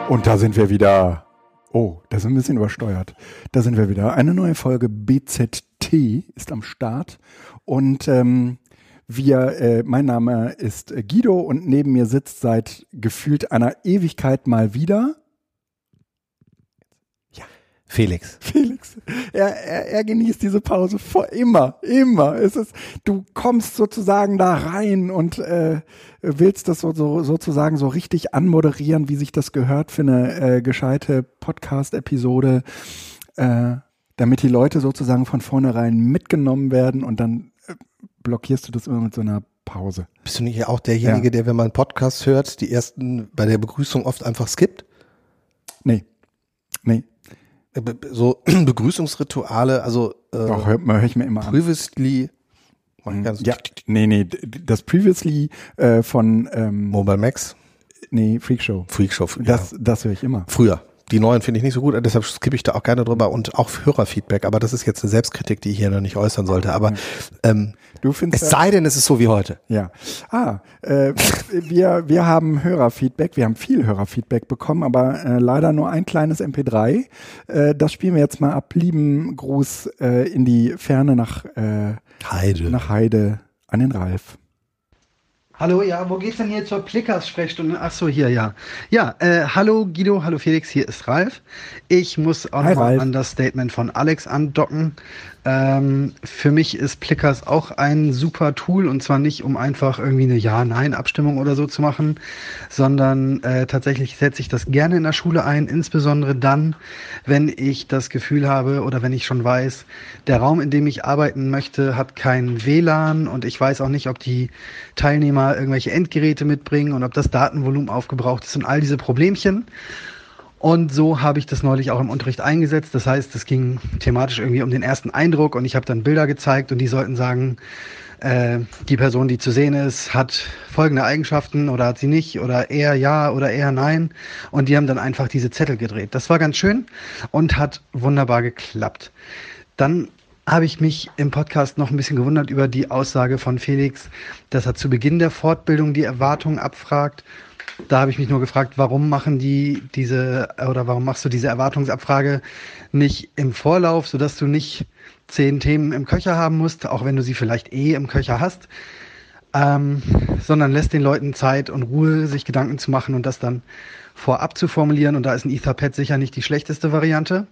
Und da sind wir wieder. Oh, das ist ein bisschen übersteuert. Da sind wir wieder. Eine neue Folge BZT ist am Start. Und mein Name ist Guido und neben mir sitzt seit gefühlt einer Ewigkeit mal wieder Felix. Er genießt diese Pause immer. Du kommst sozusagen da rein und willst das sozusagen so richtig anmoderieren, wie sich das gehört für eine gescheite Podcast-Episode, damit die Leute sozusagen von vornherein mitgenommen werden und dann blockierst du das immer mit so einer Pause. Bist du nicht auch derjenige, der, wenn man einen Podcast hört, die ersten bei der Begrüßung oft einfach skippt? Nee. So Begrüßungsrituale, also Doch, hör ich mir immer an. Previously. Das Previously von Mobile Max? Nee, Freakshow. Das höre ich immer. Früher. Die neuen finde ich nicht so gut, deshalb skippe ich da auch gerne drüber und auch Hörerfeedback, aber das ist jetzt eine Selbstkritik, die ich hier noch nicht äußern sollte, aber du findest es sei denn, es ist so wie heute. Ja. Wir haben Hörerfeedback, wir haben viel Hörerfeedback bekommen, aber leider nur ein kleines MP3. Das spielen wir jetzt mal ab. Lieben Gruß in die Ferne nach Heide an den Ralf. Hallo, ja, wo geht's denn hier zur Plickers-Sprechstunde? Ach so, hier, ja. Ja, hallo Guido, hallo Felix, hier ist Ralf. Ich muss auch nochmal an das Statement von Alex andocken. Für mich ist Plickers auch ein super Tool und zwar nicht, um einfach irgendwie eine Ja-Nein-Abstimmung oder so zu machen, sondern tatsächlich setze ich das gerne in der Schule ein, insbesondere dann, wenn ich das Gefühl habe oder wenn ich schon weiß, der Raum, in dem ich arbeiten möchte, hat kein WLAN und ich weiß auch nicht, ob die Teilnehmer irgendwelche Endgeräte mitbringen und ob das Datenvolumen aufgebraucht ist und all diese Problemchen. Und so habe ich das neulich auch im Unterricht eingesetzt. Das heißt, es ging thematisch irgendwie um den ersten Eindruck und ich habe dann Bilder gezeigt und die sollten sagen, die Person, die zu sehen ist, hat folgende Eigenschaften oder hat sie nicht oder eher ja oder eher nein. Und die haben dann einfach diese Zettel gedreht. Das war ganz schön und hat wunderbar geklappt. Dann habe ich mich im Podcast noch ein bisschen gewundert über die Aussage von Felix, dass er zu Beginn der Fortbildung die Erwartungen abfragt. Da habe ich mich nur gefragt, warum machst du diese Erwartungsabfrage nicht im Vorlauf, sodass du nicht 10 Themen im Köcher haben musst, auch wenn du sie vielleicht im Köcher hast, sondern lässt den Leuten Zeit und Ruhe, sich Gedanken zu machen und das dann vorab zu formulieren. Und da ist ein Etherpad sicher nicht die schlechteste Variante.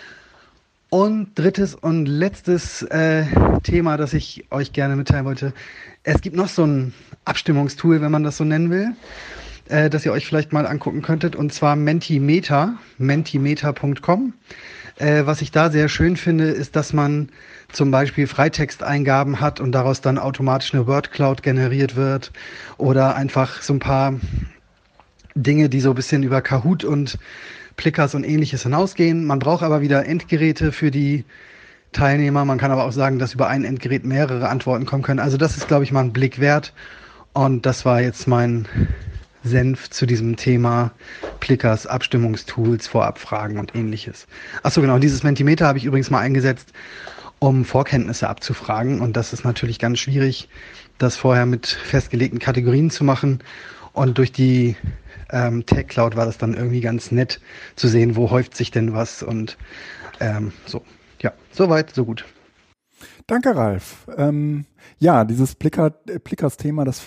Und drittes und letztes Thema, das ich euch gerne mitteilen wollte. Es gibt noch so ein Abstimmungstool, wenn man das so nennen will, das ihr euch vielleicht mal angucken könntet, und zwar Mentimeter, mentimeter.com. Was ich da sehr schön finde, ist, dass man zum Beispiel Freitexteingaben hat und daraus dann automatisch eine Wordcloud generiert wird oder einfach so ein paar Dinge, die so ein bisschen über Kahoot und Plickers und ähnliches hinausgehen. Man braucht aber wieder Endgeräte für die Teilnehmer. Man kann aber auch sagen, dass über ein Endgerät mehrere Antworten kommen können. Also das ist, glaube ich, mal ein Blick wert. Und das war jetzt mein Senf zu diesem Thema Plickers, Abstimmungstools, Vorabfragen und ähnliches. Achso, genau, dieses Mentimeter habe ich übrigens mal eingesetzt, um Vorkenntnisse abzufragen. Und das ist natürlich ganz schwierig, das vorher mit festgelegten Kategorien zu machen. Und durch die Tag Cloud war das dann irgendwie ganz nett zu sehen, wo häuft sich denn was und so. Ja, soweit, so gut. Danke, Ralf. Dieses Plickers-Thema, das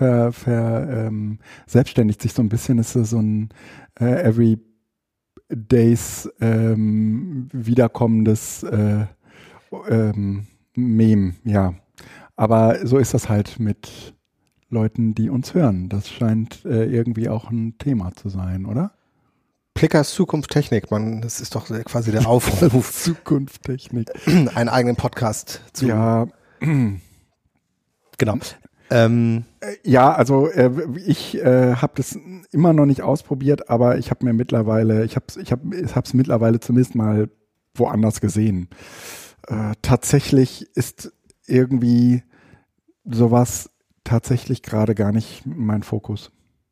selbstständigt sich so ein bisschen. Es ist so ein every days wiederkommendes Meme, ja. Aber so ist das halt mit Leuten, die uns hören. Das scheint irgendwie auch ein Thema zu sein, oder? Plickers Zukunft Technik, das ist doch quasi der Aufruf. Zukunft Technik. Einen eigenen Podcast zu. Ja. Genau. Ich habe das immer noch nicht ausprobiert, aber ich habe es mittlerweile zumindest mal woanders gesehen. Tatsächlich ist irgendwie sowas tatsächlich gerade gar nicht mein Fokus.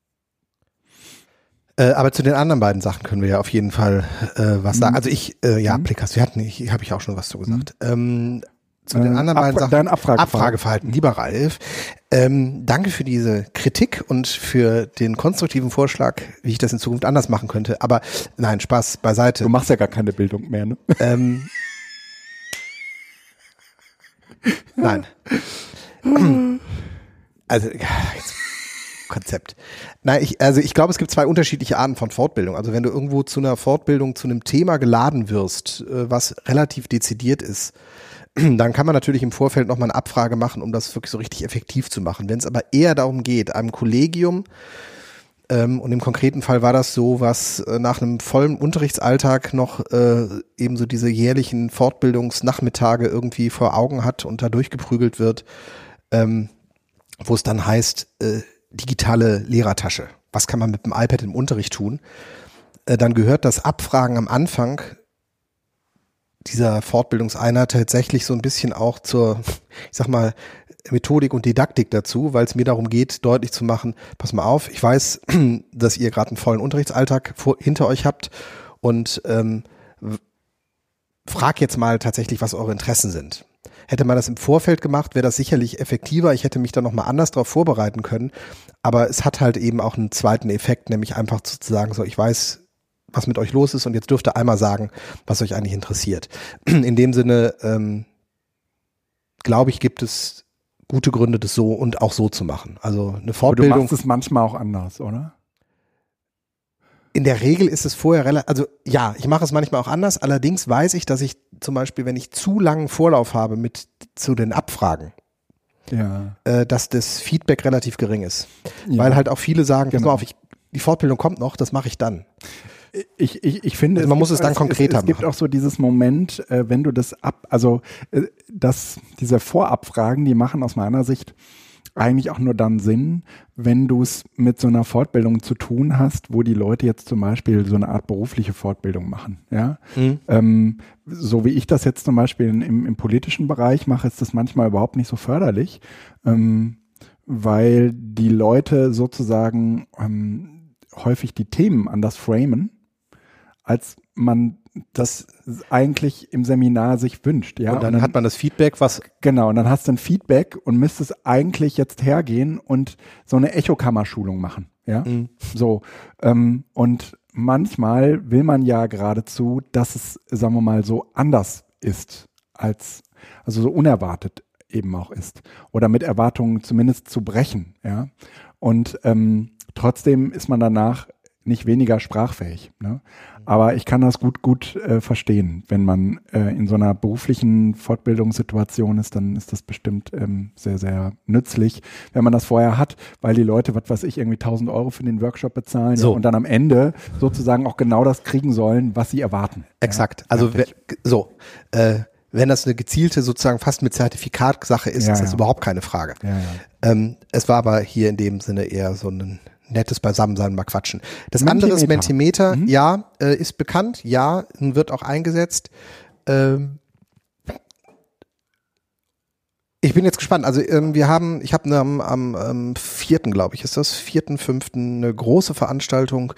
Aber zu den anderen beiden Sachen können wir ja auf jeden Fall was sagen. Also Plickers, habe ich auch schon was zu gesagt. zu den anderen beiden Sachen. Dein Abfrageverhalten. Lieber Ralf, danke für diese Kritik und für den konstruktiven Vorschlag, wie ich das in Zukunft anders machen könnte. Aber nein, Spaß beiseite. Du machst ja gar keine Bildung mehr, ne? Nein. Also, Konzept. Nein, ich glaube, es gibt zwei unterschiedliche Arten von Fortbildung. Also wenn du irgendwo zu einer Fortbildung, zu einem Thema geladen wirst, was relativ dezidiert ist, dann kann man natürlich im Vorfeld nochmal eine Abfrage machen, um das wirklich so richtig effektiv zu machen. Wenn es aber eher darum geht, einem Kollegium, und im konkreten Fall war das so, was nach einem vollen Unterrichtsalltag noch eben so diese jährlichen Fortbildungsnachmittage irgendwie vor Augen hat und da durchgeprügelt wird, wo es dann heißt, digitale Lehrertasche. Was kann man mit dem iPad im Unterricht tun? Dann gehört das Abfragen am Anfang dieser Fortbildungseinheit tatsächlich so ein bisschen auch zur, ich sag mal, Methodik und Didaktik dazu, weil es mir darum geht, deutlich zu machen, pass mal auf, ich weiß, dass ihr gerade einen vollen Unterrichtsalltag hinter euch habt und frag jetzt mal tatsächlich, was eure Interessen sind. Hätte man das im Vorfeld gemacht, wäre das sicherlich effektiver. Ich hätte mich da nochmal anders darauf vorbereiten können. Aber es hat halt eben auch einen zweiten Effekt, nämlich einfach zu sagen, so, ich weiß, was mit euch los ist und jetzt dürft ihr einmal sagen, was euch eigentlich interessiert. In dem Sinne, glaube ich, gibt es gute Gründe, das so und auch so zu machen. Also eine Fortbildung. Aber du machst es manchmal auch anders, oder? In der Regel ist es vorher relativ, also ja, ich mache es manchmal auch anders. Allerdings weiß ich, dass ich zum Beispiel, wenn ich zu langen Vorlauf habe zu den Abfragen, dass das Feedback relativ gering ist. Ja. Weil halt auch viele sagen, pass mal auf, die Fortbildung kommt noch, das mache ich dann. Ich finde, also man muss es dann konkreter machen. Es gibt auch so dieses Moment, wenn du das diese Vorabfragen, die machen aus meiner Sicht eigentlich auch nur dann Sinn, wenn du es mit so einer Fortbildung zu tun hast, wo die Leute jetzt zum Beispiel so eine Art berufliche Fortbildung machen. Ja? So wie ich das jetzt zum Beispiel im politischen Bereich mache, ist das manchmal überhaupt nicht so förderlich, weil die Leute sozusagen häufig die Themen anders framen, als man das eigentlich im Seminar sich wünscht. Ja? Und dann hat man das Feedback, was... Genau, und dann hast du ein Feedback und müsstest eigentlich jetzt hergehen und so eine Echokammerschulung machen. Ja, so. Und manchmal will man ja geradezu, dass es, sagen wir mal, so anders ist, also so unerwartet eben auch ist. Oder mit Erwartungen zumindest zu brechen. Ja, und trotzdem ist man danach nicht weniger sprachfähig. Ne? Aber ich kann das gut verstehen. Wenn man in so einer beruflichen Fortbildungssituation ist, dann ist das bestimmt sehr, sehr nützlich, wenn man das vorher hat, weil die Leute, was weiß ich, irgendwie 1.000 € für den Workshop bezahlen und dann am Ende sozusagen auch genau das kriegen sollen, was sie erwarten. Exakt. Ja, also wenn das eine gezielte, sozusagen fast mit Zertifikatsache ist, ist das überhaupt keine Frage. Ja. Es war aber hier in dem Sinne eher so ein nettes Beisammensein, mal quatschen. Das andere ist Mentimeter, ist bekannt, wird auch eingesetzt. Ich bin jetzt gespannt. Also ich habe am 4., glaube ich, ist das 4.5. eine große Veranstaltung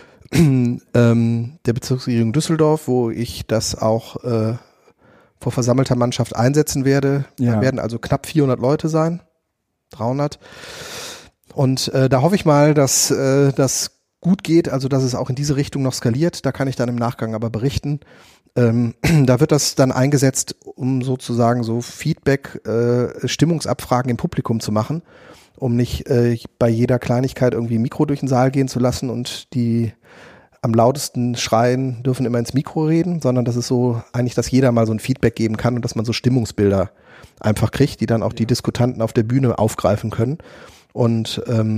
der Bezirksregierung Düsseldorf, wo ich das auch vor versammelter Mannschaft einsetzen werde. Da werden also knapp 400 Leute sein, 300. Und da hoffe ich mal, dass das gut geht, also dass es auch in diese Richtung noch skaliert. Da kann ich dann im Nachgang aber berichten. Da wird das dann eingesetzt, um sozusagen so Feedback, Stimmungsabfragen im Publikum zu machen, um nicht bei jeder Kleinigkeit irgendwie ein Mikro durch den Saal gehen zu lassen und die am lautesten schreien dürfen immer ins Mikro reden, sondern das ist so eigentlich, dass jeder mal so ein Feedback geben kann und dass man so Stimmungsbilder einfach kriegt, die dann auch die Diskutanten auf der Bühne aufgreifen können. Und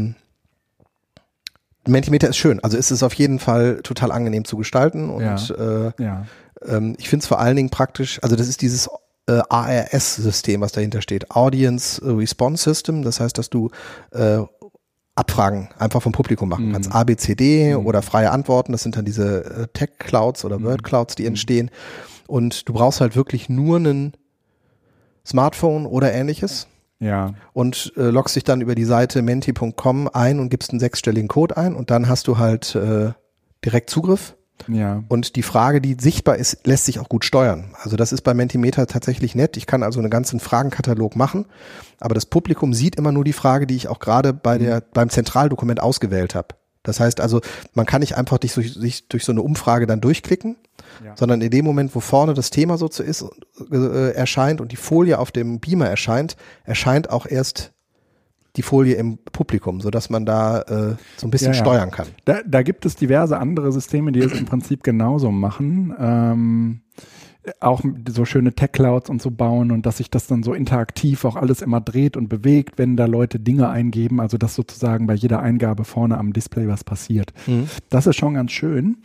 Mentimeter ist schön. Also ist es auf jeden Fall total angenehm zu gestalten. Und ich finde es vor allen Dingen praktisch, also das ist dieses ARS-System, was dahinter steht. Audience Response System. Das heißt, dass du Abfragen einfach vom Publikum machen kannst. A, B, C, D oder freie Antworten. Das sind dann diese Tech-Clouds oder Word-Clouds, die entstehen. Und du brauchst halt wirklich nur ein Smartphone oder ähnliches. Ja. Und loggst dich dann über die Seite menti.com ein und gibst einen 6-stelligen Code ein und dann hast du halt direkt Zugriff Ja. Und die Frage, die sichtbar ist, lässt sich auch gut steuern. Also das ist bei Mentimeter tatsächlich nett. Ich kann also einen ganzen Fragenkatalog machen, aber das Publikum sieht immer nur die Frage, die ich auch gerade beim Zentraldokument ausgewählt habe. Das heißt also, man kann nicht einfach sich durch so eine Umfrage dann durchklicken, sondern in dem Moment, wo vorne das Thema so ist, erscheint und die Folie auf dem Beamer erscheint auch erst die Folie im Publikum, sodass man da so ein bisschen steuern kann. Da gibt es diverse andere Systeme, die es im Prinzip genauso machen. Auch so schöne Tech-Clouds und so bauen und dass sich das dann so interaktiv auch alles immer dreht und bewegt, wenn da Leute Dinge eingeben, also dass sozusagen bei jeder Eingabe vorne am Display was passiert. Das ist schon ganz schön.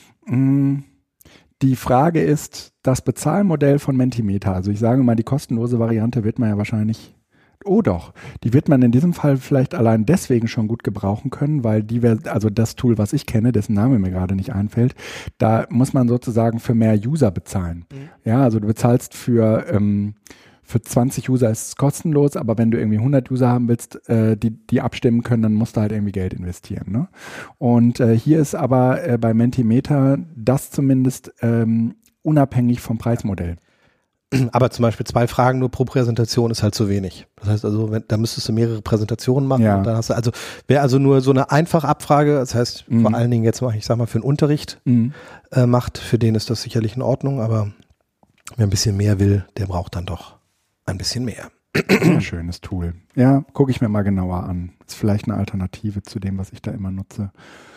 Die Frage ist, das Bezahlmodell von Mentimeter, also ich sage mal, die kostenlose Variante wird man ja wahrscheinlich die wird man in diesem Fall vielleicht allein deswegen schon gut gebrauchen können, weil also das Tool, was ich kenne, dessen Name mir gerade nicht einfällt, da muss man sozusagen für mehr User bezahlen. Ja, also du bezahlst für 20 User ist es kostenlos, aber wenn du irgendwie 100 User haben willst, die abstimmen können, dann musst du halt irgendwie Geld investieren. Ne? Und hier ist aber bei Mentimeter das zumindest unabhängig vom Preismodell. Aber zum Beispiel 2 Fragen nur pro Präsentation ist halt zu wenig. Das heißt also, da müsstest du mehrere Präsentationen machen. Und dann hast du wer also nur so eine einfache Abfrage, das heißt vor allen Dingen jetzt mal, ich sag mal für den Unterricht macht, für den ist das sicherlich in Ordnung, aber wer ein bisschen mehr will, der braucht dann doch ein bisschen mehr. Schönes Tool. Ja, gucke ich mir mal genauer an. Ist vielleicht eine Alternative zu dem, was ich da immer nutze.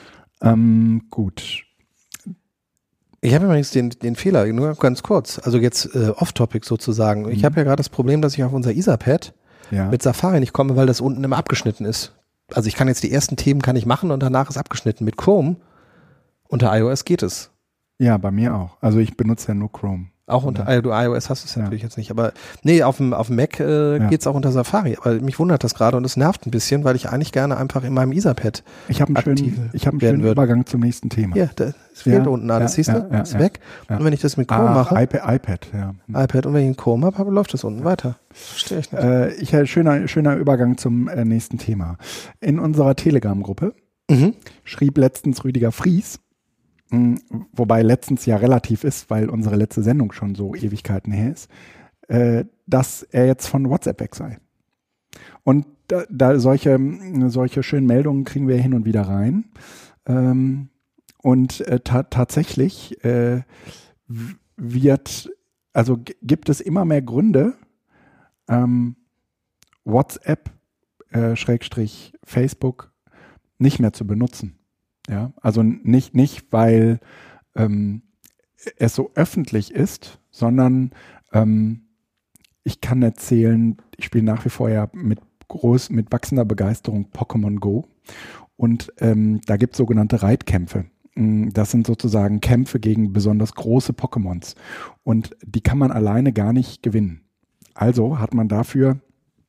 Gut. Ich habe übrigens den Fehler, nur ganz kurz, also jetzt off-topic sozusagen. Ich habe ja gerade das Problem, dass ich auf unser Etherpad mit Safari nicht komme, weil das unten immer abgeschnitten ist. Also ich kann jetzt die ersten Themen kann ich machen und danach ist abgeschnitten. Mit Chrome unter iOS geht es. Ja, bei mir auch. Also ich benutze ja nur Chrome. Auch unter iOS hast du es natürlich jetzt nicht, aber nee, auf dem Mac geht's auch unter Safari. Aber mich wundert das gerade und es nervt ein bisschen, weil ich eigentlich gerne einfach in meinem Etherpad Ich habe einen schönen Übergang zum nächsten Thema. Ja, es fehlt unten alles, siehst du? Ist weg. Und wenn ich das mit Chrome mache. iPad. iPad und wenn ich einen Chrome habe, läuft das unten weiter. Verstehe ich nicht. Schöner Übergang zum nächsten Thema. In unserer Telegram-Gruppe schrieb letztens Rüdiger Fries, wobei letztens ja relativ ist, weil unsere letzte Sendung schon so Ewigkeiten her ist, dass er jetzt von WhatsApp weg sei. Und da solche schönen Meldungen kriegen wir hin und wieder rein. Und tatsächlich gibt es immer mehr Gründe, WhatsApp Facebook nicht mehr zu benutzen. Ja, also nicht weil es so öffentlich ist, sondern ich kann erzählen, ich spiele nach wie vor ja mit wachsender Begeisterung Pokémon Go und da gibt es sogenannte Reitkämpfe. Das sind sozusagen Kämpfe gegen besonders große Pokémons und die kann man alleine gar nicht gewinnen. Also hat man dafür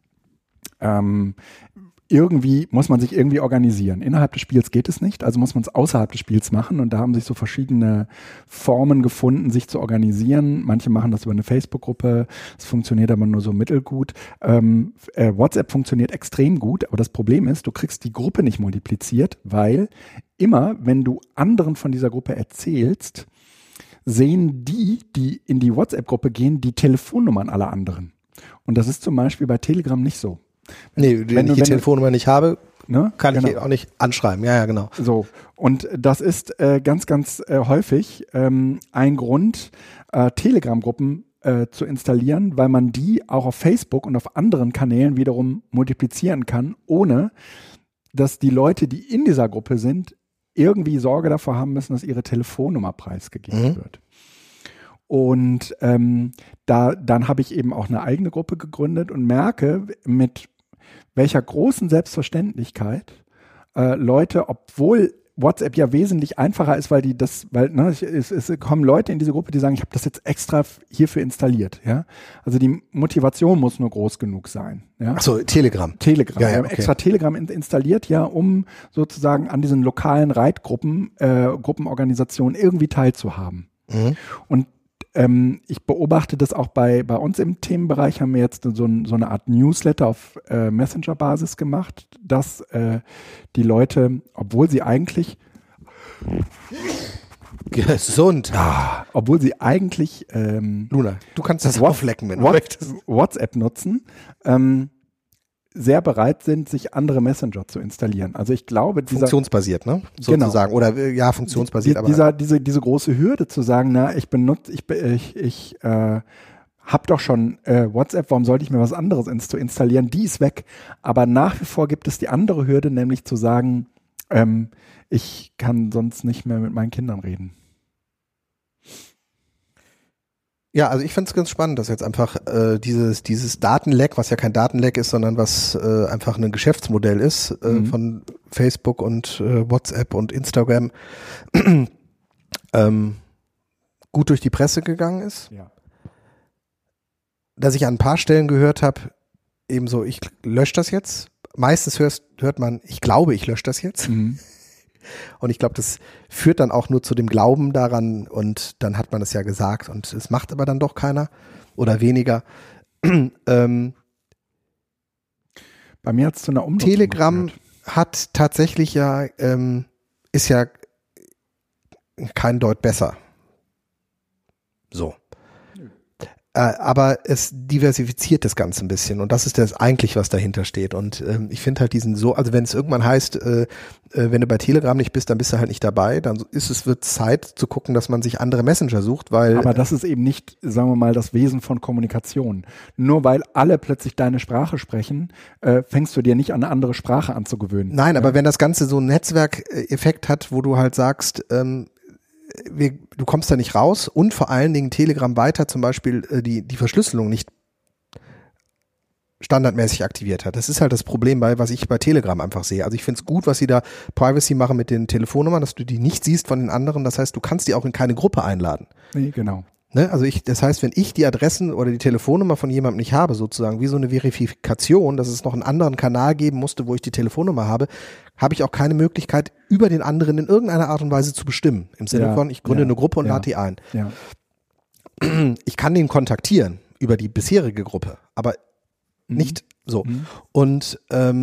muss man sich irgendwie organisieren. Innerhalb des Spiels geht es nicht, also muss man es außerhalb des Spiels machen und da haben sich so verschiedene Formen gefunden, sich zu organisieren. Manche machen das über eine Facebook-Gruppe, es funktioniert aber nur so mittelgut. WhatsApp funktioniert extrem gut, aber das Problem ist, du kriegst die Gruppe nicht multipliziert, weil immer, wenn du anderen von dieser Gruppe erzählst, sehen die in die WhatsApp-Gruppe gehen, die Telefonnummern aller anderen. Und das ist zum Beispiel bei Telegram nicht so. Wenn ich die Telefonnummer nicht habe, kann ich auch nicht anschreiben. Ja, genau. So. Und das ist ganz, ganz häufig ein Grund, Telegram-Gruppen zu installieren, weil man die auch auf Facebook und auf anderen Kanälen wiederum multiplizieren kann, ohne dass die Leute, die in dieser Gruppe sind, irgendwie Sorge davor haben müssen, dass ihre Telefonnummer preisgegeben wird. Und dann habe ich eben auch eine eigene Gruppe gegründet und merke, mit welcher großen Selbstverständlichkeit Leute, obwohl WhatsApp ja wesentlich einfacher ist, es kommen Leute in diese Gruppe, die sagen, ich habe das jetzt extra hierfür installiert. Ja? Also die Motivation muss nur groß genug sein. Ja? Achso, Telegram. Ja, wir haben extra Telegram installiert, ja, um sozusagen an diesen lokalen Reitgruppen, Gruppenorganisationen irgendwie teilzuhaben. Und ich beobachte das auch bei uns im Themenbereich, haben wir jetzt so eine Art Newsletter auf Messenger-Basis gemacht, dass die Leute, obwohl sie eigentlich Gesund. Obwohl sie eigentlich Luna, du kannst das auflecken, wenn du möchtest. WhatsApp nutzen, sehr bereit sind, sich andere Messenger zu installieren. Also ich glaube, funktionsbasiert, ne? Sozusagen. Genau. Oder ja, funktionsbasiert. Aber diese große Hürde zu sagen, na, ich habe doch schon WhatsApp, warum sollte ich mir was anderes installieren? Die ist weg. Aber nach wie vor gibt es die andere Hürde, nämlich zu sagen, ich kann sonst nicht mehr mit meinen Kindern reden. Ja, also ich finde es ganz spannend, dass jetzt einfach dieses Datenleck, was ja kein Datenleck ist, sondern was einfach ein Geschäftsmodell ist von Facebook und WhatsApp und Instagram, gut durch die Presse gegangen ist. Ja. Dass ich an ein paar Stellen gehört habe, eben so, ich lösche das jetzt. Meistens hört man, ich glaube, ich lösche das jetzt. Und ich glaube, das führt dann auch nur zu dem Glauben daran und dann hat man es ja gesagt und es macht aber dann doch keiner oder weniger. Bei mir hat es zu einer Umnutzung Telegram geführt. hat tatsächlich ist ja kein Deut besser. So. Aber es diversifiziert das Ganze ein bisschen und das ist das eigentlich, was dahinter steht und ich finde halt also wenn es irgendwann heißt, wenn du bei Telegram nicht bist, dann bist du halt nicht dabei, dann wird Zeit zu gucken, dass man sich andere Messenger sucht, weil... Aber das ist eben nicht, sagen wir mal, das Wesen von Kommunikation. Nur weil alle plötzlich deine Sprache sprechen, fängst du dir nicht an, eine andere Sprache anzugewöhnen. Nein, aber wenn das Ganze so einen Netzwerkeffekt hat, wo du halt sagst, du kommst da nicht raus und vor allen Dingen Telegram weiter zum Beispiel die Verschlüsselung nicht standardmäßig aktiviert hat. Das ist halt das Problem, was ich bei Telegram einfach sehe. Also ich finde es gut, was sie da Privacy machen mit den Telefonnummern, dass du die nicht siehst von den anderen. Das heißt, du kannst die auch in keine Gruppe einladen. Nee, genau. Ne? Also das heißt, wenn ich die Adressen oder die Telefonnummer von jemandem nicht habe, sozusagen wie so eine Verifikation, dass es noch einen anderen Kanal geben musste, wo ich die Telefonnummer habe, habe ich auch keine Möglichkeit, über den anderen in irgendeiner Art und Weise zu bestimmen. Im Sinne von, ich gründe eine Gruppe und lade die ein. Ja. Ich kann den kontaktieren über die bisherige Gruppe, aber nicht so. Und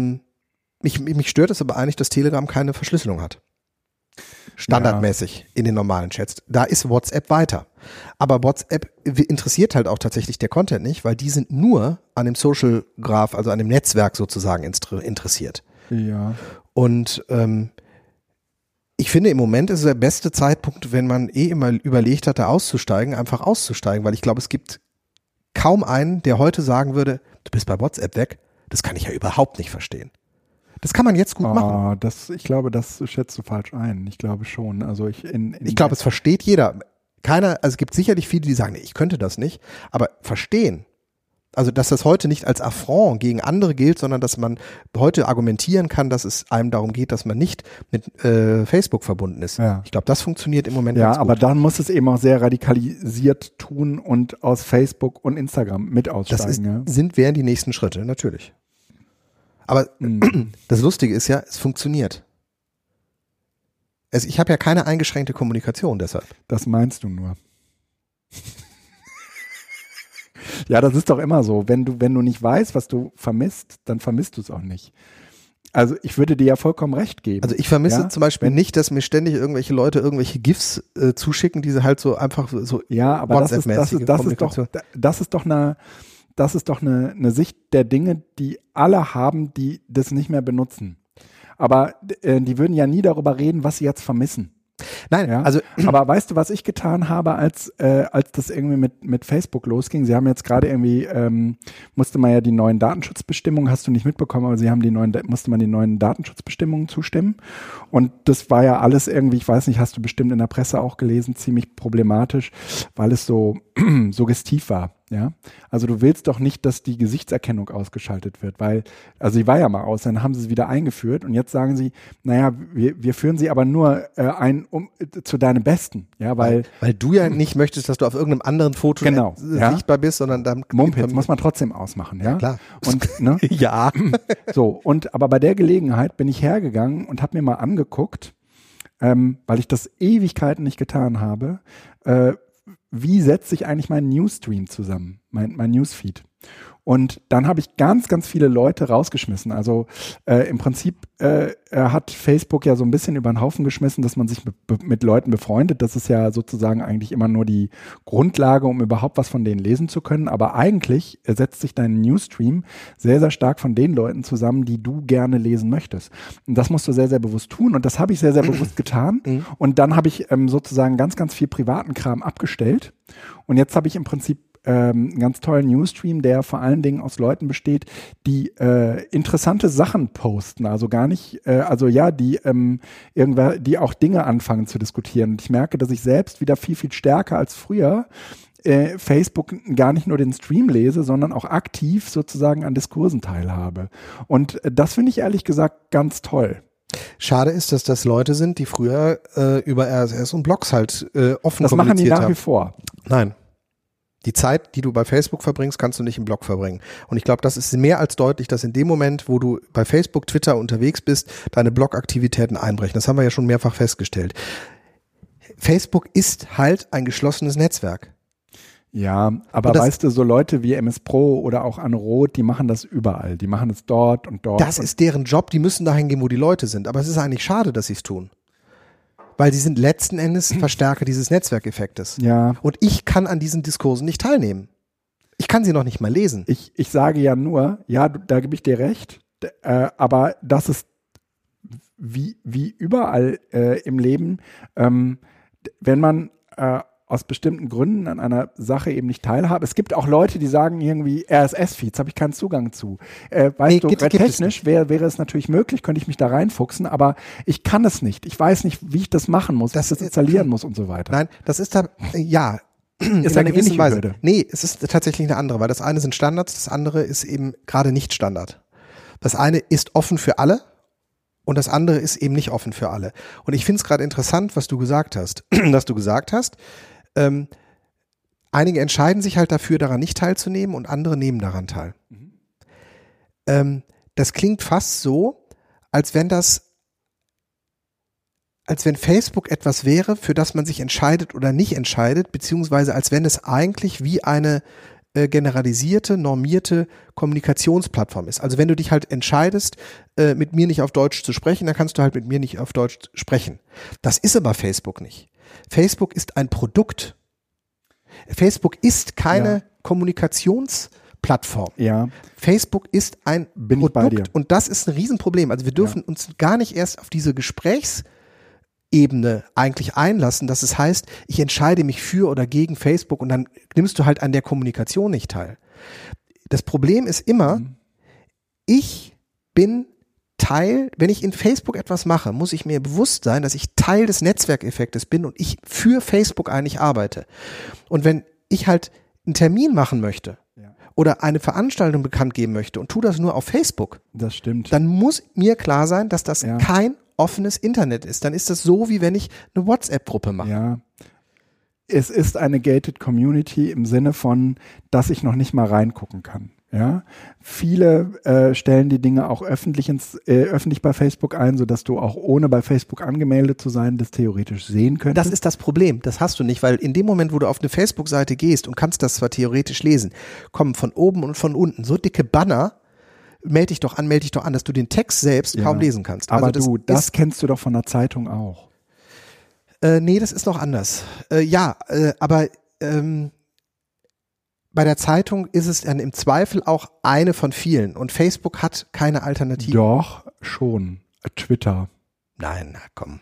mich stört es aber eigentlich, dass Telegram keine Verschlüsselung hat. Standardmäßig in den normalen Chats. Da ist WhatsApp weiter. Aber WhatsApp interessiert halt auch tatsächlich der Content nicht, weil die sind nur an dem Social Graph, also an dem Netzwerk sozusagen interessiert. Ja. Und ich finde, im Moment ist es der beste Zeitpunkt, wenn man immer überlegt hat, da auszusteigen, einfach auszusteigen, weil ich glaube, es gibt kaum einen, der heute sagen würde, du bist bei WhatsApp weg. Das kann ich ja überhaupt nicht verstehen. Das kann man jetzt gut machen. Ich glaube, das schätzt du falsch ein. Ich glaube schon. Also ich glaube, es versteht jeder. Also es gibt sicherlich viele, die sagen, nee, ich könnte das nicht. Aber verstehen, also dass das heute nicht als Affront gegen andere gilt, sondern dass man heute argumentieren kann, dass es einem darum geht, dass man nicht mit Facebook verbunden ist. Ja. Ich glaube, das funktioniert im Moment ganz gut. Ja, aber dann muss es eben auch sehr radikalisiert tun und aus Facebook und Instagram mit aussteigen. Wären die nächsten Schritte, natürlich. Aber das Lustige ist ja, es funktioniert. Ich habe ja keine eingeschränkte Kommunikation deshalb. Das meinst du nur. Ja, das ist doch immer so. Wenn du nicht weißt, was du vermisst, dann vermisst du es auch nicht. Also ich würde dir ja vollkommen recht geben. Also ich vermisse zum Beispiel nicht, dass mir ständig irgendwelche Leute irgendwelche GIFs zuschicken, die sie halt so einfach so aber das ist doch eine Sicht der Dinge, die alle haben, die das nicht mehr benutzen. Aber die würden ja nie darüber reden, was sie jetzt vermissen. Nein, ja? also aber weißt du, was ich getan habe, als das irgendwie mit Facebook losging? Sie haben jetzt gerade irgendwie, musste man ja die neuen Datenschutzbestimmungen, hast du nicht mitbekommen, aber musste man die neuen Datenschutzbestimmungen zustimmen. Und das war ja alles irgendwie, ich weiß nicht, hast du bestimmt in der Presse auch gelesen, ziemlich problematisch, weil es so suggestiv war. Ja, also du willst doch nicht, dass die Gesichtserkennung ausgeschaltet wird, also die war ja mal aus, dann haben sie es wieder eingeführt und jetzt sagen sie, naja, wir führen sie aber nur zu deinem Besten, ja, weil du ja nicht möchtest, dass du auf irgendeinem anderen Foto sichtbar bist, sondern dann Mumpitz muss man trotzdem ausmachen, ja, klar. Und ne? Ja. So, aber bei der Gelegenheit bin ich hergegangen und habe mir mal angeguckt, weil ich das Ewigkeiten nicht getan habe, wie setzt sich eigentlich mein Newsstream zusammen, mein Newsfeed? Und dann habe ich ganz, ganz viele Leute rausgeschmissen. Also im Prinzip hat Facebook ja so ein bisschen über den Haufen geschmissen, dass man sich mit Leuten befreundet. Das ist ja sozusagen eigentlich immer nur die Grundlage, um überhaupt was von denen lesen zu können. Aber eigentlich setzt sich dein Newsstream sehr, sehr stark von den Leuten zusammen, die du gerne lesen möchtest. Und das musst du sehr, sehr bewusst tun. Und das habe ich sehr, sehr bewusst getan. Und dann habe ich sozusagen ganz, ganz viel privaten Kram abgestellt. Und jetzt habe ich im Prinzip einen ganz tollen Newsstream, der vor allen Dingen aus Leuten besteht, die interessante Sachen posten, also gar nicht, die irgendwer, die auch Dinge anfangen zu diskutieren. Und ich merke, dass ich selbst wieder viel, viel stärker als früher Facebook gar nicht nur den Stream lese, sondern auch aktiv sozusagen an Diskursen teilhabe. Und das finde ich ehrlich gesagt ganz toll. Schade ist, dass das Leute sind, die früher über RSS und Blogs halt offen das kommuniziert haben. Das machen die nach wie vor. Nein. Die Zeit, die du bei Facebook verbringst, kannst du nicht im Blog verbringen. Und ich glaube, das ist mehr als deutlich, dass in dem Moment, wo du bei Facebook, Twitter unterwegs bist, deine Blogaktivitäten einbrechen. Das haben wir ja schon mehrfach festgestellt. Facebook ist halt ein geschlossenes Netzwerk. Ja, aber weißt du, so Leute wie MS Pro oder auch Anne Roth, die machen das überall. Die machen es dort und dort. Das ist deren Job, die müssen dahin gehen, wo die Leute sind. Aber es ist eigentlich schade, dass sie es tun. Weil sie sind letzten Endes Verstärker dieses Netzwerkeffektes. Ja. Und ich kann an diesen Diskursen nicht teilnehmen. Ich kann sie noch nicht mal lesen. Ich sage ja nur, ja, da gebe ich dir recht, aber das ist wie überall im Leben, wenn man aus bestimmten Gründen an einer Sache eben nicht teilhabe. Es gibt auch Leute, die sagen irgendwie, RSS-Feeds habe ich keinen Zugang zu. Technisch wäre es natürlich möglich, könnte ich mich da reinfuchsen, aber ich kann es nicht. Ich weiß nicht, wie ich das machen muss, dass ich das installieren muss und so weiter. Nein, das ist da, ja. Ist eine ähnliche Weise. Nee, es ist tatsächlich eine andere, weil das eine sind Standards, das andere ist eben gerade nicht Standard. Das eine ist offen für alle. Und das andere ist eben nicht offen für alle. Und ich finde es gerade interessant, was du gesagt hast. Einige entscheiden sich halt dafür, daran nicht teilzunehmen und andere nehmen daran teil. Das klingt fast so, als wenn Facebook etwas wäre, für das man sich entscheidet oder nicht entscheidet, beziehungsweise als wenn es eigentlich wie eine generalisierte, normierte Kommunikationsplattform ist. Also wenn du dich halt entscheidest, mit mir nicht auf Deutsch zu sprechen, dann kannst du halt mit mir nicht auf Deutsch sprechen. Das ist aber Facebook nicht. Facebook ist ein Produkt. Facebook ist keine Kommunikationsplattform. Ja. Facebook ist ein Produkt und das ist ein Riesenproblem. Also wir dürfen uns gar nicht erst auf diese Gesprächsebene eigentlich einlassen, dass es heißt, ich entscheide mich für oder gegen Facebook und dann nimmst du halt an der Kommunikation nicht teil. Das Problem ist immer, ich bin Teil, wenn ich in Facebook etwas mache, muss ich mir bewusst sein, dass ich Teil des Netzwerkeffektes bin und ich für Facebook eigentlich arbeite. Und wenn ich halt einen Termin machen möchte oder eine Veranstaltung bekannt geben möchte und tue das nur auf Facebook, das stimmt, dann muss mir klar sein, dass das kein offenes Internet ist. Dann ist das so, wie wenn ich eine WhatsApp-Gruppe mache. Ja. Es ist eine gated Community im Sinne von, dass ich noch nicht mal reingucken kann. Ja, viele stellen die Dinge auch öffentlich bei Facebook ein, sodass du auch ohne bei Facebook angemeldet zu sein, das theoretisch sehen könntest. Das ist das Problem, das hast du nicht, weil in dem Moment, wo du auf eine Facebook-Seite gehst und kannst das zwar theoretisch lesen, kommen von oben und von unten so dicke Banner, melde dich doch an, dass du den Text selbst kaum lesen kannst. Aber also das kennst du doch von der Zeitung auch. Nee, das ist noch anders. Aber bei der Zeitung ist es dann im Zweifel auch eine von vielen und Facebook hat keine Alternative. Doch, schon. Twitter. Nein, na komm.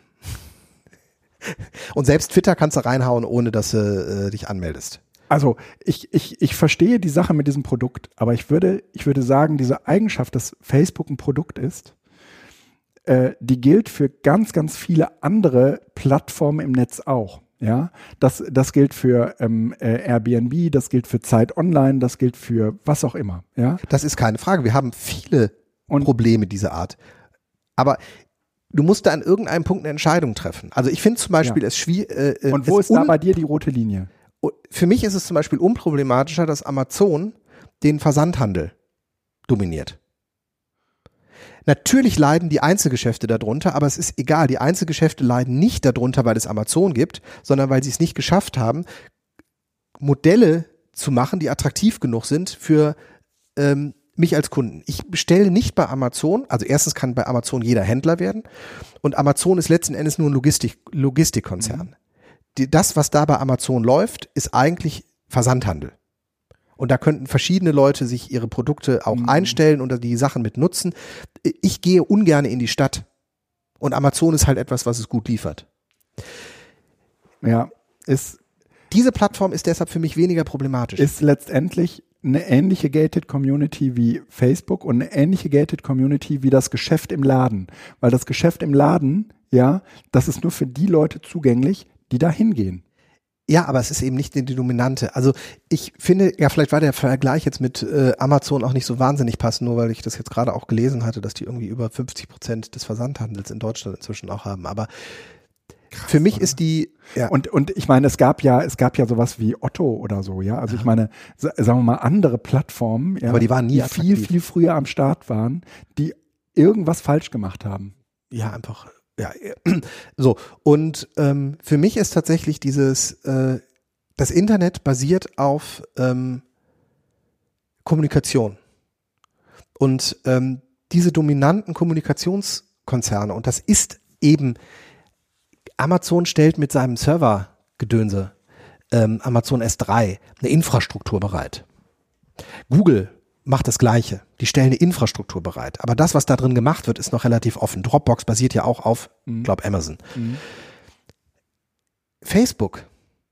Und selbst Twitter kannst du reinhauen, ohne dass du dich anmeldest. Also ich verstehe die Sache mit diesem Produkt, aber ich würde sagen, diese Eigenschaft, dass Facebook ein Produkt ist, die gilt für ganz, ganz viele andere Plattformen im Netz auch. Ja, das gilt für Airbnb, das gilt für Zeit Online, das gilt für was auch immer. Ja, das ist keine Frage. Wir haben viele Probleme dieser Art. Aber du musst da an irgendeinem Punkt eine Entscheidung treffen. Also ich finde zum Beispiel es schwierig. Und wo ist da bei dir die rote Linie? Für mich ist es zum Beispiel unproblematischer, dass Amazon den Versandhandel dominiert. Natürlich leiden die Einzelgeschäfte darunter, aber es ist egal. Die Einzelgeschäfte leiden nicht darunter, weil es Amazon gibt, sondern weil sie es nicht geschafft haben, Modelle zu machen, die attraktiv genug sind für mich als Kunden. Ich bestelle nicht bei Amazon, also erstens kann bei Amazon jeder Händler werden und Amazon ist letzten Endes nur ein Logistikkonzern. Das, was da bei Amazon läuft, ist eigentlich Versandhandel. Und da könnten verschiedene Leute sich ihre Produkte auch einstellen und die Sachen mit nutzen. Ich gehe ungern in die Stadt und Amazon ist halt etwas, was es gut liefert. Ja, diese Plattform ist deshalb für mich weniger problematisch. Ist letztendlich eine ähnliche Gated Community wie Facebook und eine ähnliche Gated Community wie das Geschäft im Laden. Weil das Geschäft im Laden, ja, das ist nur für die Leute zugänglich, die da hingehen. Ja, aber es ist eben nicht die Dominante. Also ich finde, ja, vielleicht war der Vergleich jetzt mit Amazon auch nicht so wahnsinnig passend, nur weil ich das jetzt gerade auch gelesen hatte, dass die irgendwie über 50% des Versandhandels in Deutschland inzwischen auch haben. Aber krass, für mich ist die ja. Und ich meine, es gab ja sowas wie Otto oder so, ja. Also ich meine, sagen wir mal, andere Plattformen, ja, aber die waren nie viel früher am Start waren, die irgendwas falsch gemacht haben. Ja, einfach. Ja, so. Und für mich ist tatsächlich das Internet basiert auf Kommunikation. Und diese dominanten Kommunikationskonzerne, und das ist eben, Amazon stellt mit seinem Servergedönse, Amazon S3, eine Infrastruktur bereit. Google macht das Gleiche. Die stellen eine Infrastruktur bereit. Aber das, was da drin gemacht wird, ist noch relativ offen. Dropbox basiert ja auch auf, glaube Amazon. Facebook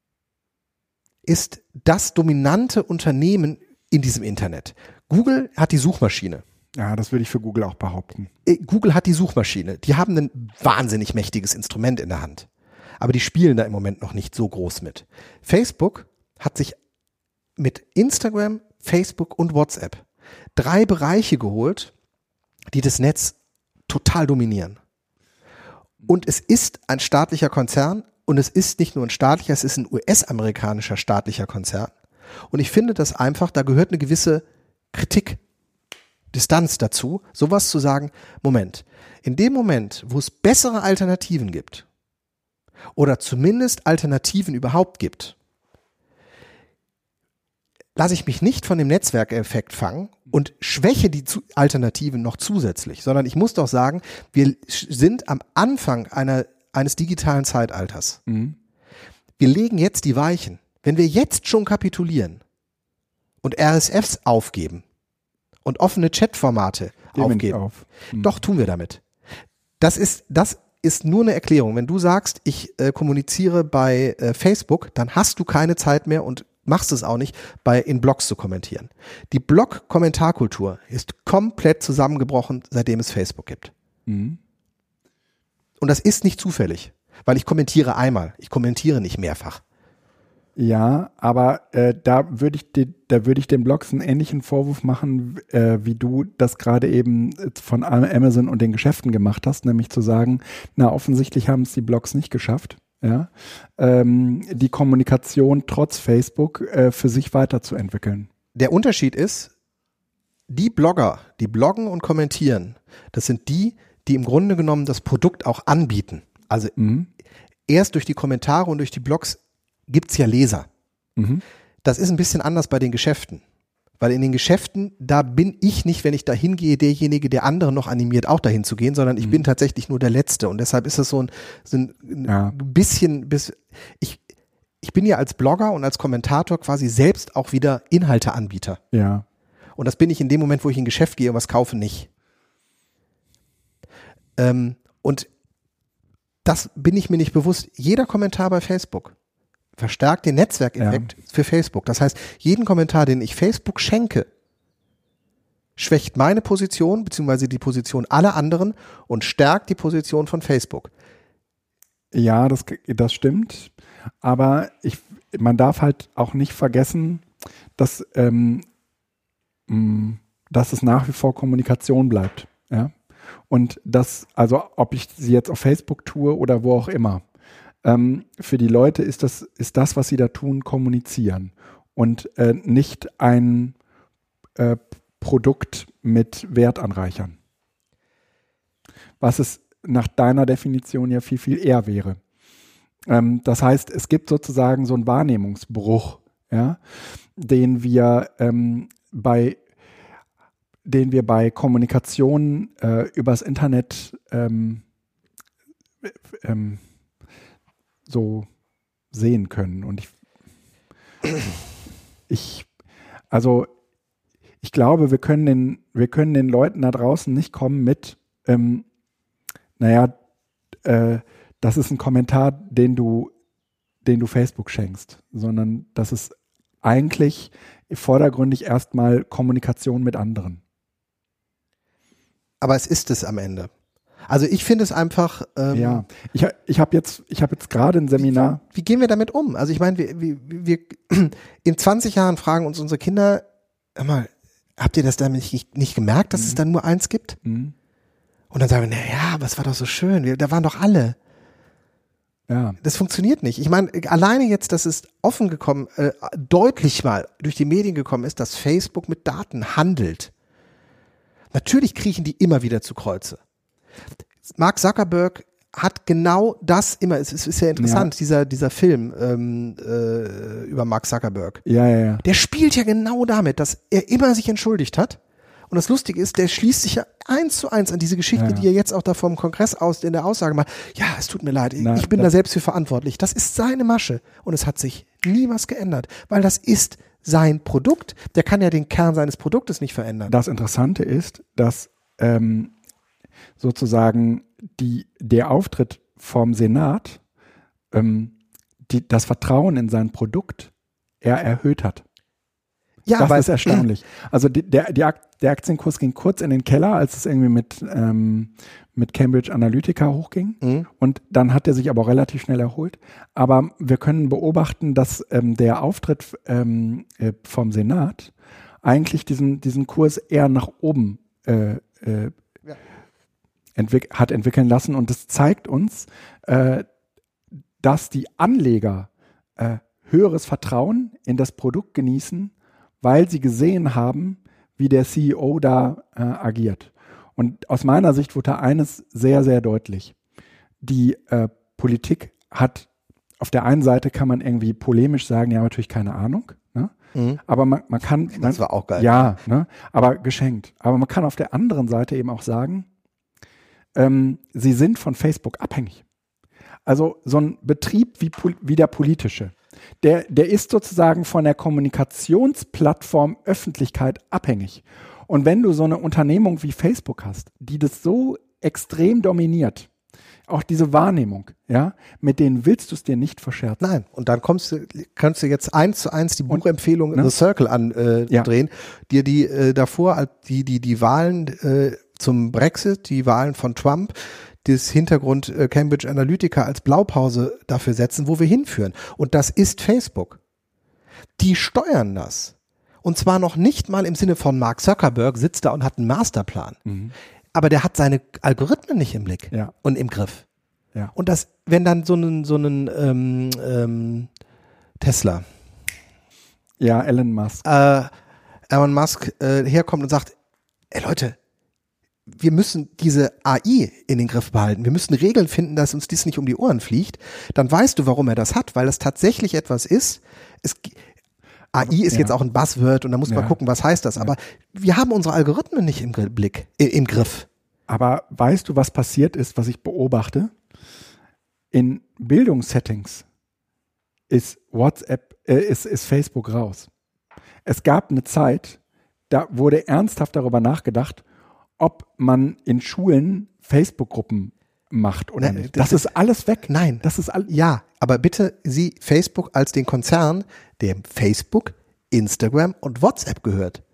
ist das dominante Unternehmen in diesem Internet. Google hat die Suchmaschine. Ja, das würde ich für Google auch behaupten. Google hat die Suchmaschine. Die haben ein wahnsinnig mächtiges Instrument in der Hand. Aber die spielen da im Moment noch nicht so groß mit. Facebook hat sich mit Instagram, Facebook und WhatsApp 3 Bereiche geholt, die das Netz total dominieren. Und es ist ein staatlicher Konzern und es ist nicht nur ein staatlicher, es ist ein US-amerikanischer staatlicher Konzern. Und ich finde das einfach, da gehört eine gewisse Kritik, Distanz dazu, sowas zu sagen, Moment, in dem Moment, wo es bessere Alternativen gibt oder zumindest Alternativen überhaupt gibt, lasse ich mich nicht von dem Netzwerkeffekt fangen und schwäche die Alternativen noch zusätzlich, sondern ich muss doch sagen, wir sind am Anfang eines digitalen Zeitalters. Wir legen jetzt die Weichen. Wenn wir jetzt schon kapitulieren und RSFs aufgeben und offene Chatformate aufgeben, doch tun wir damit. Das ist nur eine Erklärung. Wenn du sagst, ich kommuniziere bei Facebook, dann hast du keine Zeit mehr und machst es auch nicht, in Blogs zu kommentieren. Die Blog-Kommentarkultur ist komplett zusammengebrochen, seitdem es Facebook gibt. Und das ist nicht zufällig, weil ich kommentiere einmal, ich kommentiere nicht mehrfach. Ja, aber da würde ich den Blogs einen ähnlichen Vorwurf machen, wie du das gerade eben von Amazon und den Geschäften gemacht hast, nämlich zu sagen, na offensichtlich haben es die Blogs nicht geschafft, ja, die Kommunikation trotz Facebook für sich weiterzuentwickeln. Der Unterschied ist, die Blogger, die bloggen und kommentieren, das sind die im Grunde genommen das Produkt auch anbieten. Also erst durch die Kommentare und durch die Blogs gibt's ja Leser. Das ist ein bisschen anders bei den Geschäften. Weil in den Geschäften, da bin ich nicht, wenn ich da hingehe, derjenige, der andere noch animiert, auch dahin zu gehen, sondern ich bin tatsächlich nur der Letzte. Und deshalb ist es so ein bisschen, ich bin ja als Blogger und als Kommentator quasi selbst auch wieder Inhalteanbieter. Ja. Und das bin ich in dem Moment, wo ich in ein Geschäft gehe und was kaufe, nicht. Und das bin ich mir nicht bewusst. Jeder Kommentar bei Facebook verstärkt den Netzwerkeffekt für Facebook. Das heißt, jeden Kommentar, den ich Facebook schenke, schwächt meine Position bzw. die Position aller anderen und stärkt die Position von Facebook. Ja, das stimmt. Aber man darf halt auch nicht vergessen, dass es nach wie vor Kommunikation bleibt. Ja? Und also ob ich sie jetzt auf Facebook tue oder wo auch immer, für die Leute ist das, was sie da tun, kommunizieren und nicht ein Produkt mit Wert anreichern. Was es nach deiner Definition ja viel, viel eher wäre. Das heißt, es gibt sozusagen so einen Wahrnehmungsbruch, ja, den wir bei den wir bei Kommunikation übers Internet so sehen können. Und ich glaube, wir können den Leuten da draußen nicht kommen mit, das ist ein Kommentar, den du Facebook schenkst, sondern das ist eigentlich vordergründig erstmal Kommunikation mit anderen. Aber es ist es am Ende. Also ich finde es einfach. Ja, ich habe jetzt gerade ein Seminar. Wie gehen wir damit um? Also ich meine, wir in 20 Jahren fragen uns unsere Kinder, hör mal, habt ihr das damit nicht gemerkt, dass es da nur eins gibt? Und dann sagen wir, naja, aber es war doch so schön, da waren doch alle. Ja. Das funktioniert nicht. Ich meine, alleine jetzt, dass es offen gekommen, deutlich mal durch die Medien gekommen ist, dass Facebook mit Daten handelt. Natürlich kriechen die immer wieder zu Kreuze. Mark Zuckerberg hat genau das immer, es ist ja interessant, dieser Film über Mark Zuckerberg. Ja. Der spielt ja genau damit, dass er immer sich entschuldigt hat. Und das Lustige ist, der schließt sich ja 1:1 an diese Geschichte, die er jetzt auch da vom Kongress aus in der Aussage macht. Ja, es tut mir leid, ich bin da selbst für verantwortlich. Das ist seine Masche. Und es hat sich nie was geändert, weil das ist sein Produkt. Der kann ja den Kern seines Produktes nicht verändern. Das Interessante ist, dass sozusagen der Auftritt vom Senat das Vertrauen in sein Produkt erhöht hat. Ja, das ist erstaunlich. Also der Aktienkurs ging kurz in den Keller, als es irgendwie mit Cambridge Analytica hochging. Und dann hat er sich aber auch relativ schnell erholt. Aber wir können beobachten, dass der Auftritt vom Senat eigentlich diesen Kurs eher nach oben hat entwickeln lassen. Und das zeigt uns, dass die Anleger höheres Vertrauen in das Produkt genießen, weil sie gesehen haben, wie der CEO da agiert. Und aus meiner Sicht wurde da eines sehr, sehr deutlich. Die Politik hat, auf der einen Seite kann man irgendwie polemisch sagen, ja, natürlich keine Ahnung, ne? Aber man kann... Das war auch geil. Ja, ne? Aber geschenkt. Aber man kann auf der anderen Seite eben auch sagen, sie sind von Facebook abhängig. Also so ein Betrieb wie der politische, der ist sozusagen von der Kommunikationsplattform Öffentlichkeit abhängig. Und wenn du so eine Unternehmung wie Facebook hast, die das so extrem dominiert, auch diese Wahrnehmung, ja, mit denen willst du es dir nicht verscherzen. Nein, und dann kannst du jetzt 1:1 die Buchempfehlung The Circle andrehen, dir die davor, die Wahlen zum Brexit, die Wahlen von Trump, das Hintergrund Cambridge Analytica als Blaupause dafür setzen, wo wir hinführen. Und das ist Facebook. Die steuern das. Und zwar noch nicht mal im Sinne von Mark Zuckerberg sitzt da und hat einen Masterplan. Aber der hat seine Algorithmen nicht im Blick und im Griff. Ja. Und das, wenn dann so ein Tesla. Ja, Elon Musk. Elon Musk herkommt und sagt, ey Leute, wir müssen diese AI in den Griff behalten. Wir müssen Regeln finden, dass uns dies nicht um die Ohren fliegt. Dann weißt du, warum er das hat, weil das tatsächlich etwas ist. AI ist jetzt auch ein Buzzword und da muss man gucken, was heißt das. Aber wir haben unsere Algorithmen nicht im Griff. Aber weißt du, was passiert ist, was ich beobachte? In Bildungssettings ist Facebook raus. Es gab eine Zeit, da wurde ernsthaft darüber nachgedacht, ob man in Schulen Facebook-Gruppen macht oder nicht. Das ist alles weg. Nein. Das ist ja, aber bitte sieh Facebook als den Konzern, dem Facebook, Instagram und WhatsApp gehört.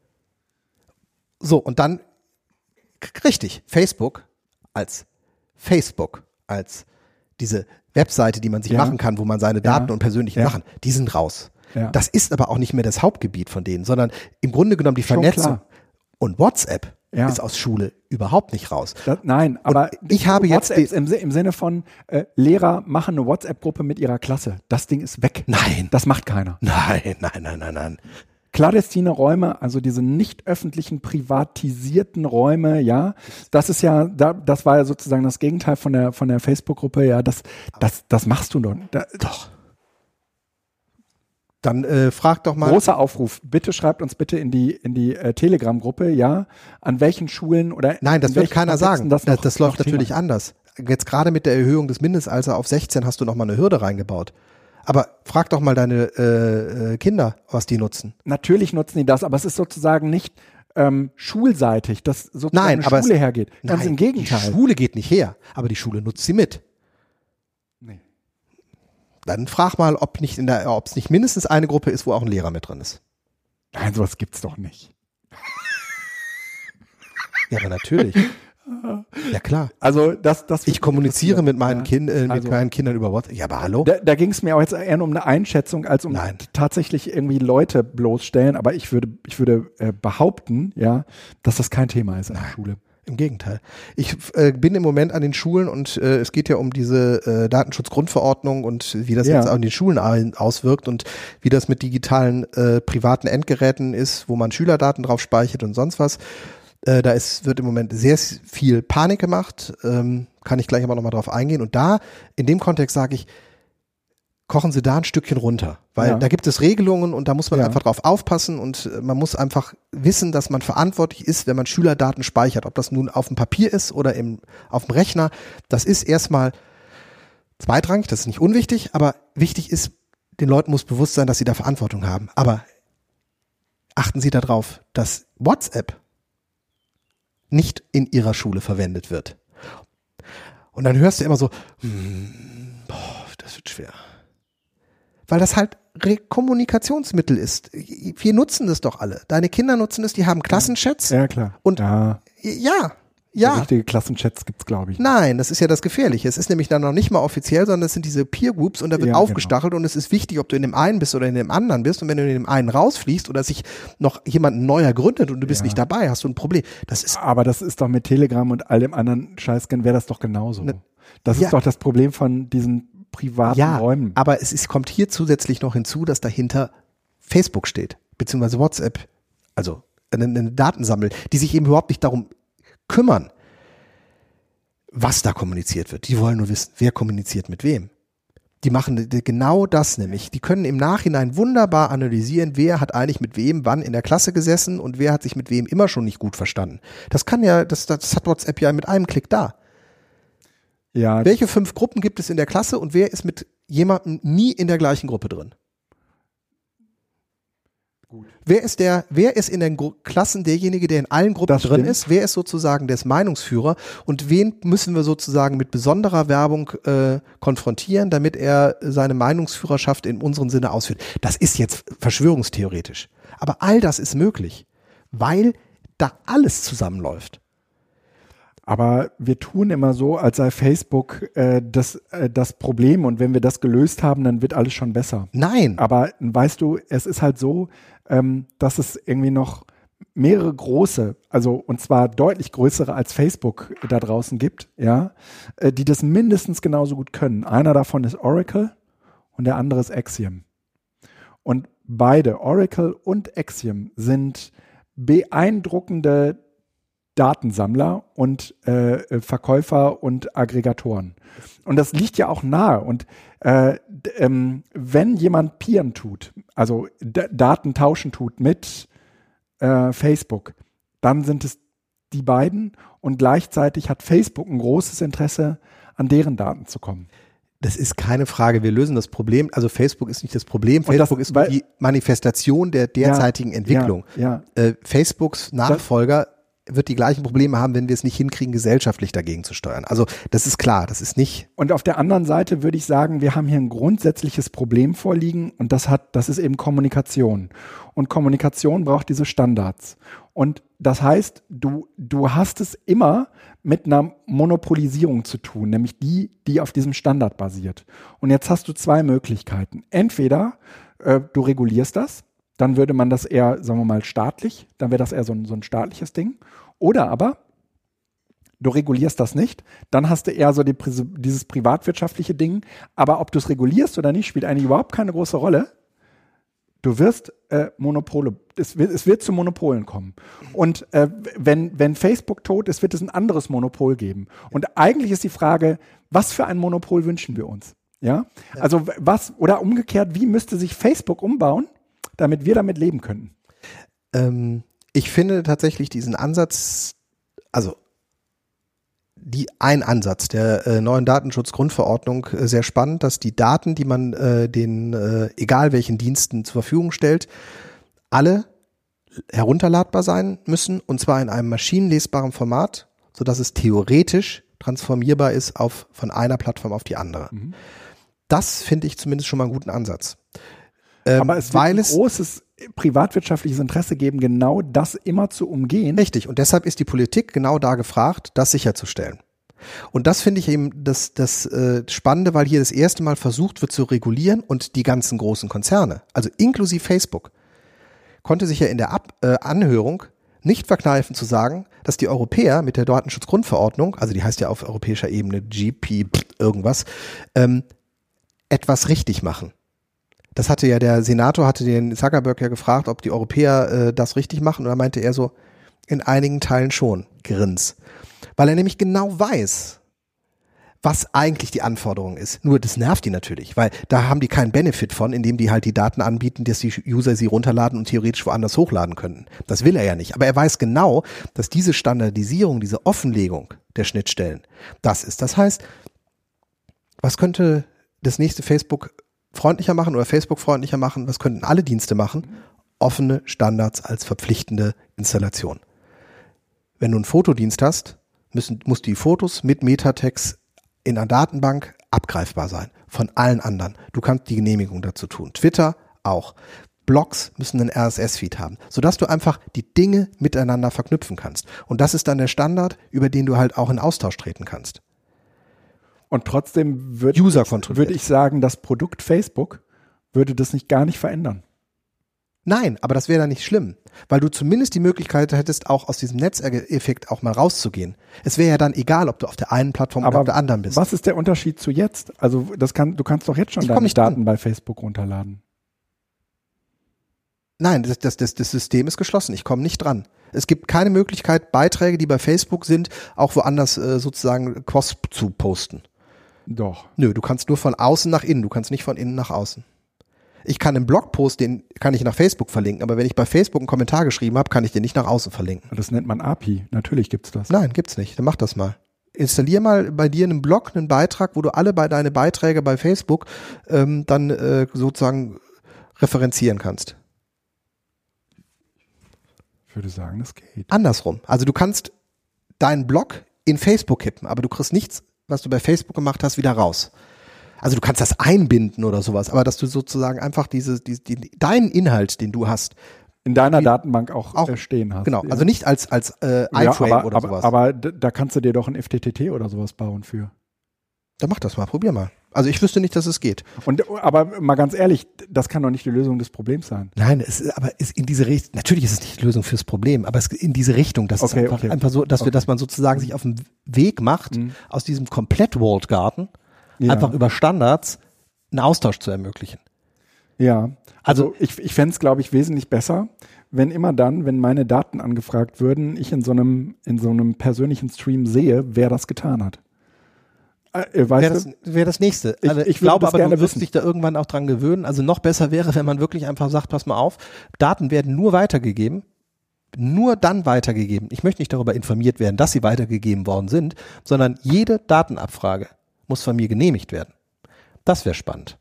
So, und dann, richtig, Facebook, als diese Webseite, die man sich machen kann, wo man seine Daten und persönlichen Sachen, die sind raus. Ja. Das ist aber auch nicht mehr das Hauptgebiet von denen, sondern im Grunde genommen die Vernetzung. Und WhatsApp ist aus Schule überhaupt nicht raus. Nein, aber ich habe jetzt im Sinne von Lehrer machen eine WhatsApp-Gruppe mit ihrer Klasse. Das Ding ist weg. Nein. Das macht keiner. Nein. Clandestine Räume, also diese nicht öffentlichen, privatisierten Räume, ja, das ist ja, das war ja sozusagen das Gegenteil von der Facebook-Gruppe, ja, das machst du doch. Doch. Dann frag doch mal. Großer Aufruf, bitte schreibt uns bitte in die Telegram-Gruppe, ja, an welchen Schulen oder. Nein, das wird keiner sagen. Das läuft noch natürlich Thema. Anders. Jetzt gerade mit der Erhöhung des Mindestalters auf 16 hast du nochmal eine Hürde reingebaut. Aber frag doch mal deine Kinder, was die nutzen. Natürlich nutzen die das, aber es ist sozusagen nicht schulseitig, dass sozusagen Nein, eine Schule hergeht. Ganz nein, im Gegenteil. Die Schule geht nicht her, aber die Schule nutzt sie mit. Nee. Dann frag mal, ob es nicht mindestens eine Gruppe ist, wo auch ein Lehrer mit drin ist. Nein, sowas gibt's doch nicht. Ja, aber natürlich. Ja, klar. Also das ich kommuniziere mit meinen Kindern über WhatsApp. Ja, aber hallo? Da ging es mir auch jetzt eher nur um eine Einschätzung, als um tatsächlich irgendwie Leute bloßstellen. Aber ich würde behaupten, ja, dass das kein Thema ist in der Schule. Im Gegenteil. Ich bin im Moment an den Schulen und es geht ja um diese Datenschutzgrundverordnung und wie das jetzt an den Schulen auswirkt und wie das mit digitalen privaten Endgeräten ist, wo man Schülerdaten drauf speichert und sonst was. Wird im Moment sehr viel Panik gemacht, kann ich gleich aber nochmal drauf eingehen. Und da, in dem Kontext sage ich, kochen Sie da ein Stückchen runter, weil da gibt es Regelungen und da muss man einfach drauf aufpassen und man muss einfach wissen, dass man verantwortlich ist, wenn man Schülerdaten speichert, ob das nun auf dem Papier ist oder auf dem Rechner. Das ist erstmal zweitrangig, das ist nicht unwichtig, aber wichtig ist, den Leuten muss bewusst sein, dass sie da Verantwortung haben. Aber achten Sie darauf, dass WhatsApp nicht in ihrer Schule verwendet wird. Und dann hörst du immer so, das wird schwer. Weil das halt Kommunikationsmittel ist. Wir nutzen das doch alle. Deine Kinder nutzen es, die haben Klassenchats. Ja, klar. Und ja. Richtige Klassenchats gibt's, glaube ich. Nein, das ist ja das Gefährliche. Es ist nämlich dann noch nicht mal offiziell, sondern es sind diese Peer Groups und da wird aufgestachelt und es ist wichtig, ob du in dem einen bist oder in dem anderen bist. Und wenn du in dem einen rausfliegst oder sich noch jemand neuer gründet und du bist nicht dabei, hast du ein Problem. Aber das ist doch mit Telegram und all dem anderen Scheißgen wäre das doch genauso. Das ist doch das Problem von diesen privaten Räumen. Aber kommt hier zusätzlich noch hinzu, dass dahinter Facebook steht, beziehungsweise WhatsApp, also eine Datensammel, die sich eben überhaupt nicht darum kümmern, was da kommuniziert wird. Die wollen nur wissen, wer kommuniziert mit wem. Die machen genau das nämlich. Die können im Nachhinein wunderbar analysieren, wer hat eigentlich mit wem wann in der Klasse gesessen und wer hat sich mit wem immer schon nicht gut verstanden. Das hat WhatsApp ja mit einem Klick da. Ja. Welche 5 Gruppen gibt es in der Klasse und wer ist mit jemandem nie in der gleichen Gruppe drin? Gut. Wer ist in den Klassen derjenige, der in allen Gruppen drin ist? Wer ist sozusagen der Meinungsführer? Und wen müssen wir sozusagen mit besonderer Werbung konfrontieren, damit er seine Meinungsführerschaft in unserem Sinne ausführt? Das ist jetzt verschwörungstheoretisch. Aber all das ist möglich, weil da alles zusammenläuft. Aber wir tun immer so, als sei Facebook das Problem und wenn wir das gelöst haben, dann wird alles schon besser. Nein. Aber weißt du, es ist halt so, dass es irgendwie noch mehrere große, also und zwar deutlich größere als Facebook da draußen gibt, ja, die das mindestens genauso gut können. Einer davon ist Oracle und der andere ist Axiom. Und beide, Oracle und Axiom, sind beeindruckende Datensammler und Verkäufer und Aggregatoren. Und das liegt ja auch nahe. Und wenn jemand Peeren tut, also Daten tauschen tut mit Facebook, dann sind es die beiden und gleichzeitig hat Facebook ein großes Interesse, an deren Daten zu kommen. Das ist keine Frage, wir lösen das Problem. Also Facebook ist nicht das Problem, Facebook ist die Manifestation der derzeitigen Entwicklung. Facebooks Nachfolger wird die gleichen Probleme haben, wenn wir es nicht hinkriegen, gesellschaftlich dagegen zu steuern. Also das ist klar, das ist nicht. Und auf der anderen Seite würde ich sagen, wir haben hier ein grundsätzliches Problem vorliegen und das ist eben Kommunikation. Und Kommunikation braucht diese Standards. Und das heißt, du hast es immer mit einer Monopolisierung zu tun, nämlich die auf diesem Standard basiert. Und jetzt hast du 2 Möglichkeiten. Entweder du regulierst das, dann würde man das eher, sagen wir mal, staatlich, dann wäre das eher so ein staatliches Ding. Oder aber du regulierst das nicht, dann hast du eher so dieses privatwirtschaftliche Ding. Aber ob du es regulierst oder nicht, spielt eigentlich überhaupt keine große Rolle. Du wirst Monopole, es wird zu Monopolen kommen. Und wenn Facebook tot ist, wird es ein anderes Monopol geben. Und eigentlich ist die Frage, was für ein Monopol wünschen wir uns? Ja, also was, oder umgekehrt, wie müsste sich Facebook umbauen, damit wir damit leben könnten? Ich finde tatsächlich diesen Ansatz, also ein Ansatz der neuen Datenschutzgrundverordnung sehr spannend, dass die Daten, die man egal welchen Diensten zur Verfügung stellt, alle herunterladbar sein müssen, und zwar in einem maschinenlesbaren Format, sodass es theoretisch transformierbar ist von einer Plattform auf die andere. Mhm. Das finde ich zumindest schon mal einen guten Ansatz. Aber es wird ein großes privatwirtschaftliches Interesse geben, genau das immer zu umgehen. Richtig, und deshalb ist die Politik genau da gefragt, das sicherzustellen. Und das finde ich eben das Spannende, weil hier das erste Mal versucht wird zu regulieren, und die ganzen großen Konzerne, also inklusive Facebook, konnte sich ja in der Anhörung nicht verkneifen zu sagen, dass die Europäer mit der Datenschutzgrundverordnung, also die heißt ja auf europäischer Ebene GP irgendwas, etwas richtig machen. Das hatte ja der Senator, den Zuckerberg ja gefragt, ob die Europäer das richtig machen, und da meinte er so, in einigen Teilen schon, Grins. Weil er nämlich genau weiß, was eigentlich die Anforderung ist. Nur das nervt die natürlich, weil da haben die keinen Benefit von, indem die halt die Daten anbieten, dass die User sie runterladen und theoretisch woanders hochladen könnten. Das will er ja nicht. Aber er weiß genau, dass diese Standardisierung, diese Offenlegung der Schnittstellen, das ist. Das heißt, was könnte das nächste Facebook freundlicher machen oder Facebook freundlicher machen? Was könnten alle Dienste machen? Offene Standards als verpflichtende Installation. Wenn du einen Fotodienst hast, muss die Fotos mit Metatext in einer Datenbank abgreifbar sein von allen anderen. Du kannst die Genehmigung dazu tun. Twitter auch. Blogs müssen einen RSS-Feed haben, sodass du einfach die Dinge miteinander verknüpfen kannst. Und das ist dann der Standard, über den du halt auch in Austausch treten kannst. Und trotzdem würde ich sagen, das Produkt Facebook würde das gar nicht verändern. Nein, aber das wäre dann nicht schlimm, weil du zumindest die Möglichkeit hättest, auch aus diesem Netzeffekt auch mal rauszugehen. Es wäre ja dann egal, ob du auf der einen Plattform oder auf der anderen bist. Was ist der Unterschied zu jetzt? Also du kannst doch jetzt schon deine Daten bei Facebook runterladen. Nein, das System ist geschlossen. Ich komme nicht dran. Es gibt keine Möglichkeit, Beiträge, die bei Facebook sind, auch woanders sozusagen cross zu posten. Doch. Nö, du kannst nur von außen nach innen, du kannst nicht von innen nach außen. Ich kann einen Blogpost, den kann ich nach Facebook verlinken, aber wenn ich bei Facebook einen Kommentar geschrieben habe, kann ich den nicht nach außen verlinken. Das nennt man API, natürlich gibt's das. Nein, gibt's nicht, dann mach das mal. Installier mal bei dir in einem Blog einen Beitrag, wo du alle deine Beiträge bei Facebook dann sozusagen referenzieren kannst. Ich würde sagen, das geht. Andersrum, also du kannst deinen Blog in Facebook kippen, aber du kriegst nichts, was du bei Facebook gemacht hast, wieder raus. Also du kannst das einbinden oder sowas, aber dass du sozusagen einfach deinen Inhalt, den du hast, in deiner Datenbank auch stehen hast. Genau, ja. Also nicht als iFrame oder sowas. Aber da kannst du dir doch ein FTTT oder sowas bauen für. Dann mach das mal, probier mal. Also ich wüsste nicht, dass es geht. Aber mal ganz ehrlich, das kann doch nicht die Lösung des Problems sein. Nein, es ist in diese Richtung, natürlich ist es nicht die Lösung fürs Problem, aber es ist in diese Richtung, dass es einfach so, dass man sozusagen sich auf den Weg macht, aus diesem komplett Walled Garden einfach über Standards einen Austausch zu ermöglichen. Ja, also ich fände es, glaube ich, wesentlich besser, wenn immer dann, wenn meine Daten angefragt würden, ich in so einem persönlichen Stream sehe, wer das getan hat. Wäre das Nächste. Also ich glaube aber, du wirst dich da irgendwann auch dran gewöhnen. Also noch besser wäre, wenn man wirklich einfach sagt, pass mal auf, Daten werden nur weitergegeben, nur dann weitergegeben. Ich möchte nicht darüber informiert werden, dass sie weitergegeben worden sind, sondern jede Datenabfrage muss von mir genehmigt werden. Das wäre spannend.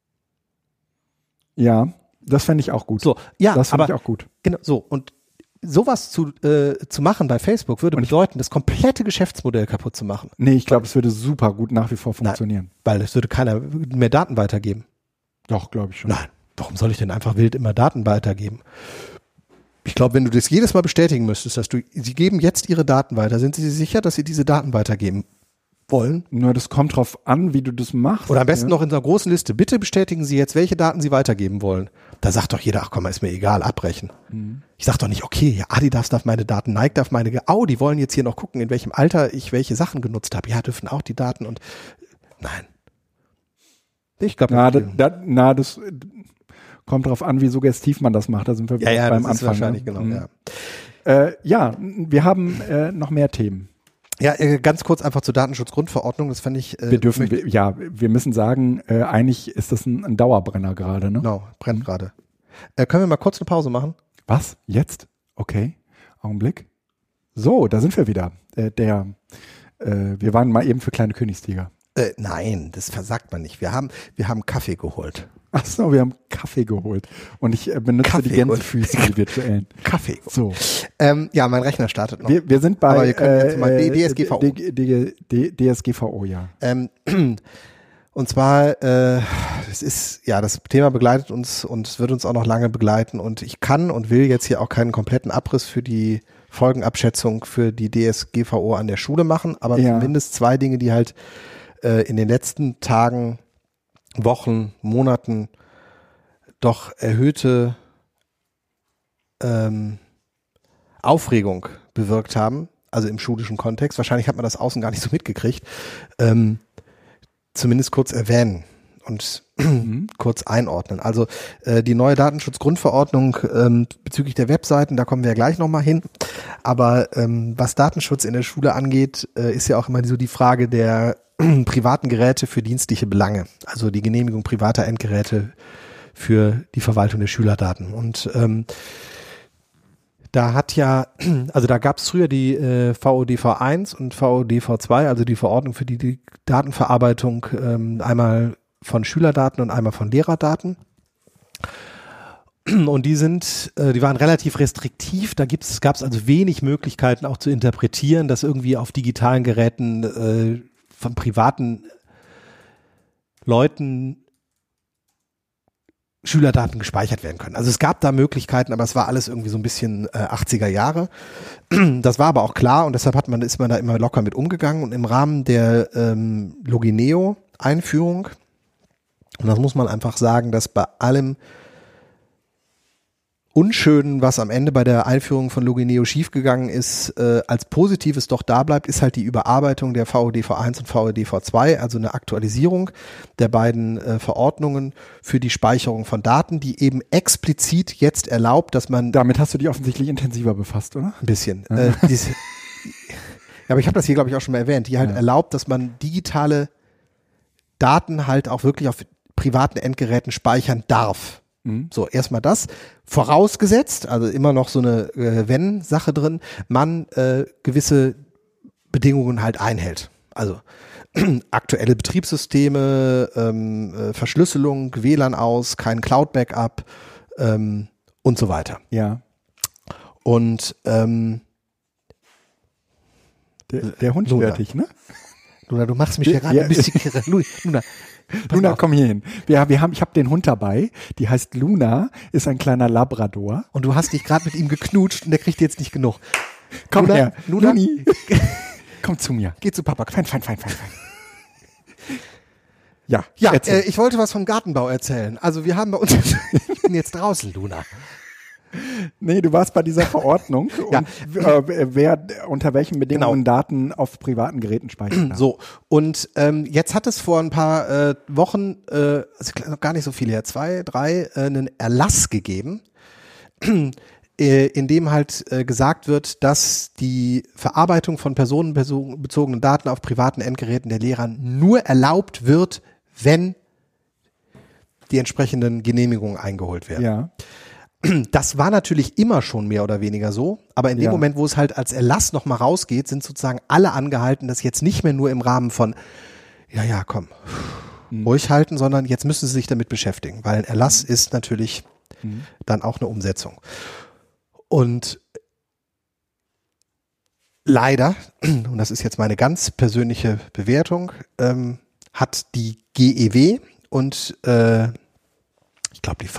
Ja, das fände ich auch gut. So, ja, das finde ich auch gut. Genau, so. Und sowas zu machen bei Facebook würde bedeuten, das komplette Geschäftsmodell kaputt zu machen. Nee, ich glaube, es würde super gut nach wie vor funktionieren. Nein, weil es würde keiner mehr Daten weitergeben. Doch, glaube ich schon. Nein, warum soll ich denn einfach wild immer Daten weitergeben? Ich glaube, wenn du das jedes Mal bestätigen müsstest, sie geben jetzt ihre Daten weiter, sind sie sich sicher, dass sie diese Daten weitergeben wollen? Nur das kommt drauf an, wie du das machst. Oder am besten noch in so einer großen Liste. Bitte bestätigen Sie jetzt, welche Daten Sie weitergeben wollen. Da sagt doch jeder, ach komm, ist mir egal, abbrechen. Ich sag doch nicht, okay, ja, Adidas darf meine Daten, Nike darf meine, die wollen jetzt hier noch gucken, in welchem Alter ich welche Sachen genutzt habe. Ja, dürfen auch die Daten und nein. Ich glaube, das kommt drauf an, wie suggestiv man das macht. Da sind wir beim Anfang. Wahrscheinlich, genau. Wir haben noch mehr Themen. Ja, ganz kurz einfach zur Datenschutzgrundverordnung, das fand ich. Wir müssen sagen, eigentlich ist das ein Dauerbrenner gerade, ne? Genau, brennt gerade. Können wir mal kurz eine Pause machen? Was? Jetzt? Okay, Augenblick. So, da sind wir wieder. Wir waren mal eben für kleine Königstiger. Nein, das versagt man nicht. Wir haben Kaffee geholt. Ach so, wir haben Kaffee geholt. Und ich benutze die Gänsefüße, die virtuellen. Kaffee. So. Ja, mein Rechner startet noch. Wir sind bei Aber wir können jetzt mal DSGVO. DSGVO, ja. Und zwar, es ist, ja, das Thema begleitet uns und es wird uns auch noch lange begleiten. Und ich kann und will jetzt hier auch keinen kompletten Abriss für die Folgenabschätzung für die DSGVO an der Schule machen, aber zumindest 2 Dinge, die halt in den letzten Tagen, Wochen, Monaten doch erhöhte Aufregung bewirkt haben, also im schulischen Kontext. Wahrscheinlich hat man das außen gar nicht so mitgekriegt. Zumindest kurz erwähnen und kurz einordnen. Also die neue Datenschutzgrundverordnung bezüglich der Webseiten, da kommen wir ja gleich nochmal hin. Aber was Datenschutz in der Schule angeht, ist ja auch immer so die Frage der privaten Geräte für dienstliche Belange. Also die Genehmigung privater Endgeräte für die Verwaltung der Schülerdaten. Und da gab es früher die VODV1 und VODV2, also die Verordnung für die Datenverarbeitung einmal von Schülerdaten und einmal von Lehrerdaten. Und die waren relativ restriktiv. Da gab es also wenig Möglichkeiten auch zu interpretieren, dass irgendwie auf digitalen Geräten von privaten Leuten Schülerdaten gespeichert werden können. Also es gab da Möglichkeiten, aber es war alles irgendwie so ein bisschen 80er Jahre. Das war aber auch klar und deshalb ist man da immer locker mit umgegangen und im Rahmen der Logineo-Einführung, und das muss man einfach sagen, dass bei allem Unschönen, was am Ende bei der Einführung von Logineo schiefgegangen ist, als Positives doch da bleibt, ist halt die Überarbeitung der VODV1 und VODV2, also eine Aktualisierung der beiden Verordnungen für die Speicherung von Daten, die eben explizit jetzt erlaubt, dass man... Damit hast du dich offensichtlich intensiver befasst, oder? Ein bisschen. Ja, aber ich habe das hier, glaube ich, auch schon mal erwähnt, die halt erlaubt, dass man digitale Daten halt auch wirklich auf privaten Endgeräten speichern darf. So, erstmal das. Vorausgesetzt, also immer noch so eine Wenn-Sache drin, man gewisse Bedingungen halt einhält. Also aktuelle Betriebssysteme, Verschlüsselung, WLAN aus, kein Cloud-Backup und so weiter. Ja. Und der Hund stört dich, ne? Luna, du machst mich ja gerade ein bisschen kirre. Luna, komm hier hin. Ich habe den Hund dabei, die heißt Luna, ist ein kleiner Labrador. Und du hast dich gerade mit ihm geknutscht und der kriegt jetzt nicht genug. Komm her, Luni. Komm zu mir. Geh zu Papa. Fein. Ja, ich wollte was vom Gartenbau erzählen. Also wir haben bei uns, ich bin jetzt draußen, Luna. Nee, du warst bei dieser Verordnung und wer unter welchen Bedingungen Daten auf privaten Geräten speichern darf. So, und jetzt hat es vor ein paar Wochen, also noch gar nicht so viele her, 2, 3, einen Erlass gegeben, in dem halt gesagt wird, dass die Verarbeitung von personenbezogenen Daten auf privaten Endgeräten der Lehrer nur erlaubt wird, wenn die entsprechenden Genehmigungen eingeholt werden. Ja. Das war natürlich immer schon mehr oder weniger so, aber in dem Moment, wo es halt als Erlass nochmal rausgeht, sind sozusagen alle angehalten, das jetzt nicht mehr nur im Rahmen von, ruhig halten, sondern jetzt müssen sie sich damit beschäftigen, weil ein Erlass ist natürlich dann auch eine Umsetzung. Und leider, und das ist jetzt meine ganz persönliche Bewertung, hat die GEW und ich glaube die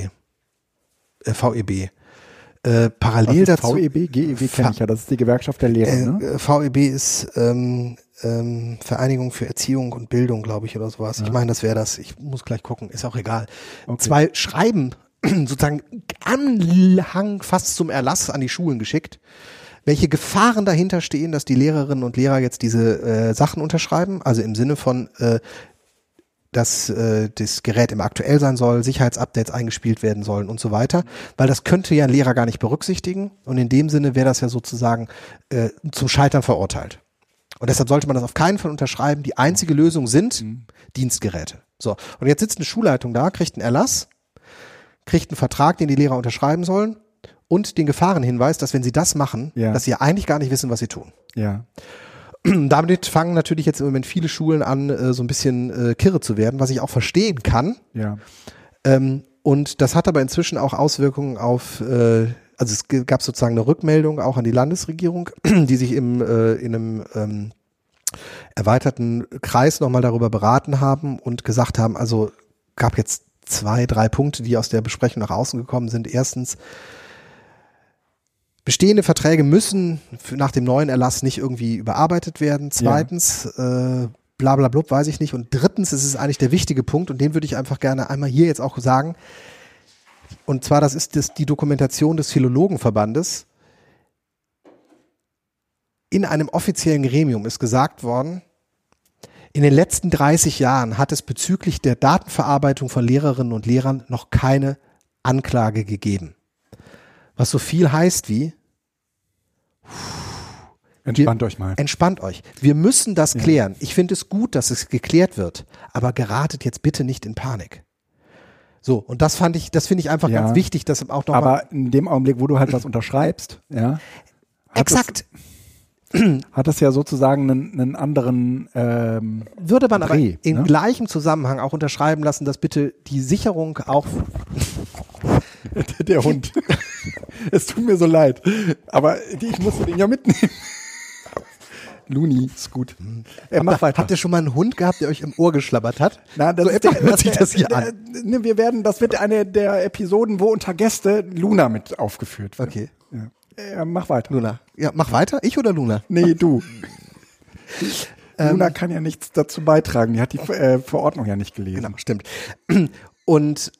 VEB parallel dazu. VEB, GEW kenne ich ja, das ist die Gewerkschaft der Lehrer, ne? VEB ist Vereinigung für Erziehung und Bildung, glaube ich, oder sowas. Ja. Ich meine, das wäre das. Ich muss gleich gucken, ist auch egal. Okay. 2 Schreiben, sozusagen Anhang fast zum Erlass an die Schulen geschickt, welche Gefahren dahinter stehen, dass die Lehrerinnen und Lehrer jetzt diese Sachen unterschreiben, also im Sinne von dass das Gerät immer aktuell sein soll, Sicherheitsupdates eingespielt werden sollen und so weiter, weil das könnte ja ein Lehrer gar nicht berücksichtigen und in dem Sinne wäre das ja sozusagen zum Scheitern verurteilt. Und deshalb sollte man das auf keinen Fall unterschreiben. Die einzige Lösung sind Dienstgeräte. So. Und jetzt sitzt eine Schulleitung da, kriegt einen Erlass, kriegt einen Vertrag, den die Lehrer unterschreiben sollen und den Gefahrenhinweis, dass wenn sie das machen, dass sie ja eigentlich gar nicht wissen, was sie tun. Ja. Damit fangen natürlich jetzt im Moment viele Schulen an, so ein bisschen kirre zu werden, was ich auch verstehen kann. Ja. Und das hat aber inzwischen auch Auswirkungen auf, also es gab sozusagen eine Rückmeldung auch an die Landesregierung, die sich in einem erweiterten Kreis nochmal darüber beraten haben und gesagt haben, also gab jetzt 2, 3 Punkte, die aus der Besprechung nach außen gekommen sind. Erstens, bestehende Verträge müssen nach dem neuen Erlass nicht irgendwie überarbeitet werden. Zweitens, bla bla blub, weiß ich nicht. Und drittens, es ist eigentlich der wichtige Punkt und den würde ich einfach gerne einmal hier jetzt auch sagen. Und zwar, das ist die Dokumentation des Philologenverbandes. In einem offiziellen Gremium ist gesagt worden, in den letzten 30 Jahren hat es bezüglich der Datenverarbeitung von Lehrerinnen und Lehrern noch keine Anklage gegeben. Was so viel heißt wie Entspannt euch mal. Entspannt euch. Wir müssen das klären. Ich finde es gut, dass es geklärt wird, aber geratet jetzt bitte nicht in Panik. So, und das finde ich einfach ganz wichtig, dass auch noch. Aber in dem Augenblick, wo du halt was unterschreibst, exakt. Hat es ja sozusagen einen anderen würde man aber im gleichen Zusammenhang auch unterschreiben lassen, dass bitte die Sicherung auch der Hund. Es tut mir so leid, aber ich musste den ja mitnehmen. Luni, ist gut. Mach weiter. Habt ihr schon mal einen Hund gehabt, der euch im Ohr geschlabbert hat? Na, das wird eine der Episoden, wo unter Gäste Luna mit aufgeführt wird. Okay. Ja, mach weiter. Luna. Ja, mach weiter. Ich oder Luna? Nee, du. Luna kann ja nichts dazu beitragen. Die hat die Verordnung ja nicht gelesen. Genau, stimmt. Und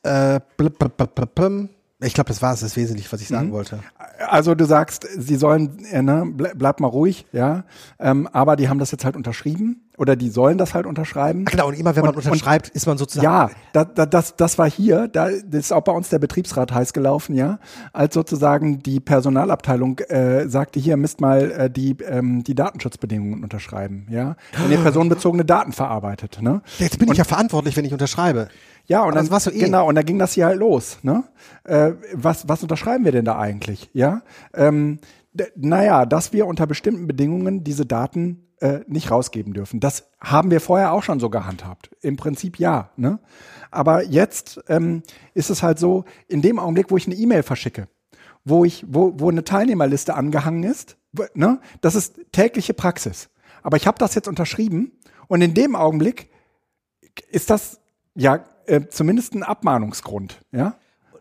ich glaube, das war es, das Wesentliche, was ich sagen wollte. Also du sagst, sie sollen, bleib mal ruhig, aber die haben das jetzt halt unterschrieben oder die sollen das halt unterschreiben. Genau, und immer wenn man unterschreibt, ist man sozusagen. Ja, das war hier, das ist auch bei uns der Betriebsrat heiß gelaufen, als sozusagen die Personalabteilung sagte, hier müsst mal die Datenschutzbedingungen unterschreiben, wenn ihr personenbezogene Daten verarbeitet. Ne? Jetzt bin ich ja verantwortlich, wenn ich unterschreibe. Ja, und dann genau, und da ging das hier halt los, ne? Was unterschreiben wir denn da eigentlich? Ja? Dass wir unter bestimmten Bedingungen diese Daten nicht rausgeben dürfen. Das haben wir vorher auch schon so gehandhabt. Im Prinzip ja, ne? Aber jetzt ist es halt so, in dem Augenblick, wo ich eine E-Mail verschicke, wo eine Teilnehmerliste angehangen ist, ne? Das ist tägliche Praxis. Aber ich habe das jetzt unterschrieben und in dem Augenblick ist das zumindest ein Abmahnungsgrund, ja?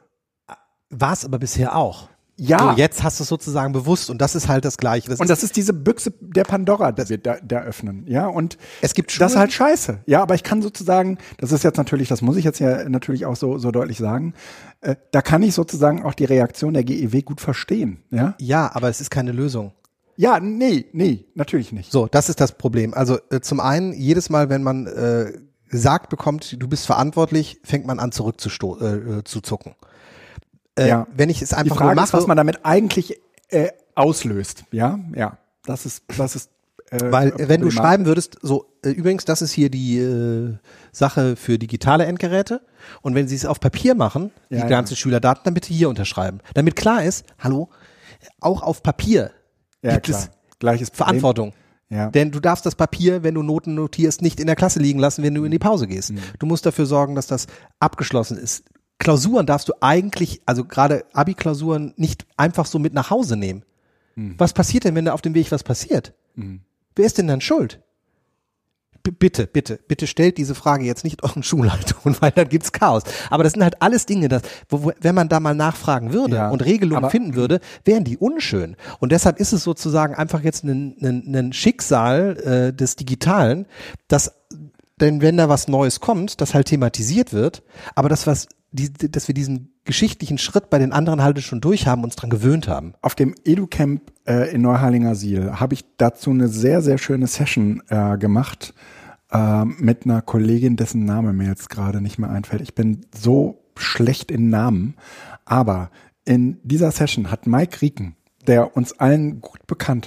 War es aber bisher auch. Ja. So, jetzt hast du es sozusagen bewusst und das ist halt das Gleiche. Das ist diese Büchse der Pandora, die wir da öffnen, ja? Und es gibt Schulen, das ist halt scheiße, ja? Aber ich kann sozusagen, das ist jetzt natürlich, das muss ich jetzt ja natürlich auch so deutlich sagen, da kann ich sozusagen auch die Reaktion der GEW gut verstehen, ja? Ja, aber es ist keine Lösung. Ja, nee, natürlich nicht. So, das ist das Problem. Also zum einen, jedes Mal, wenn man gesagt bekommt, du bist verantwortlich, fängt man an zu zucken. Wenn ich es einfach die Frage nur mache, ist, was man damit eigentlich auslöst. Ja, das ist weil wenn du schreiben würdest, so übrigens, das ist hier die Sache für digitale Endgeräte und wenn sie es auf Papier machen, die ganzen Schülerdaten, dann bitte hier unterschreiben. Damit klar ist, hallo, auch auf Papier gibt es gleiches Verantwortung. Ja. Denn du darfst das Papier, wenn du Noten notierst, nicht in der Klasse liegen lassen, wenn du in die Pause gehst. Du musst dafür sorgen, dass das abgeschlossen ist. Klausuren darfst du eigentlich, also gerade Abi-Klausuren, nicht einfach so mit nach Hause nehmen. Was passiert denn, wenn da auf dem Weg was passiert? Wer ist denn dann schuld? Bitte stellt diese Frage jetzt nicht euren Schulleitungen, weil dann gibt's Chaos. Aber das sind halt alles Dinge, wenn man da mal nachfragen würde und Regelungen finden würde, wären die unschön. Und deshalb ist es sozusagen einfach jetzt ein Schicksal des Digitalen, denn wenn da was Neues kommt, das halt thematisiert wird, aber dass wir diesen geschichtlichen Schritt bei den anderen halt schon durch haben, uns dran gewöhnt haben. Auf dem EduCamp in Neuharlingersiel habe ich dazu eine sehr, sehr schöne Session gemacht mit einer Kollegin, dessen Name mir jetzt gerade nicht mehr einfällt. Ich bin so schlecht in Namen, aber in dieser Session hat Mike Rieken, der uns allen gut bekannte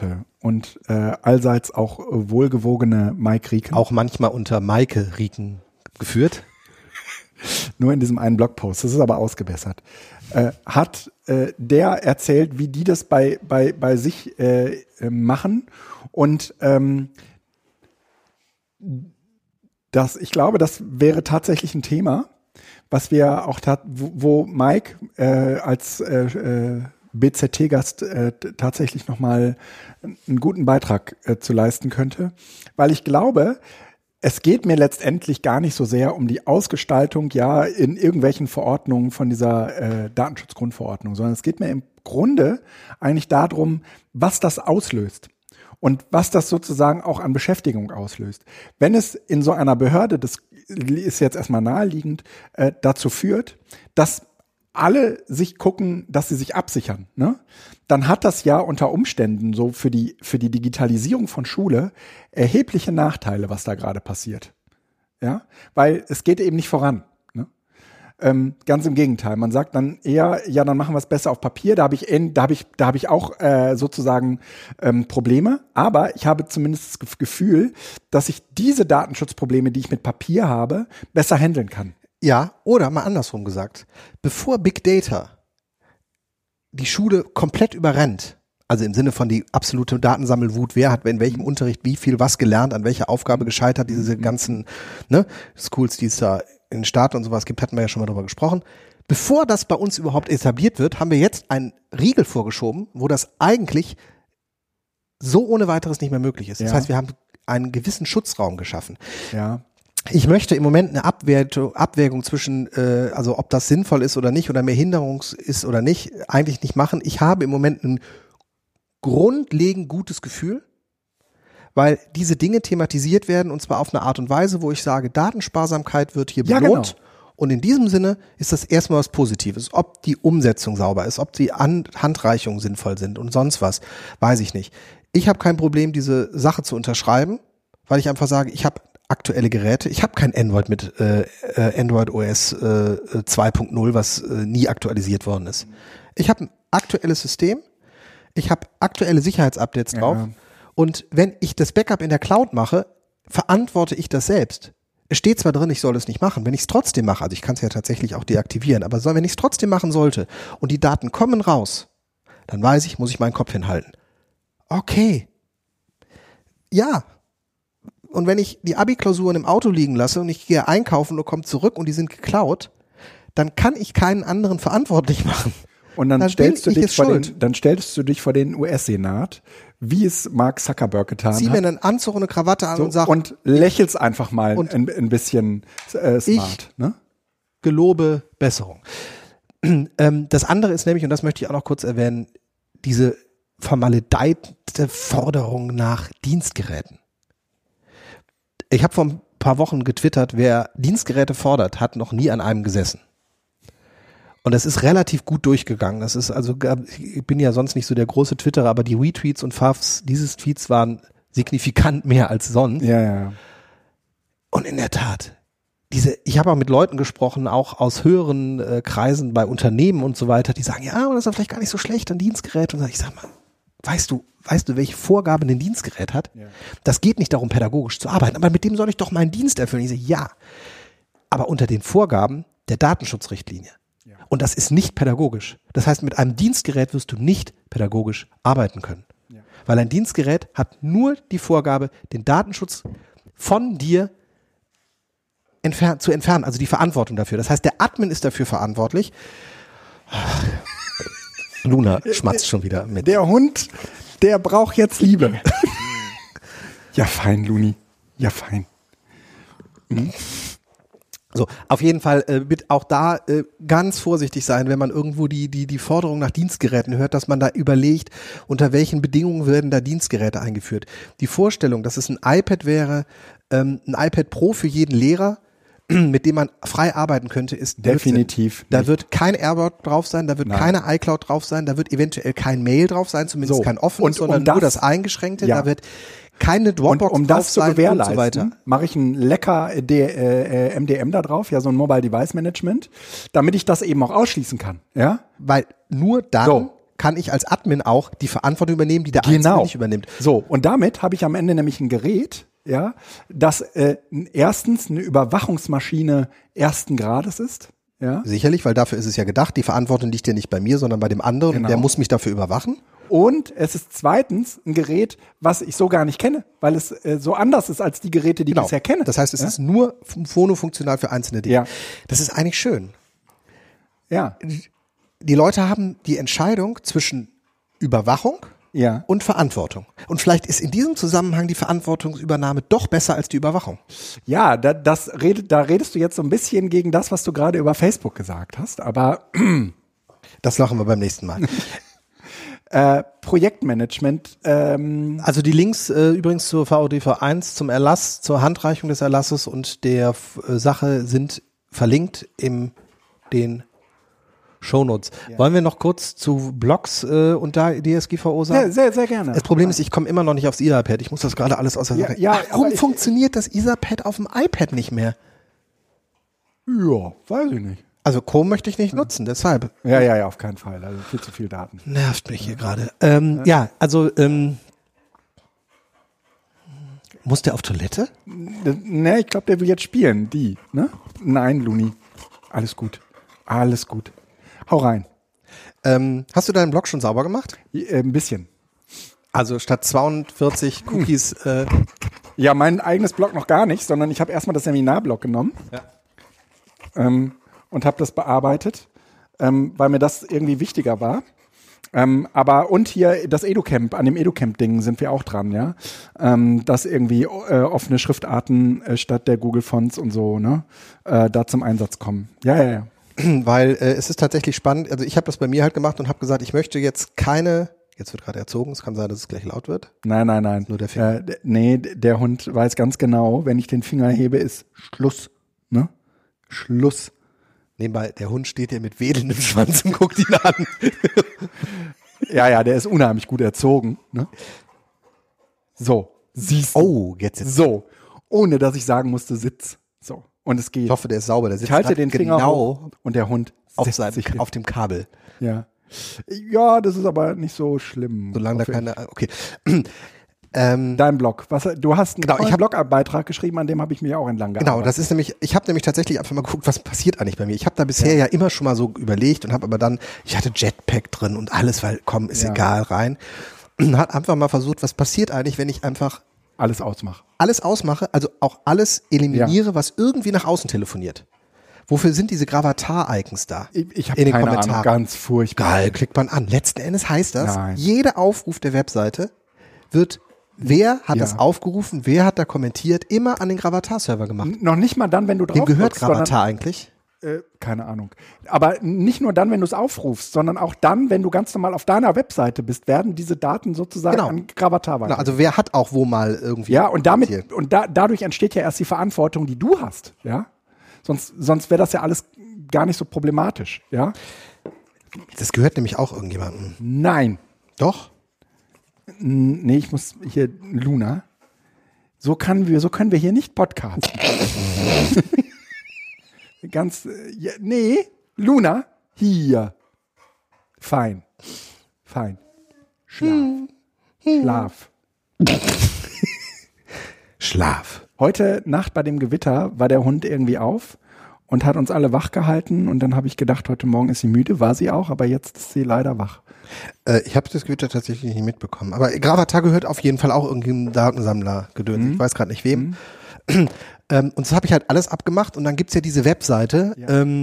und allseits auch wohlgewogene Mike Rieken. Auch manchmal unter Maike Rieken geführt. Nur in diesem einen Blogpost, das ist aber ausgebessert, hat der erzählt, wie die das bei sich machen und ich glaube, das wäre tatsächlich ein Thema, was wir auch wo Mike als BZT-Gast tatsächlich nochmal einen guten Beitrag zu leisten könnte, weil ich glaube, es geht mir letztendlich gar nicht so sehr um die Ausgestaltung, ja, in irgendwelchen Verordnungen von dieser Datenschutzgrundverordnung, sondern es geht mir im Grunde eigentlich darum, was das auslöst und was das sozusagen auch an Beschäftigung auslöst. Wenn es in so einer Behörde, das ist jetzt erstmal naheliegend, dazu führt, dass alle sich gucken, dass sie sich absichern, ne? Dann hat das ja unter Umständen so für die Digitalisierung von Schule erhebliche Nachteile, was da gerade passiert. Ja, weil es geht eben nicht voran. Ne? Ganz im Gegenteil. Man sagt dann eher, ja, dann machen wir es besser auf Papier. Da habe ich auch sozusagen Probleme. Aber ich habe zumindest das Gefühl, dass ich diese Datenschutzprobleme, die ich mit Papier habe, besser handeln kann. Ja, oder mal andersrum gesagt, bevor Big Data die Schule komplett überrennt, also im Sinne von die absolute Datensammelwut, wer hat in welchem Unterricht wie viel was gelernt, an welcher Aufgabe gescheitert, diese ganzen Schools, die es da in den Staaten und sowas gibt, hatten wir ja schon mal drüber gesprochen. Bevor das bei uns überhaupt etabliert wird, haben wir jetzt einen Riegel vorgeschoben, wo das eigentlich so ohne weiteres nicht mehr möglich ist. Das heißt, wir haben einen gewissen Schutzraum geschaffen. Ja. Ich möchte im Moment eine Abwägung zwischen, also ob das sinnvoll ist oder nicht oder mehr Hinderung ist oder nicht, eigentlich nicht machen. Ich habe im Moment ein grundlegend gutes Gefühl, weil diese Dinge thematisiert werden und zwar auf eine Art und Weise, wo ich sage, Datensparsamkeit wird hier belohnt. Ja, genau. Und in diesem Sinne ist das erstmal was Positives. Ob die Umsetzung sauber ist, ob die Handreichungen sinnvoll sind und sonst was, weiß ich nicht. Ich habe kein Problem, diese Sache zu unterschreiben, weil ich einfach sage, ich habe aktuelle Geräte. Ich habe kein Android mit Android OS 2.0, was nie aktualisiert worden ist. Ich habe ein aktuelles System. Ich habe aktuelle Sicherheitsupdates drauf. Und wenn ich das Backup in der Cloud mache, verantworte ich das selbst. Es steht zwar drin, ich soll es nicht machen. Wenn ich es trotzdem mache, also ich kann es ja tatsächlich auch deaktivieren, aber wenn ich es trotzdem machen sollte und die Daten kommen raus, dann weiß ich, muss ich meinen Kopf hinhalten. Okay. Ja. Und wenn ich die Abi-Klausuren im Auto liegen lasse und ich gehe einkaufen und komme zurück und die sind geklaut, dann kann ich keinen anderen verantwortlich machen. Und dann stellst du dich vor den US-Senat, wie es Mark Zuckerberg getan hat. Zieh mir einen Anzug und eine Krawatte an und sag. Und lächelst einfach mal ein bisschen smart. Ich gelobe Besserung. Das andere ist nämlich, und das möchte ich auch noch kurz erwähnen, diese vermaledeite Forderung nach Dienstgeräten. Ich habe vor ein paar Wochen getwittert, wer Dienstgeräte fordert, hat noch nie an einem gesessen. Und das ist relativ gut durchgegangen. Das ist also, ich bin ja sonst nicht so der große Twitterer, aber die Retweets und Favs dieses Tweets waren signifikant mehr als sonst. Ja. Und in der Tat, ich habe auch mit Leuten gesprochen, auch aus höheren Kreisen bei Unternehmen und so weiter, die sagen, ja, das ist doch vielleicht gar nicht so schlecht, ein Dienstgerät. Und ich sag mal, weißt du, welche Vorgaben ein Dienstgerät hat? Ja. Das geht nicht darum, pädagogisch zu arbeiten, aber mit dem soll ich doch meinen Dienst erfüllen. Ich sage, ja, aber unter den Vorgaben der Datenschutzrichtlinie. Ja. Und das ist nicht pädagogisch. Das heißt, mit einem Dienstgerät wirst du nicht pädagogisch arbeiten können. Ja. Weil ein Dienstgerät hat nur die Vorgabe, den Datenschutz von dir zu entfernen, also die Verantwortung dafür. Das heißt, der Admin ist dafür verantwortlich. Luna schmatzt schon wieder mit. Der Hund, der braucht jetzt Liebe. Ja, fein, Luni. Ja, fein. Mhm. So, auf jeden Fall wird auch da ganz vorsichtig sein, wenn man irgendwo die Forderung nach Dienstgeräten hört, dass man da überlegt, unter welchen Bedingungen werden da Dienstgeräte eingeführt. Die Vorstellung, dass es ein iPad wäre, ein iPad Pro für jeden Lehrer, mit dem man frei arbeiten könnte, ist definitiv. Da wird kein AirDrop drauf sein, da wird keine iCloud drauf sein, da wird eventuell kein Mail drauf sein, zumindest kein offenes, sondern nur das Eingeschränkte. Ja. Da wird keine Dropbox um das drauf zu sein und so weiter. Mache ich ein lecker MDM da drauf, ja, so ein Mobile Device Management, damit ich das eben auch ausschließen kann, ja? Weil nur dann kann ich als Admin auch die Verantwortung übernehmen, die der Einzelne nicht übernimmt. So, und damit habe ich am Ende nämlich ein Gerät, ja, das erstens eine Überwachungsmaschine ersten Grades ist. Ja. Sicherlich, weil dafür ist es ja gedacht. Die Verantwortung liegt ja nicht bei mir, sondern bei dem anderen. Genau. Der muss mich dafür überwachen. Und es ist zweitens ein Gerät, was ich so gar nicht kenne, weil es so anders ist als die Geräte, die ich bisher kenne. Das heißt, es ist nur monofunktional für einzelne Dinge. Ja. Das ist eigentlich schön. Ja. Die Leute haben die Entscheidung zwischen Überwachung und Verantwortung. Und vielleicht ist in diesem Zusammenhang die Verantwortungsübernahme doch besser als die Überwachung. Ja, da redest du jetzt so ein bisschen gegen das, was du gerade über Facebook gesagt hast, aber das machen wir beim nächsten Mal. Projektmanagement. Also die Links übrigens zur VODV 1, zum Erlass, zur Handreichung des Erlasses und der Sache sind verlinkt in den Shownotes. Ja. Wollen wir noch kurz zu Blogs und da DSGVO sagen? Ja, sehr, sehr gerne. Das Problem ist, ich komme immer noch nicht aufs Etherpad. Ich muss das gerade alles aus der Sache. Warum funktioniert das Etherpad auf dem iPad nicht mehr? Ja, weiß ich nicht. Also Chrome möchte ich nicht nutzen, deshalb. Ja, auf keinen Fall. Also viel zu viel Daten. Nervt mich hier gerade. Muss der auf Toilette? Ne, ich glaube, der will jetzt spielen. Ne? Nein, Luni. Alles gut. Alles gut. Hau rein. Hast du deinen Blog schon sauber gemacht? Ein bisschen. Also statt 42 Cookies. Ja, mein eigenes Blog noch gar nicht, sondern ich habe erstmal das Seminarblog genommen. Ja. Und habe das bearbeitet, weil mir das irgendwie wichtiger war. Und hier das EduCamp, an dem EduCamp-Ding sind wir auch dran, ja. Dass irgendwie offene Schriftarten statt der Google-Fonts und so, ne, da zum Einsatz kommen. Ja. Weil es ist tatsächlich spannend, also ich habe das bei mir halt gemacht und habe gesagt, ich möchte jetzt keine, jetzt wird gerade erzogen, es kann sein, dass es gleich laut wird. Nein. Nur der Finger. Der Hund weiß ganz genau, wenn ich den Finger hebe, ist Schluss, ne? Schluss. Nebenbei, der Hund steht hier mit wedelndem Schwanz und guckt ihn an. Ja, der ist unheimlich gut erzogen. Ne? So, siehst du. Oh, jetzt. So, ohne dass ich sagen musste, Sitz. So, und es geht. Ich hoffe, der ist sauber. Der sitzt ich halte den Finger genau hoch und der Hund auf dem Kabel. Ja. Ja, das ist aber nicht so schlimm. Solange da keine, okay. Dein Blog. Du hast einen Blogbeitrag geschrieben, an dem habe ich mich auch entlang gearbeitet. Genau, das ist nämlich, ich habe nämlich tatsächlich einfach mal geguckt, was passiert eigentlich bei mir. Ich habe da bisher ja immer schon mal so überlegt und habe aber dann, ich hatte Jetpack drin und alles, weil komm, ist egal, rein. Und hat einfach mal versucht, was passiert eigentlich, wenn ich einfach alles ausmache. Alles ausmache, also auch alles eliminiere, was irgendwie nach außen telefoniert. Wofür sind diese Gravatar-Icons da? Ich habe keine Ahnung, ganz furchtbar. Geil, klickt man an. Letzten Endes heißt das, jeder Aufruf der Webseite wird, wer hat das aufgerufen, wer hat da kommentiert, immer an den Gravatar-Server gemacht. Noch nicht mal dann, wenn du drauf Wem gehört Gravatar eigentlich? Keine Ahnung. Aber nicht nur dann, wenn du es aufrufst, sondern auch dann, wenn du ganz normal auf deiner Webseite bist, werden diese Daten sozusagen an Gravatar weitergegeben. Also wer hat auch wo mal irgendwie. Ja, und dadurch entsteht ja erst die Verantwortung, die du hast, ja. Sonst wäre das ja alles gar nicht so problematisch, ja. Das gehört nämlich auch irgendjemandem. Nein. Doch? Nee, ich muss hier, Luna. So können wir hier nicht podcasten. Nee, Luna, hier. Fein. Schlaf. Schlaf. Heute Nacht bei dem Gewitter war der Hund irgendwie auf und hat uns alle wach gehalten und dann habe ich gedacht, heute Morgen ist sie müde, war sie auch, aber jetzt ist sie leider wach. Ich habe das Gewitter tatsächlich nicht mitbekommen, aber Gravatar gehört auf jeden Fall auch irgendeinem Datensammler gedöns. Ich weiß gerade nicht wem. Und das habe ich halt alles abgemacht und dann gibt's ja diese Webseite,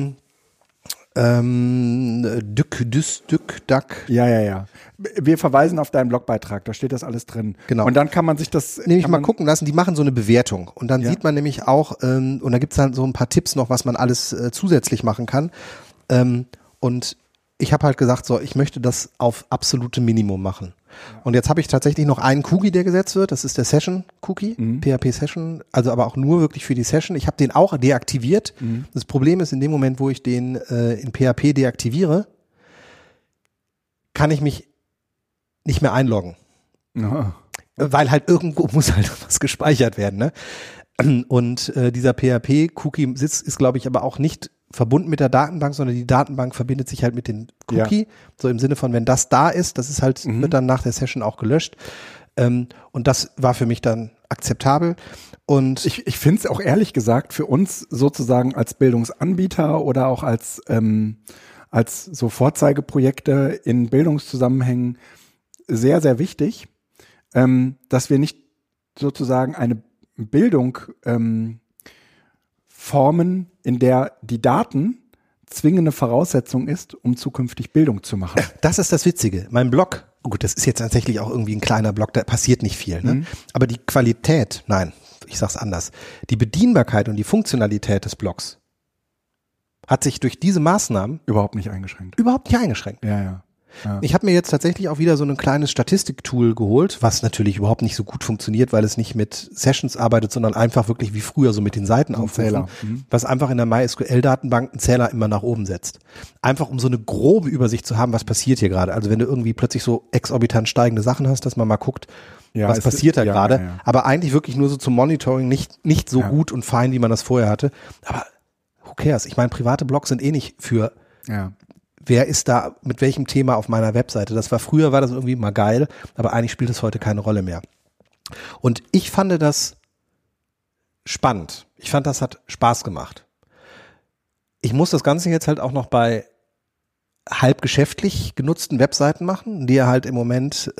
Duck. Ja. Wir verweisen auf deinen Blogbeitrag, da steht das alles drin. Genau. Und dann kann man sich das nämlich mal gucken lassen, die machen so eine Bewertung und dann sieht man nämlich auch, und da gibt's dann so ein paar Tipps noch, was man alles zusätzlich machen kann. Und ich habe halt gesagt, so, ich möchte das auf absolute Minimum machen. Ja. Und jetzt habe ich tatsächlich noch einen Cookie, der gesetzt wird. Das ist der Session-Cookie, PHP Session, also aber auch nur wirklich für die Session. Ich habe den auch deaktiviert. Das Problem ist, in dem Moment, wo ich den in PHP deaktiviere, kann ich mich nicht mehr einloggen. Aha. Weil halt irgendwo muss halt was gespeichert werden. Ne? Und dieser PHP-Cookie ist, glaube ich, aber auch nicht verbunden mit der Datenbank, sondern die Datenbank verbindet sich halt mit den Cookie. So im Sinne von, wenn das da ist, das ist halt, wird dann nach der Session auch gelöscht. Und das war für mich dann akzeptabel. Und ich finde es auch ehrlich gesagt für uns sozusagen als Bildungsanbieter oder auch als so Vorzeigeprojekte in Bildungszusammenhängen sehr, sehr wichtig, dass wir nicht sozusagen eine Bildung formen, in der die Daten zwingende Voraussetzung ist, um zukünftig Bildung zu machen. Das ist das Witzige. Mein Blog, gut, das ist jetzt tatsächlich auch irgendwie ein kleiner Blog, da passiert nicht viel, ne? Aber die Qualität, nein, ich sag's anders, die Bedienbarkeit und die Funktionalität des Blogs hat sich durch diese Maßnahmen Überhaupt nicht eingeschränkt. Ja. Ich habe mir jetzt tatsächlich auch wieder so ein kleines Statistiktool geholt, was natürlich überhaupt nicht so gut funktioniert, weil es nicht mit Sessions arbeitet, sondern einfach wirklich wie früher so mit den Seiten aufrufen, was einfach in der MySQL-Datenbank einen Zähler immer nach oben setzt. Einfach um so eine grobe Übersicht zu haben, was passiert hier gerade. Also wenn du irgendwie plötzlich so exorbitant steigende Sachen hast, dass man mal guckt, was passiert da gerade. Ja. Aber eigentlich wirklich nur so zum Monitoring, nicht so gut und fein, wie man das vorher hatte. Aber who cares? Ich meine, private Blogs sind eh nicht für wer ist da mit welchem Thema auf meiner Webseite. Früher war das irgendwie mal geil, aber eigentlich spielt das heute keine Rolle mehr. Und ich fand das spannend. Ich fand, das hat Spaß gemacht. Ich muss das Ganze jetzt halt auch noch bei halb geschäftlich genutzten Webseiten machen, die im Moment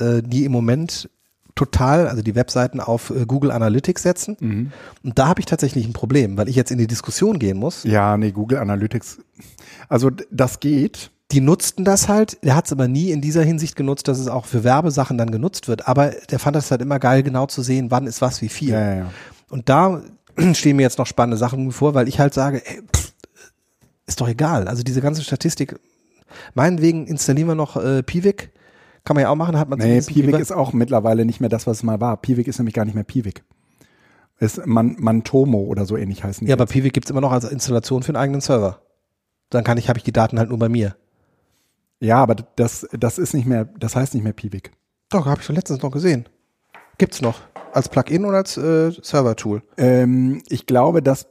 total, also die Webseiten auf Google Analytics setzen. Und da habe ich tatsächlich ein Problem, weil ich jetzt in die Diskussion gehen muss. Ja, nee, Google Analytics, also das geht. Die nutzten das halt, der hat es aber nie in dieser Hinsicht genutzt, dass es auch für Werbesachen dann genutzt wird. Aber der fand das halt immer geil, genau zu sehen, wann ist was, wie viel. Ja. Und da stehen mir jetzt noch spannende Sachen vor, weil ich halt sage, ey, ist doch egal. Also diese ganze Statistik, meinetwegen installieren wir noch Piwik. Kann man ja auch machen, hat man Piwik ist auch mittlerweile nicht mehr das, was es mal war. Piwik ist nämlich gar nicht mehr Piwik. Ist Mantomo oder so ähnlich heißen die. Ja, aber Piwik gibt's immer noch als Installation für einen eigenen Server. Dann habe ich die Daten halt nur bei mir. Ja, aber das ist nicht mehr, das heißt nicht mehr Piwik. Doch, habe ich schon letztens noch gesehen. Gibt's noch. Als Plugin oder als Server-Tool? Ich glaube, dass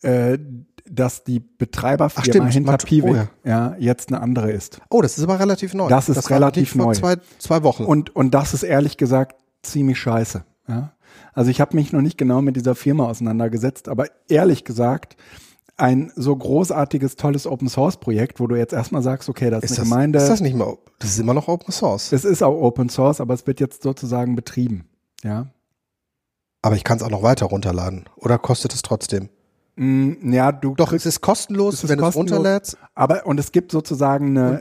die Betreiberfirma hinter Piwik jetzt eine andere ist. Oh, das ist aber relativ neu. Das ist relativ neu. Vor zwei Wochen. Und das ist ehrlich gesagt ziemlich scheiße. Ja? Also ich habe mich noch nicht genau mit dieser Firma auseinandergesetzt, aber ehrlich gesagt, ein so großartiges, tolles Open-Source-Projekt, wo du jetzt erstmal sagst, okay, das ist eine Gemeinde. Ist das nicht mehr, das ist immer noch Open Source. Es ist auch Open Source, aber es wird jetzt sozusagen betrieben. Ja. Aber ich kann es auch noch weiter runterladen. Oder kostet es trotzdem? Ja, es ist kostenlos, wenn du es runterlädst. Und es gibt sozusagen eine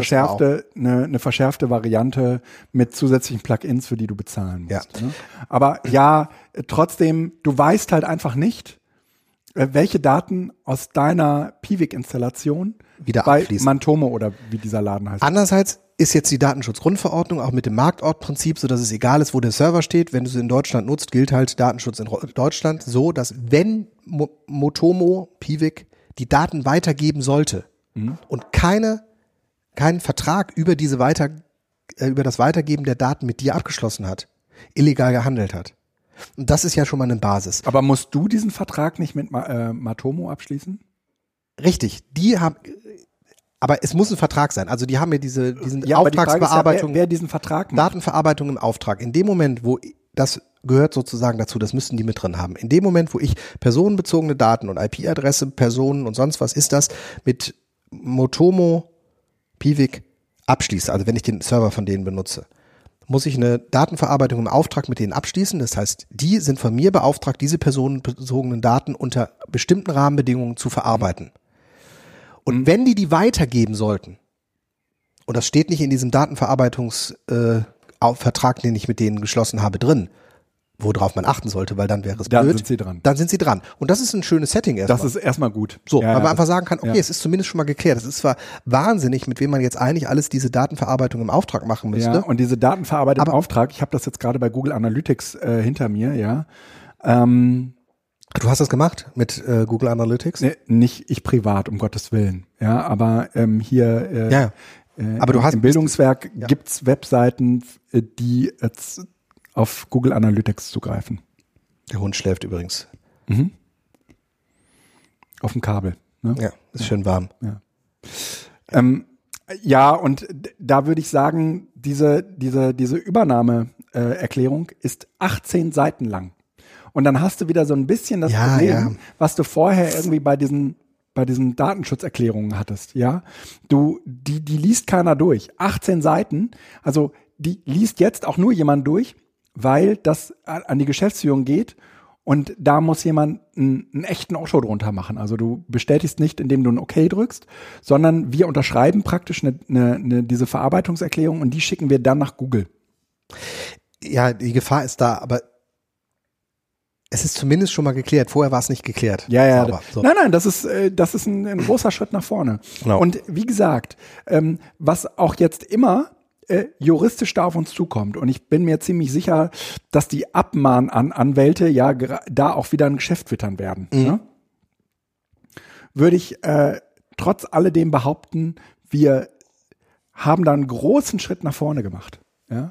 verschärfte Variante mit zusätzlichen Plugins, für die du bezahlen musst. Ja. Ne? Aber ja, trotzdem, du weißt halt einfach nicht, welche Daten aus deiner Piwik-Installation wieder bei abfließen. Mantomo oder wie dieser Laden heißt. Andererseits ist jetzt die Datenschutzgrundverordnung auch mit dem Marktortprinzip, so dass es egal ist, wo der Server steht. Wenn du sie in Deutschland nutzt, gilt halt Datenschutz in Deutschland so, dass wenn Motomo, Piwik, die Daten weitergeben sollte und keinen Vertrag über das Weitergeben der Daten mit dir abgeschlossen hat, illegal gehandelt hat. Und das ist ja schon mal eine Basis. Aber musst du diesen Vertrag nicht mit Matomo abschließen? Richtig, aber es muss ein Vertrag sein. Also die haben ja diesen Auftragsbearbeitung, wer diesen Vertrag macht. Datenverarbeitung im Auftrag. In dem Moment, wo das gehört sozusagen dazu, das müssten die mit drin haben. In dem Moment, wo ich personenbezogene Daten und IP-Adresse, Personen und sonst was ist das mit Motomo, Piwik abschließe, also wenn ich den Server von denen benutze, muss ich eine Datenverarbeitung im Auftrag mit denen abschließen. Das heißt, die sind von mir beauftragt, diese personenbezogenen Daten unter bestimmten Rahmenbedingungen zu verarbeiten. Und wenn die weitergeben sollten, und das steht nicht in diesem Datenverarbeitungs-Vertrag, den ich mit denen geschlossen habe, drin, worauf man achten sollte, weil dann wäre es blöd. Dann sind sie dran. Und das ist ein schönes Setting erstmal. Das ist erstmal gut. So, weil man einfach sagen kann, okay, es ist zumindest schon mal geklärt. Das ist zwar wahnsinnig, mit wem man jetzt eigentlich alles diese Datenverarbeitung im Auftrag machen müsste. Ja, und diese Datenverarbeitung im Auftrag, ich habe das jetzt gerade bei Google Analytics hinter mir, ja. Du hast das gemacht mit Google Analytics? Nee, nicht ich privat, um Gottes Willen. Ja, aber hier aber du hast im Bildungswerk gibt's Webseiten, die jetzt auf Google Analytics zugreifen. Der Hund schläft übrigens. Auf dem Kabel. Ne? Ja, ist schön warm. Ja. Ja, und da würde ich sagen, diese Übernahmeerklärung ist 18 Seiten lang. Und dann hast du wieder so ein bisschen das Problem, was du vorher irgendwie bei diesen Datenschutzerklärungen hattest, ja. Die liest keiner durch. 18 Seiten, also die liest jetzt auch nur jemand durch, weil das an die Geschäftsführung geht. Und da muss jemand einen echten Osho drunter machen. Also du bestätigst nicht, indem du ein OK drückst, sondern wir unterschreiben praktisch diese Verarbeitungserklärung und die schicken wir dann nach Google. Ja, die Gefahr ist da, aber es ist zumindest schon mal geklärt. Vorher war es nicht geklärt. Ja. So. Nein, das ist ein großer Schritt nach vorne. Genau. Und wie gesagt, was auch jetzt immer juristisch da auf uns zukommt. Und ich bin mir ziemlich sicher, dass die Abmahnanwälte ja da auch wieder ein Geschäft wittern werden. Mhm. Ne? Würde ich trotz alledem behaupten, wir haben da einen großen Schritt nach vorne gemacht. Ja?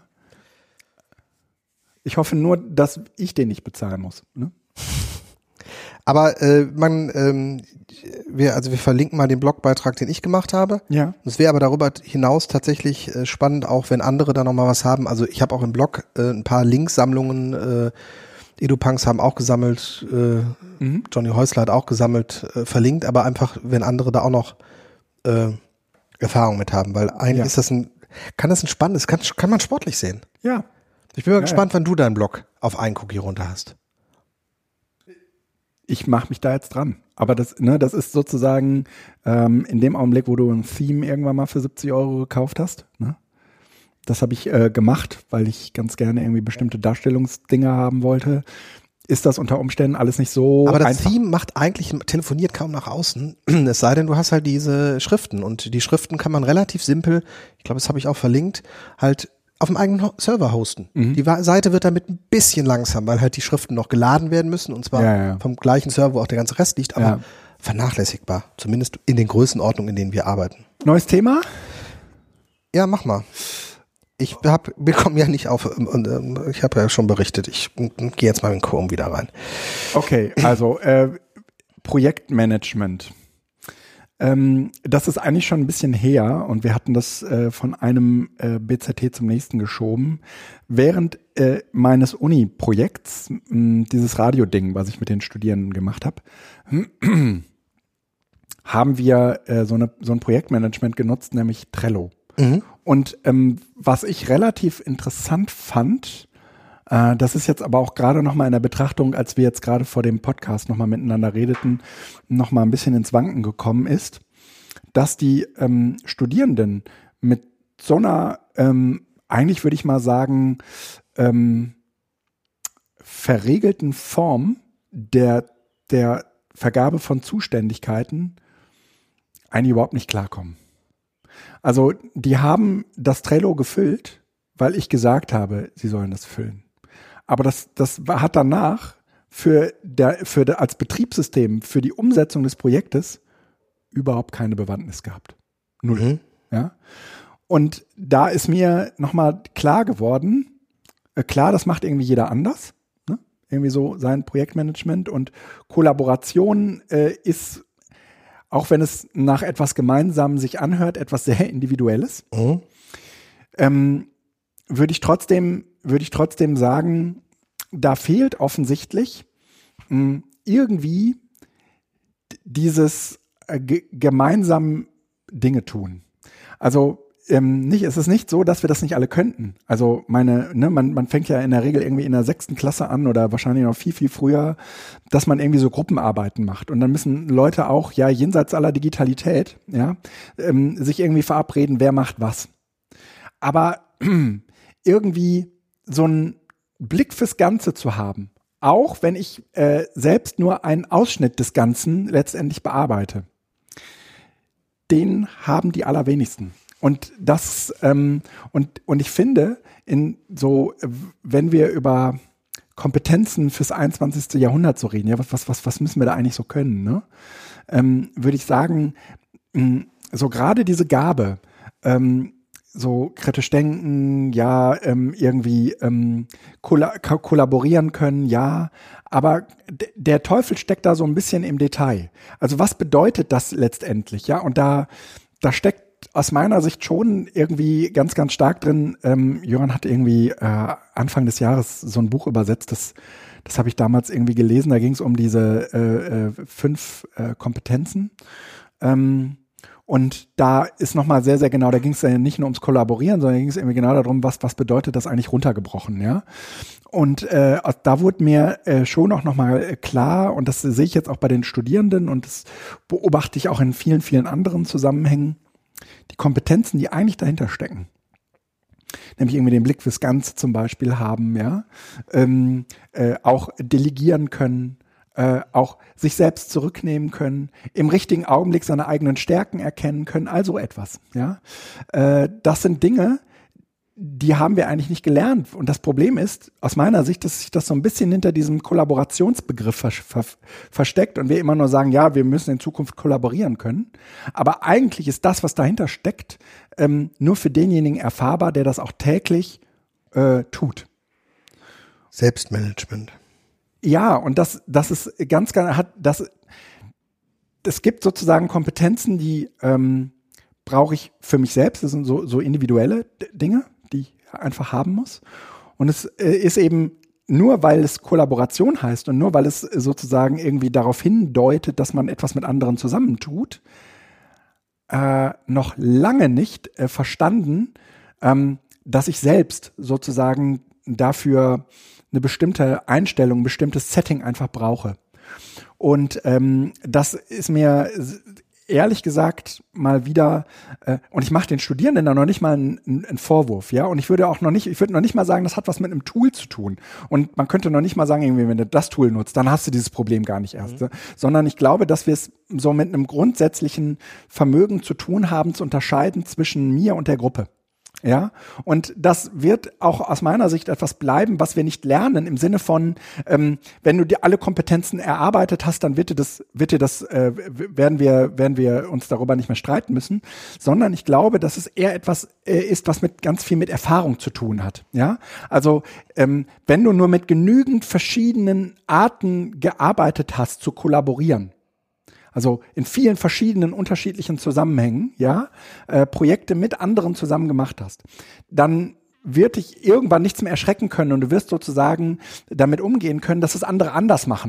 Ich hoffe nur, dass ich den nicht bezahlen muss. Ne? Aber wir verlinken mal den Blogbeitrag, den ich gemacht habe. Ja. Es wäre aber darüber hinaus tatsächlich spannend, auch wenn andere da nochmal was haben. Also ich habe auch im Blog ein paar Linksammlungen, EduPunks haben auch gesammelt, Johnny Häusler hat auch gesammelt, verlinkt, aber einfach, wenn andere da auch noch Erfahrung mit haben, weil eigentlich ist das kann das ein spannendes, kann man sportlich sehen. Ja. Ich bin mal gespannt, wann du deinen Blog auf einen Cookie runter hast. Ich mache mich da jetzt dran. Aber das ist sozusagen in dem Augenblick, wo du ein Theme irgendwann mal für 70 € gekauft hast. Ne? Das habe ich gemacht, weil ich ganz gerne irgendwie bestimmte Darstellungsdinger haben wollte. Ist das unter Umständen alles nicht so Aber das einfach? Theme telefoniert kaum nach außen. Es sei denn, du hast halt diese Schriften. Und die Schriften kann man relativ simpel, ich glaube, das habe ich auch verlinkt, halt auf dem eigenen Server hosten. Mhm. Die Seite wird damit ein bisschen langsam, weil halt die Schriften noch geladen werden müssen und zwar vom gleichen Server, wo auch der ganze Rest liegt, aber vernachlässigbar. Zumindest in den Größenordnungen, in denen wir arbeiten. Neues Thema? Ja, mach mal. Wir kommen ja nicht auf, und ich habe ja schon berichtet, ich gehe jetzt mal in Chrome wieder rein. Okay, also Projektmanagement. Das ist eigentlich schon ein bisschen her und wir hatten das von einem BZT zum nächsten geschoben. Während meines Uni-Projekts, dieses Radioding, was ich mit den Studierenden gemacht habe, haben wir so ein Projektmanagement genutzt, nämlich Trello. Mhm. Und was ich relativ interessant fand, das ist jetzt aber auch gerade nochmal in der Betrachtung, als wir jetzt gerade vor dem Podcast nochmal miteinander redeten, nochmal ein bisschen ins Wanken gekommen ist, dass die Studierenden mit so einer, eigentlich würde ich mal sagen, verregelten Form der Vergabe von Zuständigkeiten eigentlich überhaupt nicht klarkommen. Also die haben das Trello gefüllt, weil ich gesagt habe, sie sollen das füllen. Aber das hat danach als Betriebssystem für die Umsetzung des Projektes überhaupt keine Bewandtnis gehabt. Null. Mhm. Ja. Und da ist mir nochmal klar geworden, klar, das macht irgendwie jeder anders. Ne? Irgendwie so sein Projektmanagement und Kollaboration ist, auch wenn es nach etwas Gemeinsamem sich anhört, etwas sehr Individuelles. Mhm. Würde ich trotzdem sagen, da fehlt offensichtlich irgendwie dieses gemeinsam Dinge tun. Also es ist nicht so, dass wir das nicht alle könnten. Also man fängt ja in der Regel irgendwie in der 6. Klasse an oder wahrscheinlich noch viel, viel früher, dass man irgendwie so Gruppenarbeiten macht. Und dann müssen Leute auch, ja, jenseits aller Digitalität, ja, sich irgendwie verabreden, wer macht was. Aber irgendwie so einen Blick fürs Ganze zu haben, auch wenn ich selbst nur einen Ausschnitt des Ganzen letztendlich bearbeite, den haben die allerwenigsten. Und das und ich finde, wenn wir über Kompetenzen fürs 21. Jahrhundert so reden, ja, was müssen wir da eigentlich so können, ne? Würde ich sagen, so gerade diese Gabe, so kritisch denken, ja, irgendwie kollaborieren können, ja, aber der Teufel steckt da so ein bisschen im Detail. Also was bedeutet das letztendlich, ja? Und da steckt aus meiner Sicht schon irgendwie ganz, ganz stark drin. Jöran hat irgendwie Anfang des Jahres so ein Buch übersetzt, das habe ich damals irgendwie gelesen, da ging es um diese 5 Kompetenzen. Und da ist nochmal sehr, sehr genau, da ging es ja nicht nur ums Kollaborieren, sondern ging es irgendwie genau darum, was bedeutet das eigentlich runtergebrochen, ja. Und da wurde mir schon auch nochmal klar, und das sehe ich jetzt auch bei den Studierenden und das beobachte ich auch in vielen, vielen anderen Zusammenhängen, die Kompetenzen, die eigentlich dahinter stecken. Nämlich irgendwie den Blick fürs Ganze zum Beispiel haben, ja, auch delegieren können, auch sich selbst zurücknehmen können, im richtigen Augenblick seine eigenen Stärken erkennen können, also etwas, ja. Das sind Dinge, die haben wir eigentlich nicht gelernt. Und das Problem ist, aus meiner Sicht, dass sich das so ein bisschen hinter diesem Kollaborationsbegriff versteckt und wir immer nur sagen, ja, wir müssen in Zukunft kollaborieren können. Aber eigentlich ist das, was dahinter steckt, nur für denjenigen erfahrbar, der das auch täglich tut. Selbstmanagement. Ja, und das ist ganz, es gibt sozusagen Kompetenzen, die brauche ich für mich selbst. Das sind so individuelle Dinge, die ich einfach haben muss. Und es ist eben nur, weil es Kollaboration heißt und nur, weil es sozusagen irgendwie darauf hindeutet, dass man etwas mit anderen zusammentut, noch lange nicht verstanden, dass ich selbst sozusagen dafür eine bestimmte Einstellung, ein bestimmtes Setting einfach brauche. Und das ist mir ehrlich gesagt mal wieder, und ich mache den Studierenden da noch nicht mal einen Vorwurf, ja, und ich würde noch nicht mal sagen, das hat was mit einem Tool zu tun. Und man könnte noch nicht mal sagen, irgendwie, wenn du das Tool nutzt, dann hast du dieses Problem gar nicht erst. Sondern ich glaube, dass wir es so mit einem grundsätzlichen Vermögen zu tun haben, zu unterscheiden zwischen mir und der Gruppe. Ja, und das wird auch aus meiner Sicht etwas bleiben, was wir nicht lernen, im Sinne von, wenn du dir alle Kompetenzen erarbeitet hast, dann werden wir uns darüber nicht mehr streiten müssen, sondern ich glaube, dass es eher etwas ist, was mit ganz viel mit Erfahrung zu tun hat. Ja, also wenn du nur mit genügend verschiedenen Arten gearbeitet hast, zu kollaborieren, also in vielen verschiedenen unterschiedlichen Zusammenhängen, ja, Projekte mit anderen zusammen gemacht hast, dann wird dich irgendwann nichts mehr erschrecken können und du wirst sozusagen damit umgehen können, dass es andere anders machen.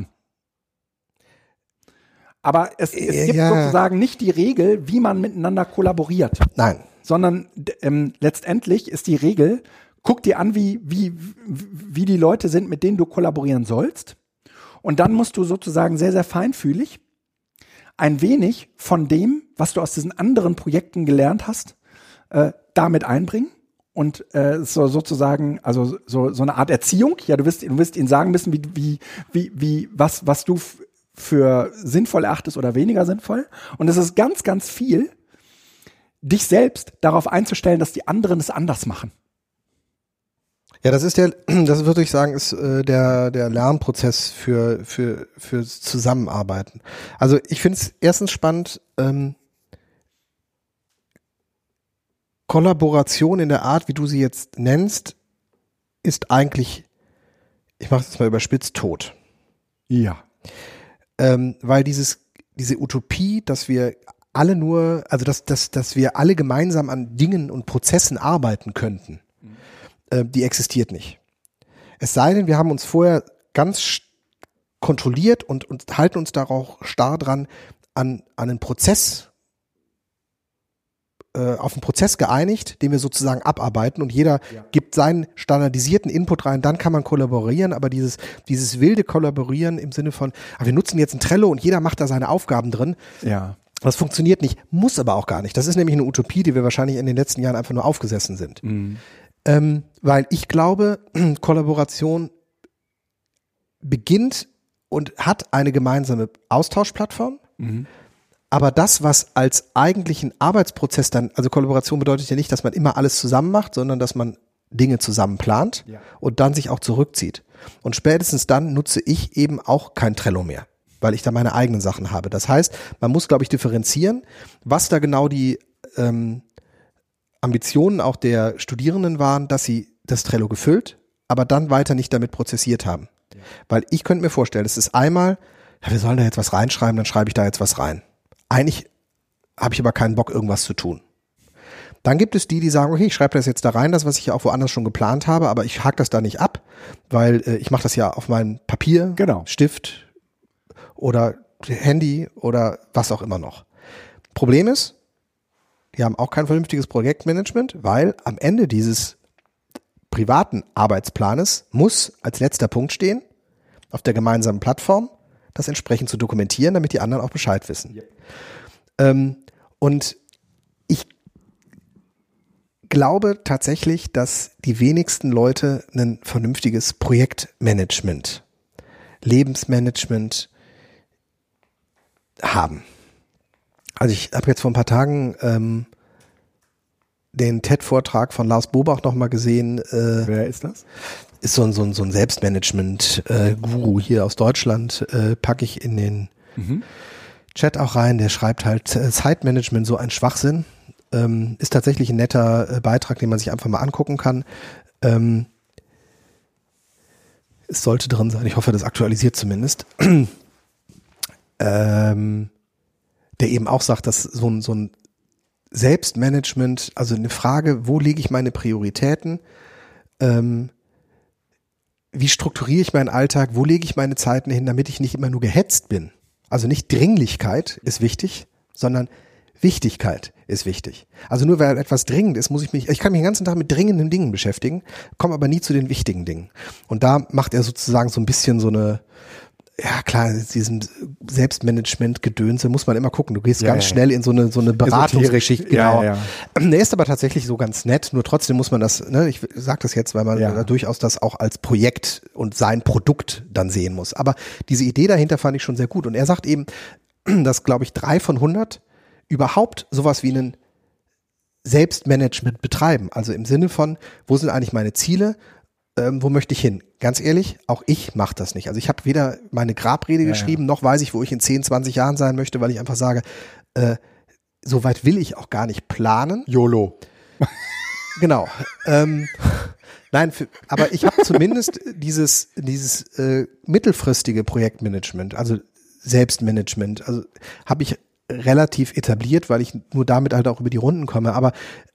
Aber es gibt sozusagen nicht die Regel, wie man miteinander kollaboriert. Nein. Sondern letztendlich ist die Regel, guck dir an, wie die Leute sind, mit denen du kollaborieren sollst. Und dann musst du sozusagen sehr, sehr feinfühlig ein wenig von dem, was du aus diesen anderen Projekten gelernt hast, damit einbringen und sozusagen, also so eine Art Erziehung. Ja, du wirst ihnen sagen müssen, was du für sinnvoll erachtest oder weniger sinnvoll. Und es ist ganz, ganz viel, dich selbst darauf einzustellen, dass die anderen es anders machen. Ja, das würde ich sagen, ist der Lernprozess für Zusammenarbeiten. Also ich finde es erstens spannend, Kollaboration in der Art, wie du sie jetzt nennst, ist eigentlich, ich mache es jetzt mal überspitzt, tot. Ja. Weil diese Utopie, dass wir alle dass wir alle gemeinsam an Dingen und Prozessen arbeiten könnten, die existiert nicht. Es sei denn, wir haben uns vorher ganz kontrolliert und halten uns da auch starr dran an einen Prozess, auf einen Prozess geeinigt, den wir sozusagen abarbeiten und jeder gibt seinen standardisierten Input rein, dann kann man kollaborieren, aber dieses wilde Kollaborieren im Sinne von, wir nutzen jetzt ein Trello und jeder macht da seine Aufgaben drin. Ja. Das funktioniert nicht, muss aber auch gar nicht. Das ist nämlich eine Utopie, die wir wahrscheinlich in den letzten Jahren einfach nur aufgesessen sind. Mhm. Weil ich glaube, Kollaboration beginnt und hat eine gemeinsame Austauschplattform, aber das, was als eigentlichen Arbeitsprozess dann, also Kollaboration bedeutet ja nicht, dass man immer alles zusammen macht, sondern dass man Dinge zusammen plant und dann sich auch zurückzieht. Und spätestens dann nutze ich eben auch kein Trello mehr, weil ich da meine eigenen Sachen habe. Das heißt, man muss, glaube ich, differenzieren, was da genau die Ambitionen auch der Studierenden waren, dass sie das Trello gefüllt, aber dann weiter nicht damit prozessiert haben. Ja. Weil ich könnte mir vorstellen, es ist einmal, ja, wir sollen da jetzt was reinschreiben, dann schreibe ich da jetzt was rein. Eigentlich habe ich aber keinen Bock, irgendwas zu tun. Dann gibt es die sagen, okay, ich schreibe das jetzt da rein, das, was ich ja auch woanders schon geplant habe, aber ich hake das da nicht ab, weil ich mache das ja auf meinem Papier, Stift oder Handy oder was auch immer noch. Problem ist, die haben auch kein vernünftiges Projektmanagement, weil am Ende dieses privaten Arbeitsplanes muss als letzter Punkt stehen, auf der gemeinsamen Plattform, das entsprechend zu dokumentieren, damit die anderen auch Bescheid wissen. Yep. Und ich glaube tatsächlich, dass die wenigsten Leute ein vernünftiges Projektmanagement, Lebensmanagement haben. Also ich habe jetzt vor ein paar Tagen den TED-Vortrag von Lars Bobach nochmal gesehen. Wer ist das? Ist so ein Selbstmanagement-Guru hier aus Deutschland, packe ich in den Chat auch rein. Der schreibt halt Zeitmanagement, so ein Schwachsinn. Ist tatsächlich ein netter Beitrag, den man sich einfach mal angucken kann. Es sollte drin sein. Ich hoffe, das aktualisiert zumindest. Der eben auch sagt, dass so ein Selbstmanagement, also eine Frage, wo lege ich meine Prioritäten, wie strukturiere ich meinen Alltag, wo lege ich meine Zeiten hin, damit ich nicht immer nur gehetzt bin. Also nicht Dringlichkeit ist wichtig, sondern Wichtigkeit ist wichtig. Also nur weil etwas dringend ist, ich kann mich den ganzen Tag mit dringenden Dingen beschäftigen, komme aber nie zu den wichtigen Dingen. Und da macht er sozusagen so ein bisschen so eine, ja klar, diesen Selbstmanagement-Gedönse muss man immer gucken. Du gehst ganz schnell in so eine Beratungsgeschichte. Genau. Ja. Der ist aber tatsächlich so ganz nett, nur trotzdem muss man das, ne, ich sage das jetzt, weil man da durchaus das auch als Projekt und sein Produkt dann sehen muss. Aber diese Idee dahinter fand ich schon sehr gut. Und er sagt eben, dass, glaube ich, 3 von 100 überhaupt sowas wie ein Selbstmanagement betreiben. Also im Sinne von, wo sind eigentlich meine Ziele? Wo möchte ich hin? Ganz ehrlich, auch ich mache das nicht. Also ich habe weder meine Grabrede geschrieben, noch weiß ich, wo ich in 10, 20 Jahren sein möchte, weil ich einfach sage, so weit will ich auch gar nicht planen. YOLO. Genau. Nein, aber ich habe zumindest dieses mittelfristige Projektmanagement, also Selbstmanagement, also habe ich relativ etabliert, weil ich nur damit halt auch über die Runden komme. Aber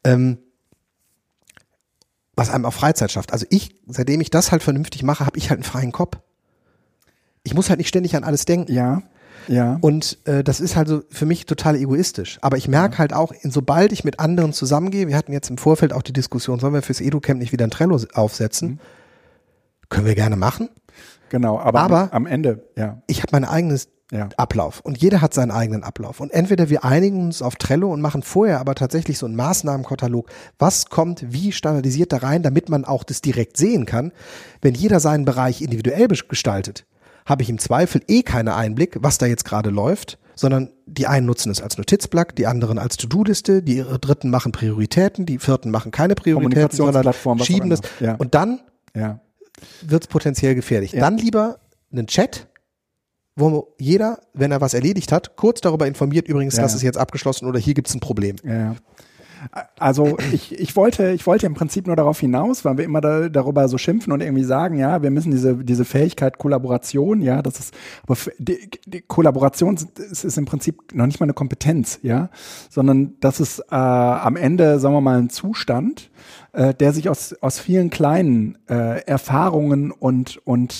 was einem auch Freizeit schafft. Also seitdem ich das halt vernünftig mache, habe ich halt einen freien Kopf. Ich muss halt nicht ständig an alles denken. Ja. Und das ist halt so für mich total egoistisch. Aber ich merke halt auch, sobald ich mit anderen zusammengehe, wir hatten jetzt im Vorfeld auch die Diskussion, sollen wir fürs EduCamp nicht wieder ein Trello aufsetzen? Können wir gerne machen. Genau, aber am Ende, ich habe mein eigenes Ablauf und jeder hat seinen eigenen Ablauf und entweder wir einigen uns auf Trello und machen vorher aber tatsächlich so einen Maßnahmenkatalog, was kommt wie standardisiert da rein, damit man auch das direkt sehen kann. Wenn jeder seinen Bereich individuell gestaltet, habe ich im Zweifel keinen Einblick, was da jetzt gerade läuft, sondern die einen nutzen es als Notizblock, die anderen als To-Do-Liste, die Dritten machen Prioritäten, die Vierten machen keine Prioritäten, sondern schieben das und dann wird es potenziell gefährlich. Dann lieber einen Chat, wo jeder, wenn er was erledigt hat, kurz darüber informiert, übrigens, das ist jetzt abgeschlossen oder hier gibt es ein Problem. Ja. Also ich wollte im Prinzip nur darauf hinaus, weil wir immer darüber so schimpfen und irgendwie sagen, ja, wir müssen diese Fähigkeit Kollaboration, das ist, aber die Kollaboration ist im Prinzip noch nicht mal eine Kompetenz, sondern das ist am Ende, sagen wir mal, ein Zustand, der sich aus vielen kleinen Erfahrungen und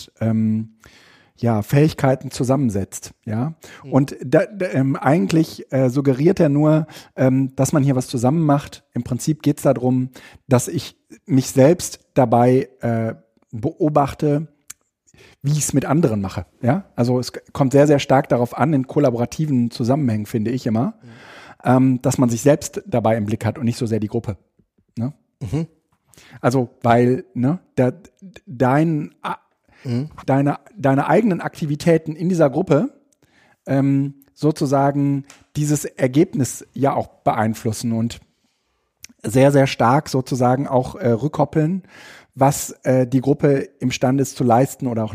Fähigkeiten zusammensetzt, Und eigentlich suggeriert er nur, dass man hier was zusammen macht. Im Prinzip geht es darum, dass ich mich selbst dabei beobachte, wie ich es mit anderen mache, Also es kommt sehr, sehr stark darauf an, in kollaborativen Zusammenhängen, finde ich immer, dass man sich selbst dabei im Blick hat und nicht so sehr die Gruppe, ne? Also, weil, deine eigenen Aktivitäten in dieser Gruppe sozusagen dieses Ergebnis ja auch beeinflussen und sehr, sehr stark sozusagen auch rückkoppeln, was die Gruppe imstande ist zu leisten oder auch nicht.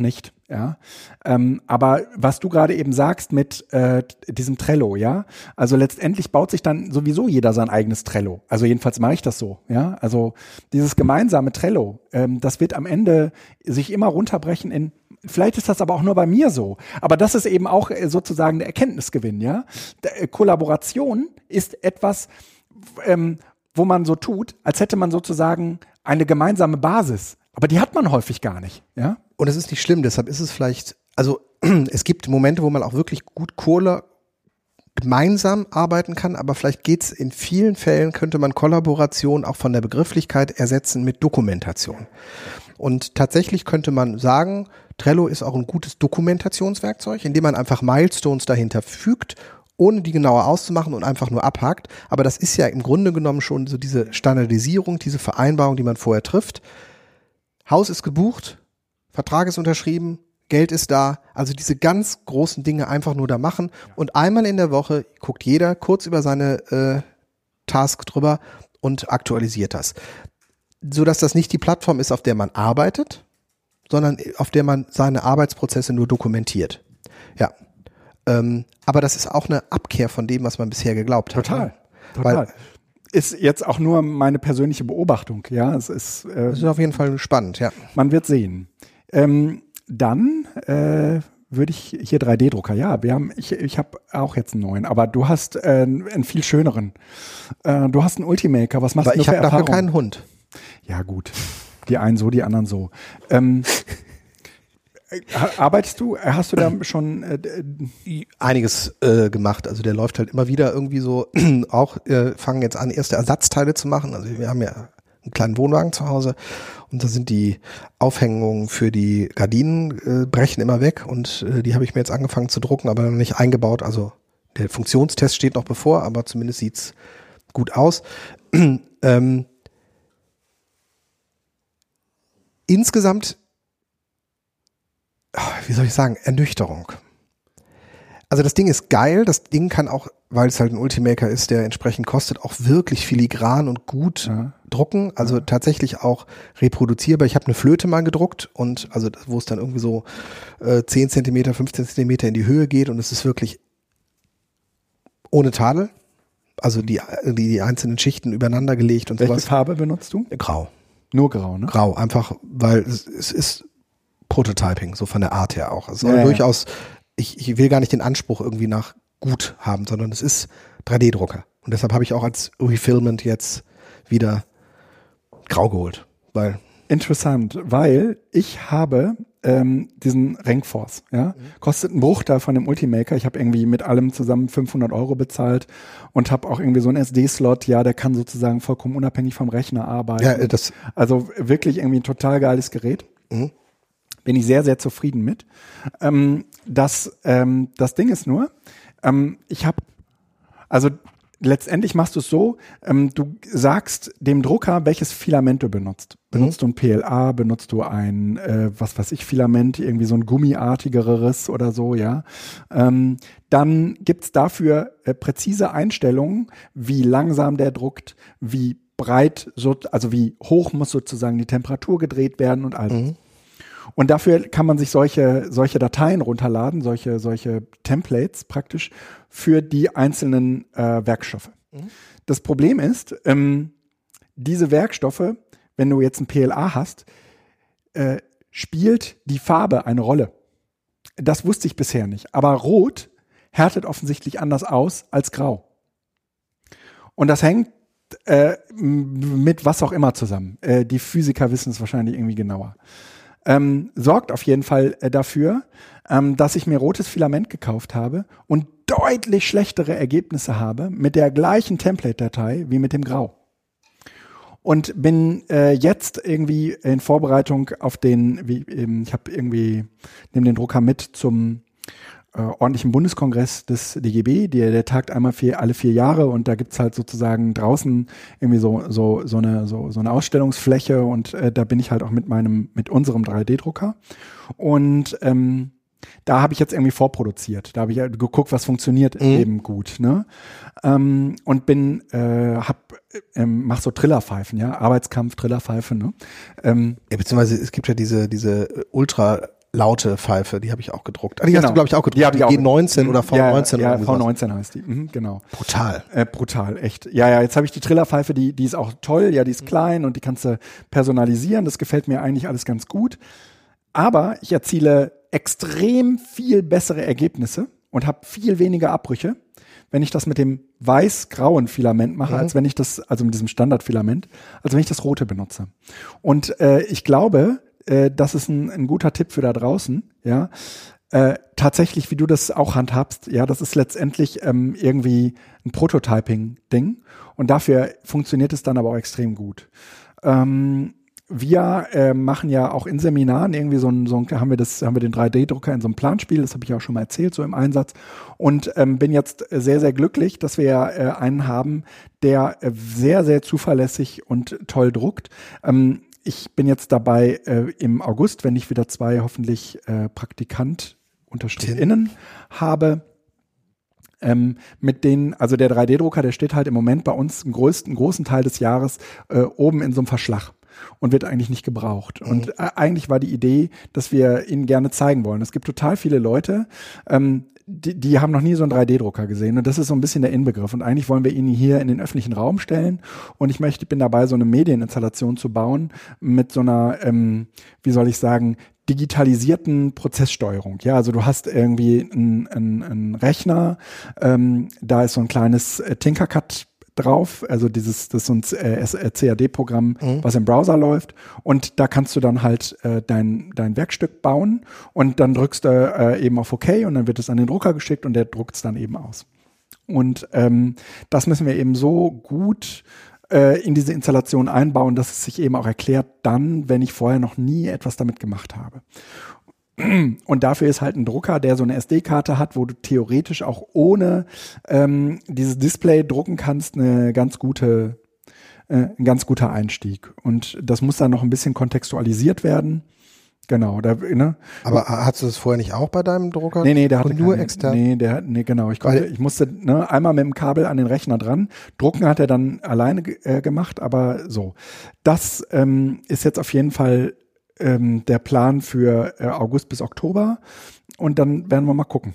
Ja, aber was du gerade eben sagst mit diesem Trello, ja, also letztendlich baut sich dann sowieso jeder sein eigenes Trello. Also jedenfalls mache ich das so, ja. Also dieses gemeinsame Trello, das wird am Ende sich immer runterbrechen in, vielleicht ist das aber auch nur bei mir so, aber das ist eben auch sozusagen der Erkenntnisgewinn, ja. Kollaboration ist etwas, wo man so tut, als hätte man sozusagen eine gemeinsame Basis. Aber die hat man häufig gar nicht, ja. Und es ist nicht schlimm, deshalb ist es vielleicht, also es gibt Momente, wo man auch wirklich gut gemeinsam arbeiten kann, aber vielleicht geht's in vielen Fällen, könnte man Kollaboration auch von der Begrifflichkeit ersetzen mit Dokumentation. Und tatsächlich könnte man sagen, Trello ist auch ein gutes Dokumentationswerkzeug, indem man einfach Milestones dahinter fügt, ohne die genauer auszumachen und einfach nur abhakt. Aber das ist ja im Grunde genommen schon so diese Standardisierung, diese Vereinbarung, die man vorher trifft. Haus ist gebucht, Vertrag ist unterschrieben, Geld ist da. Also diese ganz großen Dinge einfach nur da machen. Und einmal in der Woche guckt jeder kurz über seine Task drüber und aktualisiert das. Sodass das nicht die Plattform ist, auf der man arbeitet, sondern auf der man seine Arbeitsprozesse nur dokumentiert. Ja. Aber das ist auch eine Abkehr von dem, was man bisher geglaubt hat. Total. Weil, ist jetzt auch nur meine persönliche Beobachtung, ja. Es ist auf jeden Fall spannend, ja. Man wird sehen. Dann würde ich hier 3D-Drucker, ja, ich habe auch jetzt einen neuen, aber du hast einen viel schöneren. Du hast einen Ultimaker, was machst du für Erfahrung? Ich habe dafür keinen Hund. Ja gut, die einen so, die anderen so. Arbeitest du, hast du da schon einiges gemacht, also der läuft halt immer wieder irgendwie so, auch fangen jetzt an, erste Ersatzteile zu machen, also wir haben ja einen kleinen Wohnwagen zu Hause und da sind die Aufhängungen für die Gardinen brechen immer weg und die habe ich mir jetzt angefangen zu drucken, aber noch nicht eingebaut, also der Funktionstest steht noch bevor, aber zumindest sieht's gut aus. Insgesamt, wie soll ich sagen, Ernüchterung. Also das Ding ist geil, das Ding kann auch, weil es halt ein Ultimaker ist, der entsprechend kostet, auch wirklich filigran und gut drucken, also tatsächlich auch reproduzierbar. Ich habe eine Flöte mal gedruckt und also wo es dann irgendwie so 10 Zentimeter, 15 Zentimeter in die Höhe geht und es ist wirklich ohne Tadel, also die einzelnen Schichten übereinander gelegt und Welche sowas. Welche Farbe benutzt du? Grau. Nur grau, ne? Grau, einfach, weil es ist Prototyping, so von der Art her auch. Es soll durchaus, ich will gar nicht den Anspruch irgendwie nach gut haben, sondern es ist 3D-Drucker. Und deshalb habe ich auch als Refillment jetzt wieder grau geholt. Interessant, weil ich habe diesen Rankforce, ja, kostet einen Bruchteil von dem Ultimaker. Ich habe irgendwie mit allem zusammen 500 € bezahlt und habe auch irgendwie so einen SD-Slot, ja, der kann sozusagen vollkommen unabhängig vom Rechner arbeiten. Ja, also wirklich irgendwie ein total geiles Gerät. Mhm. Bin ich sehr, sehr zufrieden mit. Das Ding ist nur, letztendlich machst du es so, du sagst dem Drucker, welches Filament du benutzt. Benutzt du ein PLA, benutzt du ein, Filament, irgendwie so ein gummiartigeres oder so, ja. Dann gibt's dafür präzise Einstellungen, wie langsam der druckt, wie breit, also wie hoch muss sozusagen die Temperatur gedreht werden und all das. Und dafür kann man sich solche Dateien runterladen, solche Templates praktisch für die einzelnen Werkstoffe. Das Problem ist, diese Werkstoffe, wenn du jetzt ein PLA hast, spielt die Farbe eine Rolle. Das wusste ich bisher nicht. Aber Rot härtet offensichtlich anders aus als Grau. Und das hängt mit was auch immer zusammen. Die Physiker wissen es wahrscheinlich irgendwie genauer. Sorgt auf jeden Fall dafür, dass ich mir rotes Filament gekauft habe und deutlich schlechtere Ergebnisse habe mit der gleichen Template-Datei wie mit dem Grau. Und bin jetzt irgendwie in Vorbereitung auf ich habe irgendwie, nehme den Drucker mit zum ordentlichen Bundeskongress des DGB, der tagt einmal alle 4 Jahre und da gibt's halt sozusagen draußen irgendwie so eine Ausstellungsfläche und da bin ich halt auch mit unserem 3D-Drucker und da habe ich jetzt irgendwie vorproduziert. Da habe ich halt geguckt, was funktioniert eben gut, ne? Und mach so Trillerpfeifen, ja, Arbeitskampf, Trillerpfeife, ne? Ja, beziehungsweise es gibt ja diese Ultra laute Pfeife, die habe ich auch gedruckt. Die hast du, glaube ich, auch gedruckt. Ja, die G19 oder V19. Ja, V19 heißt die. Genau. Brutal. Brutal, echt. Ja, jetzt habe ich die Trillerpfeife, die ist auch toll. Ja, die ist klein und die kannst du personalisieren. Das gefällt mir eigentlich alles ganz gut. Aber ich erziele extrem viel bessere Ergebnisse und habe viel weniger Abbrüche, wenn ich das mit dem weiß-grauen Filament mache, als wenn ich das, also mit diesem Standardfilament, als wenn ich das rote benutze. Und ich glaube, das ist ein guter Tipp für da draußen, ja. Tatsächlich, wie du das auch handhabst, ja, das ist letztendlich irgendwie ein Prototyping-Ding und dafür funktioniert es dann aber auch extrem gut. Wir machen ja auch in Seminaren irgendwie haben wir den 3D-Drucker in so einem Planspiel, das habe ich auch schon mal erzählt, so im Einsatz und bin jetzt sehr, sehr glücklich, dass wir einen haben, der sehr, sehr zuverlässig und toll druckt. Ich bin jetzt dabei im August, wenn ich wieder 2 hoffentlich PraktikantInnen habe, mit denen, also der 3D-Drucker, der steht halt im Moment bei uns einen großen Teil des Jahres oben in so einem Verschlag und wird eigentlich nicht gebraucht. Und eigentlich war die Idee, dass wir ihn gerne zeigen wollen. Es gibt total viele Leute, die haben noch nie so einen 3D-Drucker gesehen und das ist so ein bisschen der Inbegriff und eigentlich wollen wir ihn hier in den öffentlichen Raum stellen und ich bin dabei, so eine Medieninstallation zu bauen mit so einer, wie soll ich sagen, digitalisierten Prozesssteuerung. Ja, also du hast irgendwie einen Rechner, da ist so ein kleines Tinkercad drauf, also das ist so ein CAD-Programm, was im Browser läuft und da kannst du dann halt dein Werkstück bauen und dann drückst du eben auf OK und dann wird es an den Drucker geschickt und der druckt es dann eben aus. Und das müssen wir eben so gut in diese Installation einbauen, dass es sich eben auch erklärt dann, wenn ich vorher noch nie etwas damit gemacht habe. Und dafür ist halt ein Drucker, der so eine SD-Karte hat, wo du theoretisch auch ohne dieses Display drucken kannst, ein ganz guter Einstieg. Und das muss dann noch ein bisschen kontextualisiert werden. Genau. Aber hast du das vorher nicht auch bei deinem Drucker? Nee, der hatte nur extern? Nee, genau. Ich musste einmal mit dem Kabel an den Rechner dran. Drucken hat er dann alleine gemacht, aber so. Das ist jetzt auf jeden Fall der Plan für August bis Oktober und dann werden wir mal gucken.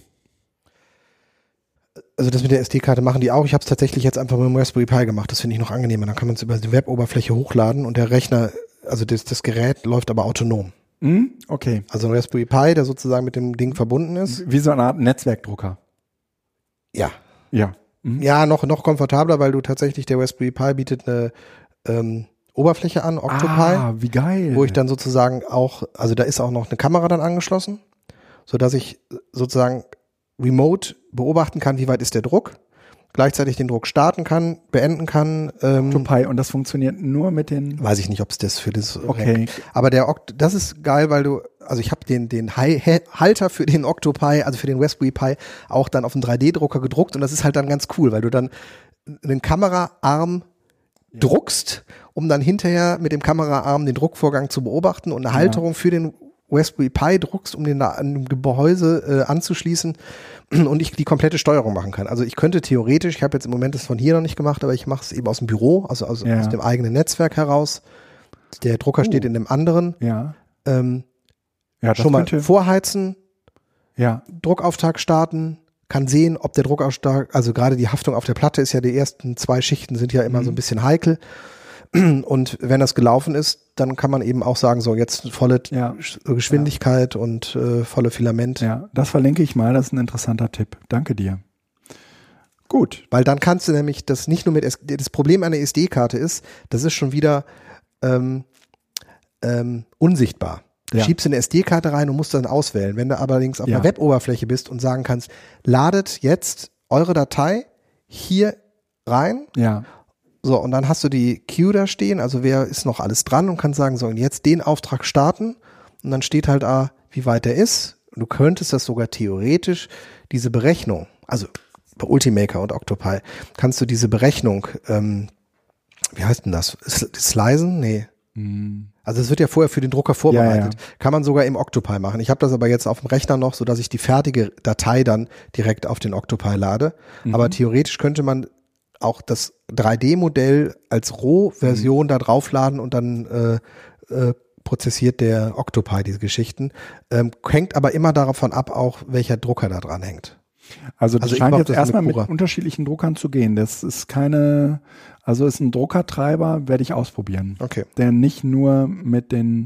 Also das mit der SD-Karte machen die auch. Ich habe es tatsächlich jetzt einfach mit dem Raspberry Pi gemacht. Das finde ich noch angenehmer. Dann kann man es über die Web-Oberfläche hochladen und der Rechner, also das Gerät läuft aber autonom. Okay. Also ein Raspberry Pi, der sozusagen mit dem Ding verbunden ist. Wie so eine Art Netzwerkdrucker. Ja. Ja. Ja, noch komfortabler, weil du tatsächlich, der Raspberry Pi bietet eine Oberfläche an, Octopi. Ah, wie geil. Wo ich dann sozusagen auch, also da ist auch noch eine Kamera dann angeschlossen, sodass ich sozusagen remote beobachten kann, wie weit ist der Druck, gleichzeitig den Druck starten kann, beenden kann. Octopi, und das funktioniert nur mit den... Weiß ich nicht, ob es das für das... Okay. Aber das ist geil, weil also ich habe den Halter für den Octopi, also für den Raspberry Pi, auch dann auf einen 3D-Drucker gedruckt und das ist halt dann ganz cool, weil du dann einen Kameraarm druckst, um dann hinterher mit dem Kameraarm den Druckvorgang zu beobachten und eine Halterung für den Raspberry Pi druckst, um den da an dem Gehäuse anzuschließen und ich die komplette Steuerung machen kann. Also ich könnte theoretisch, ich habe jetzt im Moment das von hier noch nicht gemacht, aber ich mache es eben aus dem Büro, also aus dem eigenen Netzwerk heraus. Der Drucker steht in dem anderen. Ja. Das schon mal vorheizen, Druckauftakt starten, kann sehen, ob der Druckauftakt, also gerade die Haftung auf der Platte ist ja, die ersten 2 Schichten sind ja immer so ein bisschen heikel. Und wenn das gelaufen ist, dann kann man eben auch sagen, so jetzt volle Geschwindigkeit und volle Filament. Ja, das verlinke ich mal, das ist ein interessanter Tipp. Danke dir. Gut. Weil dann kannst du nämlich das nicht nur das Problem einer SD-Karte ist, das ist schon wieder unsichtbar. Du schiebst eine SD-Karte rein und musst dann auswählen. Wenn du allerdings auf einer Web-Oberfläche bist und sagen kannst, ladet jetzt eure Datei hier rein. Ja. So, und dann hast du die Queue da stehen, also wer ist noch alles dran und kannst sagen, so, und jetzt den Auftrag starten. Und dann steht halt wie weit der ist. Und du könntest das sogar theoretisch, diese Berechnung, also bei Ultimaker und Octopi, kannst du diese Berechnung, wie heißt denn das? Slicen? Nee. Also es wird ja vorher für den Drucker vorbereitet. Ja. Kann man sogar im Octopi machen. Ich habe das aber jetzt auf dem Rechner noch, sodass ich die fertige Datei dann direkt auf den Octopi lade. Aber theoretisch könnte man auch das 3D-Modell als Rohversion da draufladen und dann prozessiert der Octopi diese Geschichten. Hängt aber immer davon ab, auch welcher Drucker da dran hängt. Also das scheint jetzt erstmal mit unterschiedlichen Druckern zu gehen. Das ist ist ein Druckertreiber, werde ich ausprobieren. Okay. Der nicht nur mit den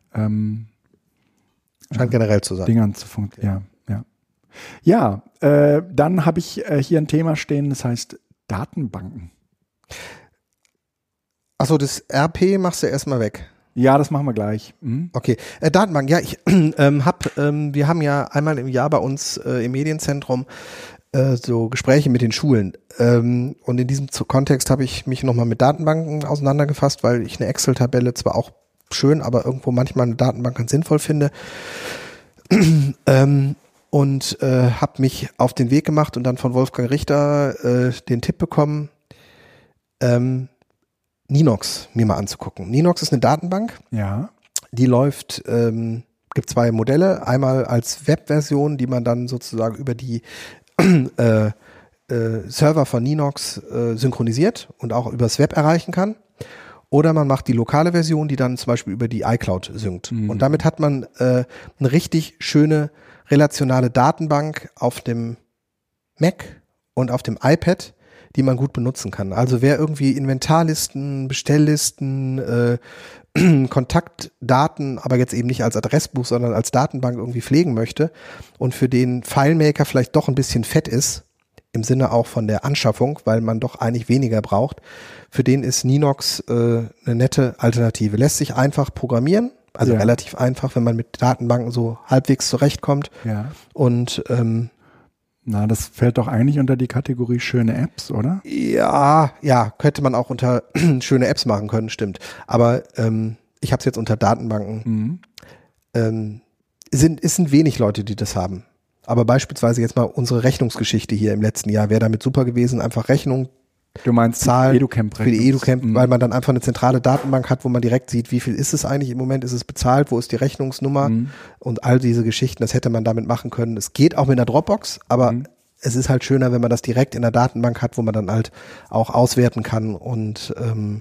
scheint generell zu sein. Dingern zu funktionieren. Ja, dann habe ich hier ein Thema stehen, das heißt Datenbanken. Achso, das RP machst du erstmal weg. Ja, das machen wir gleich. Okay, Datenbank, ja, wir haben ja einmal im Jahr bei uns im Medienzentrum so Gespräche mit den Schulen und in diesem Kontext habe ich mich nochmal mit Datenbanken auseinandergefasst, weil ich eine Excel-Tabelle zwar auch schön, aber irgendwo manchmal eine Datenbank ganz sinnvoll finde und habe mich auf den Weg gemacht und dann von Wolfgang Richter den Tipp bekommen, Ninox mir mal anzugucken. Ninox ist eine Datenbank. Ja. Die läuft, gibt zwei Modelle. Einmal als Webversion, die man dann sozusagen über die Server von Ninox synchronisiert und auch übers Web erreichen kann. Oder man macht die lokale Version, die dann zum Beispiel über die iCloud synkt. Und damit hat man eine richtig schöne relationale Datenbank auf dem Mac und auf dem iPad, die man gut benutzen kann. Also wer irgendwie Inventarlisten, Bestelllisten, Kontaktdaten, aber jetzt eben nicht als Adressbuch, sondern als Datenbank irgendwie pflegen möchte und für den FileMaker vielleicht doch ein bisschen fett ist, im Sinne auch von der Anschaffung, weil man doch eigentlich weniger braucht, für den ist Ninox eine nette Alternative. Lässt sich einfach programmieren, also relativ einfach, wenn man mit Datenbanken so halbwegs zurechtkommt. Ja. Und das fällt doch eigentlich unter die Kategorie schöne Apps, oder? Ja, könnte man auch unter schöne Apps machen können, stimmt. Aber ich habe es jetzt unter Datenbanken. Es sind wenig Leute, die das haben. Aber beispielsweise jetzt mal unsere Rechnungsgeschichte hier im letzten Jahr wäre damit super gewesen, einfach Rechnung. Du meinst Zahlen EduCamp für die EduCamp, weil man dann einfach eine zentrale Datenbank hat, wo man direkt sieht, wie viel ist es eigentlich im Moment, ist es bezahlt, wo ist die Rechnungsnummer und all diese Geschichten, das hätte man damit machen können. Es geht auch mit einer Dropbox, aber es ist halt schöner, wenn man das direkt in der Datenbank hat, wo man dann halt auch auswerten kann und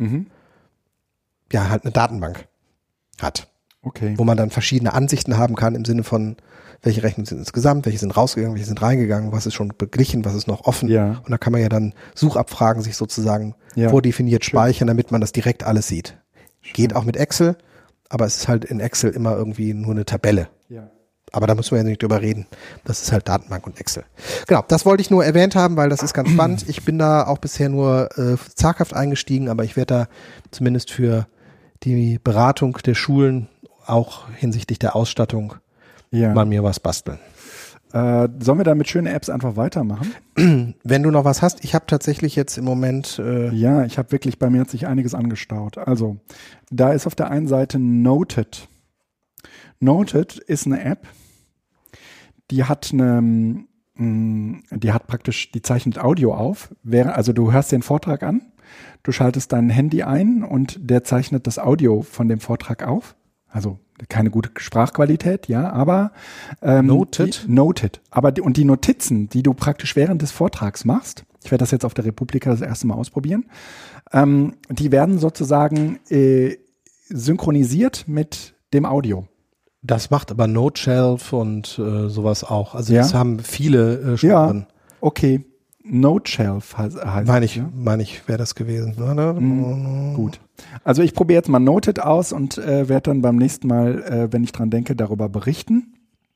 halt eine Datenbank hat. Okay. Wo man dann verschiedene Ansichten haben kann im Sinne von, welche Rechnungen sind insgesamt, welche sind rausgegangen, welche sind reingegangen, was ist schon beglichen, was ist noch offen. Ja. Und da kann man ja dann Suchabfragen sich sozusagen vordefiniert speichern, damit man das direkt alles sieht. Schön. Geht auch mit Excel, aber es ist halt in Excel immer irgendwie nur eine Tabelle. Ja. Aber da müssen wir ja nicht drüber reden. Das ist halt Datenbank und Excel. Genau, das wollte ich nur erwähnt haben, weil das ist ganz spannend. Ich bin da auch bisher nur zaghaft eingestiegen, aber ich werde da zumindest für die Beratung der Schulen auch hinsichtlich der Ausstattung mal mir was basteln. Sollen wir da mit schönen Apps einfach weitermachen? Wenn du noch was hast, ich habe tatsächlich jetzt im Moment ja, ich habe wirklich, bei mir hat sich einiges angestaut. Also, da ist auf der einen Seite Noted. Noted ist eine App, die hat praktisch, die zeichnet Audio auf. Also du hörst den Vortrag an, du schaltest dein Handy ein und der zeichnet das Audio von dem Vortrag auf. Also keine gute Sprachqualität, ja, aber Noted. Aber die Notizen, die du praktisch während des Vortrags machst, ich werde das jetzt auf der Republika das erste Mal ausprobieren, die werden sozusagen synchronisiert mit dem Audio. Das macht aber NoteShelf und sowas auch. Also das haben viele schon drin. Okay. NoteShelf heißt meine ich, wäre das gewesen. Gut. Also ich probiere jetzt mal Noted aus und werde dann beim nächsten Mal, wenn ich dran denke, darüber berichten,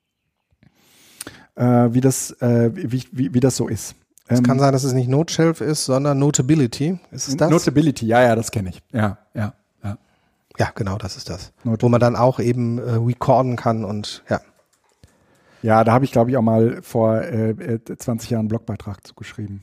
wie das so ist. Es kann sein, dass es nicht NoteShelf ist, sondern Notability. Ist es das? Notability, ja, das kenne ich. Ja. Ja, genau, das ist das. Wo man dann auch eben recorden kann und ja. Ja, da habe ich, glaube ich, auch mal vor 20 Jahren einen Blogbeitrag zu geschrieben.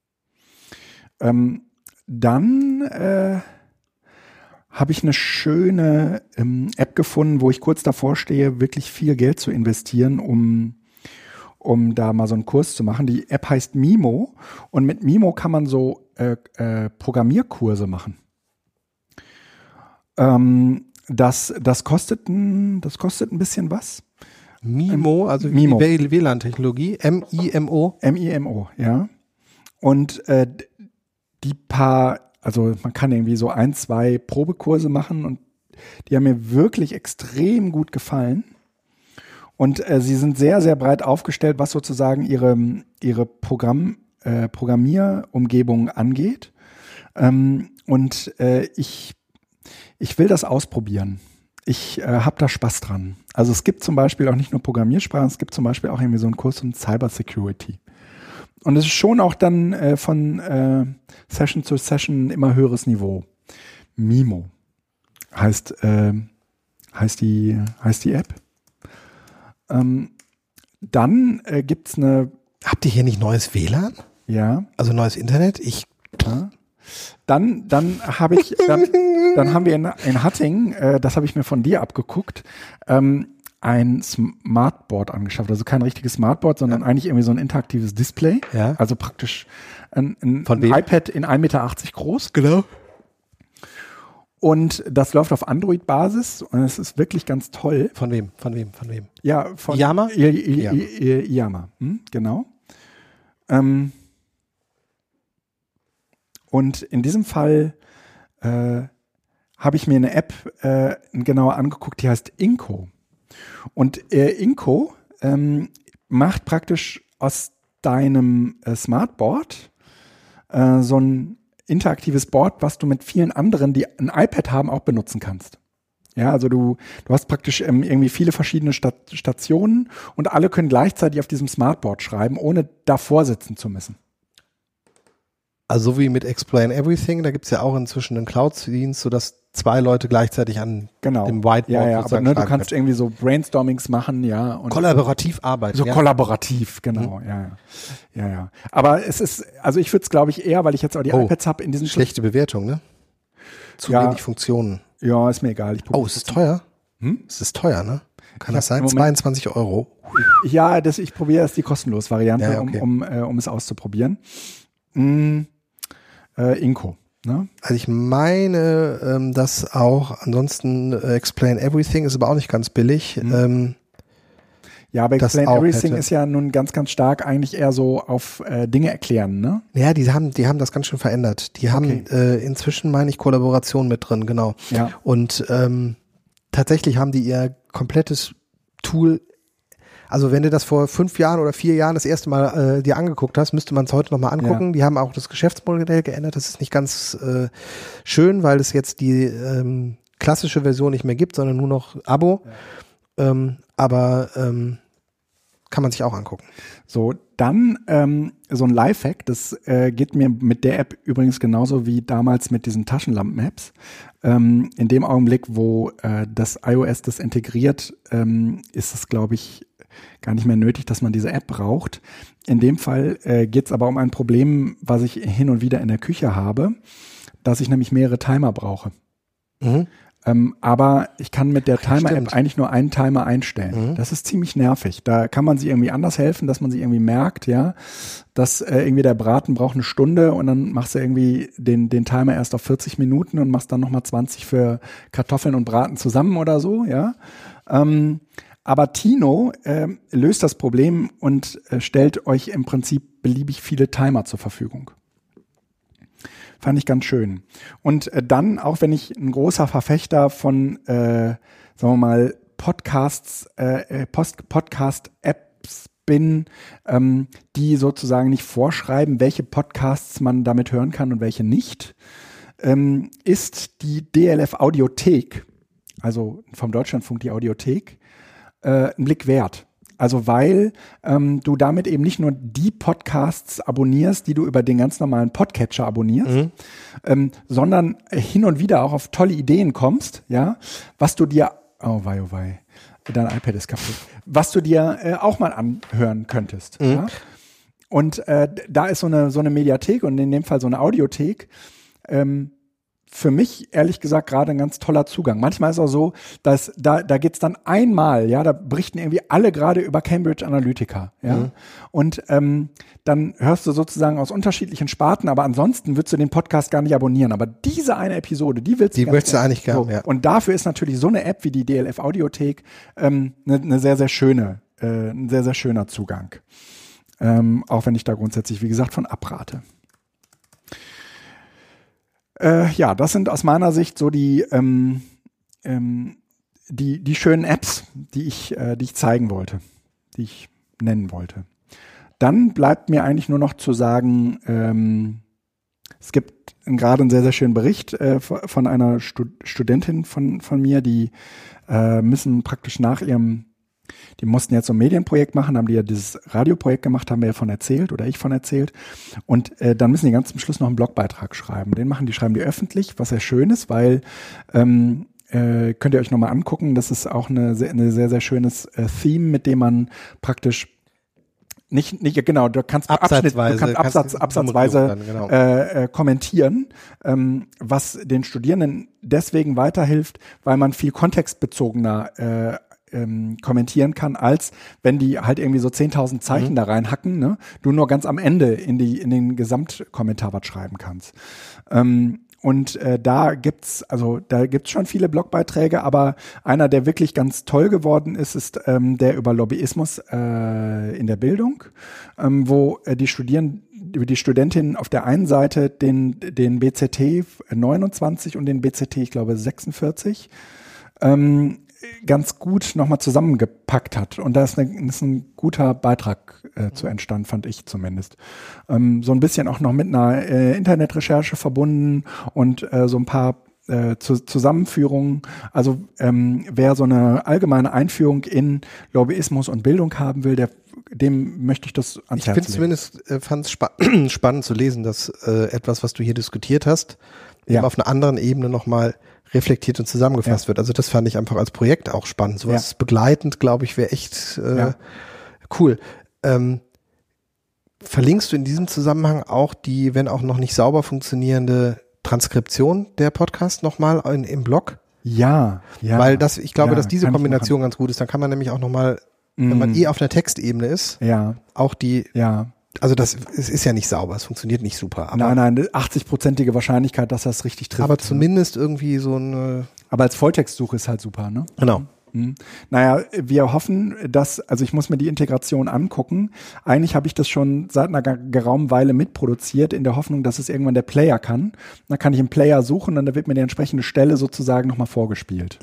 Dann habe ich eine schöne App gefunden, wo ich kurz davor stehe, wirklich viel Geld zu investieren, um da mal so einen Kurs zu machen. Die App heißt Mimo und mit Mimo kann man so Programmierkurse machen. Das kostet ein bisschen was. Mimo, also Mimo. WLAN-Technologie, MIMO. MIMO, ja. Und also man kann irgendwie so 1, 2 Probekurse machen und Die haben mir wirklich extrem gut gefallen. Und sie sind sehr, sehr breit aufgestellt, was sozusagen ihre Programmierumgebung angeht. Und ich will das ausprobieren. Ich habe da Spaß dran. Also es gibt zum Beispiel auch nicht nur Programmiersprachen, es gibt zum Beispiel auch irgendwie so einen Kurs in Cyber Security. Und es ist schon auch dann von Session zu Session immer höheres Niveau. Mimo heißt die App. Dann gibt's eine. Habt ihr hier nicht neues WLAN? Ja. Also neues Internet? Ja. Dann haben wir in Hattingen, das habe ich mir von dir abgeguckt, ein Smartboard angeschafft. Also kein richtiges Smartboard, sondern eigentlich irgendwie so ein interaktives Display. Ja. Also praktisch ein iPad in 1,80 Meter groß. Genau. Und das läuft auf Android-Basis und es ist wirklich ganz toll. Von wem? Ja, von Yama? Yama, genau. Und in diesem Fall habe ich mir eine App genauer angeguckt, die heißt Inco. Und Inco macht praktisch aus deinem Smartboard so ein interaktives Board, was du mit vielen anderen, die ein iPad haben, auch benutzen kannst. Ja, also du hast praktisch irgendwie viele verschiedene Stationen und alle können gleichzeitig auf diesem Smartboard schreiben, ohne davor sitzen zu müssen. Also so wie mit Explain Everything, da gibt es ja auch inzwischen einen Cloud-Dienst, sodass 2 Leute gleichzeitig an dem Whiteboard aber du kannst irgendwie so Brainstormings machen, ja. Und kollaborativ arbeiten. So kollaborativ, genau, ja. Aber es ist, also ich würde es, glaube ich, eher, weil ich jetzt auch die iPads habe, in diesen schlechte Bewertung, ne? Zu wenig Funktionen. Ja, ist mir egal. Es ist teuer? Es ist teuer, ne? Kann das sein? 22 €? Ja, ich probiere erst die kostenlos Variante, ja, okay. um es auszuprobieren. Inco. Ne? Also ich meine, dass auch ansonsten Explain Everything ist aber auch nicht ganz billig. Ja, aber Explain Everything ist ja nun ganz, ganz stark eigentlich eher so auf Dinge erklären, ne? Ja, die haben das ganz schön verändert. Die haben inzwischen, meine ich, Kollaboration mit drin, genau. Ja. Und tatsächlich haben die ihr komplettes Tool. Also wenn du das vor 5 Jahren oder 4 Jahren das erste Mal dir angeguckt hast, müsste man es heute nochmal angucken. Ja. Die haben auch das Geschäftsmodell geändert. Das ist nicht ganz schön, weil es jetzt die klassische Version nicht mehr gibt, sondern nur noch Abo. Ja. Aber kann man sich auch angucken. So, dann so ein Lifehack, das geht mir mit der App übrigens genauso wie damals mit diesen Taschenlampen-Apps. In dem Augenblick, wo das iOS das integriert, ist es, glaube ich, gar nicht mehr nötig, dass man diese App braucht. In dem Fall geht es aber um ein Problem, was ich hin und wieder in der Küche habe, dass ich nämlich mehrere Timer brauche. Mhm. Aber ich kann mit der Timer-App eigentlich nur einen Timer einstellen. Mhm. Das ist ziemlich nervig. Da kann man sich irgendwie anders helfen, dass man sich irgendwie merkt, ja, dass irgendwie der Braten braucht eine Stunde und dann machst du irgendwie den Timer erst auf 40 Minuten und machst dann nochmal 20 für Kartoffeln und Braten zusammen oder so, ja. Aber Tino löst das Problem und stellt euch im Prinzip beliebig viele Timer zur Verfügung. Fand ich ganz schön. Und dann, auch wenn ich ein großer Verfechter von, sagen wir mal, Podcast-Apps bin, die sozusagen nicht vorschreiben, welche Podcasts man damit hören kann und welche nicht, ist die DLF Audiothek, also vom Deutschlandfunk die Audiothek, ein Blick wert. Also weil du damit eben nicht nur die Podcasts abonnierst, die du über den ganz normalen Podcatcher abonnierst, sondern hin und wieder auch auf tolle Ideen kommst, ja, was du dir, oh wei, dein iPad ist kaputt, was du dir auch mal anhören könntest. Ja? Und da ist so eine Mediathek und in dem Fall so eine Audiothek, für mich, ehrlich gesagt, gerade ein ganz toller Zugang. Manchmal ist es auch so, dass da geht's dann einmal, ja, da berichten irgendwie alle gerade über Cambridge Analytica, ja. Mhm. Und dann hörst du sozusagen aus unterschiedlichen Sparten, aber ansonsten würdest du den Podcast gar nicht abonnieren. Aber diese eine Episode, die willst du eigentlich gerne, so. Ja. Und dafür ist natürlich so eine App wie die DLF Audiothek eine sehr, sehr schöne, ein sehr, sehr schöner Zugang. Auch wenn ich da grundsätzlich, wie gesagt, von abrate. Ja, das sind aus meiner Sicht so die die schönen Apps, die ich zeigen wollte, die ich nennen wollte. Dann bleibt mir eigentlich nur noch zu sagen, es gibt gerade einen sehr, sehr schönen Bericht von einer Studentin von mir, die müssen praktisch die mussten jetzt so ein Medienprojekt machen, haben die ja dieses Radioprojekt gemacht, haben wir ja von erzählt oder ich von erzählt. Und dann müssen die ganz zum Schluss noch einen Blogbeitrag schreiben. Schreiben die öffentlich, was sehr schön ist, weil könnt ihr euch nochmal angucken, das ist auch eine sehr, sehr schönes Theme, mit dem man praktisch nicht genau, du kannst absatzweise kommentieren, was den Studierenden deswegen weiterhilft, weil man viel kontextbezogener kommentieren kann, als wenn die halt irgendwie so 10.000 Zeichen da reinhacken, ne? Du nur ganz am Ende in den Gesamtkommentar was schreiben kannst. Da gibt's schon viele Blogbeiträge, aber einer, der wirklich ganz toll geworden ist der über Lobbyismus in der Bildung, wo die Studentinnen auf der einen Seite den BZT 29 und den BZT, ich glaube 46, ganz gut nochmal zusammengepackt hat. Und da ist ein guter Beitrag zu entstanden, fand ich zumindest. So ein bisschen auch noch mit einer Internetrecherche verbunden und so ein paar Zusammenführungen. Also wer so eine allgemeine Einführung in Lobbyismus und Bildung haben will, dem möchte ich das ans Herz legen. Ich fand es spannend zu lesen, dass etwas, was du hier diskutiert hast, eben auf einer anderen Ebene nochmal reflektiert und zusammengefasst wird. Also das fand ich einfach als Projekt auch spannend. Sowas begleitend, glaube ich, wäre echt cool. Verlinkst du in diesem Zusammenhang auch die, wenn auch noch nicht sauber funktionierende Transkription der Podcast nochmal im Blog? Ja. Weil ich glaube, dass diese Kombination ganz gut ist. Dann kann man nämlich auch nochmal, wenn man auf einer Textebene ist, auch die also es ist ja nicht sauber, es funktioniert nicht super. Aber nein, 80%ige Wahrscheinlichkeit, dass das richtig trifft. Aber zumindest irgendwie so aber als Volltextsuche ist halt super, ne? Genau. Naja, wir hoffen, also ich muss mir die Integration angucken. Eigentlich habe ich das schon seit einer geraumen Weile mitproduziert, in der Hoffnung, dass es irgendwann der Player kann. Dann kann ich im Player suchen und dann wird mir die entsprechende Stelle sozusagen nochmal vorgespielt.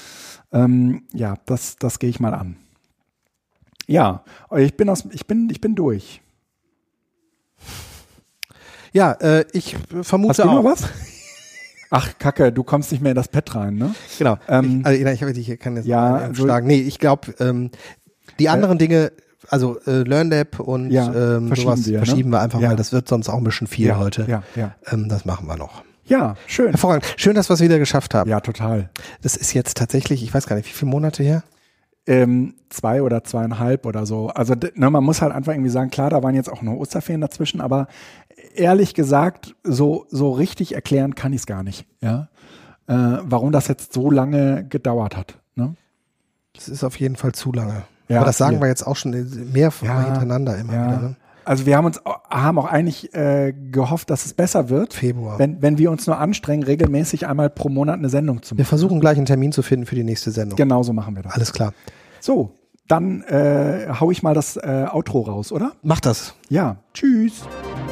Das gehe ich mal an. Ja, ich bin durch. Ja, ich vermute Hast du auch. noch was? Ach, Kacke, du kommst nicht mehr in das Pad rein, ne? Genau. Ich kann jetzt schlagen. Nee, ich glaube, die anderen Dinge, also LearnLab und sowas verschieben wir einfach mal. Das wird sonst auch ein bisschen viel heute. Ja. Das machen wir noch. Ja, schön. Hervorragend. Schön, dass wir es wieder geschafft haben. Ja, total. Das ist jetzt tatsächlich, ich weiß gar nicht, wie viele Monate her? 2 oder 2,5 oder so. Also man muss halt einfach irgendwie sagen, klar, da waren jetzt auch noch Osterferien dazwischen, aber ehrlich gesagt, so richtig erklären kann ich es gar nicht, ja, warum das jetzt so lange gedauert hat. Ne? Das ist auf jeden Fall zu lange. Ja, aber das sagen wir jetzt auch schon mehrfach hintereinander immer wieder. Ne? Also wir haben auch eigentlich gehofft, dass es besser wird, Februar, wenn wir uns nur anstrengen, regelmäßig einmal pro Monat eine Sendung zu machen. Wir versuchen gleich einen Termin zu finden für die nächste Sendung. Genau so machen wir das. Alles klar. So, dann hau ich mal das Outro raus, oder? Mach das. Ja, tschüss.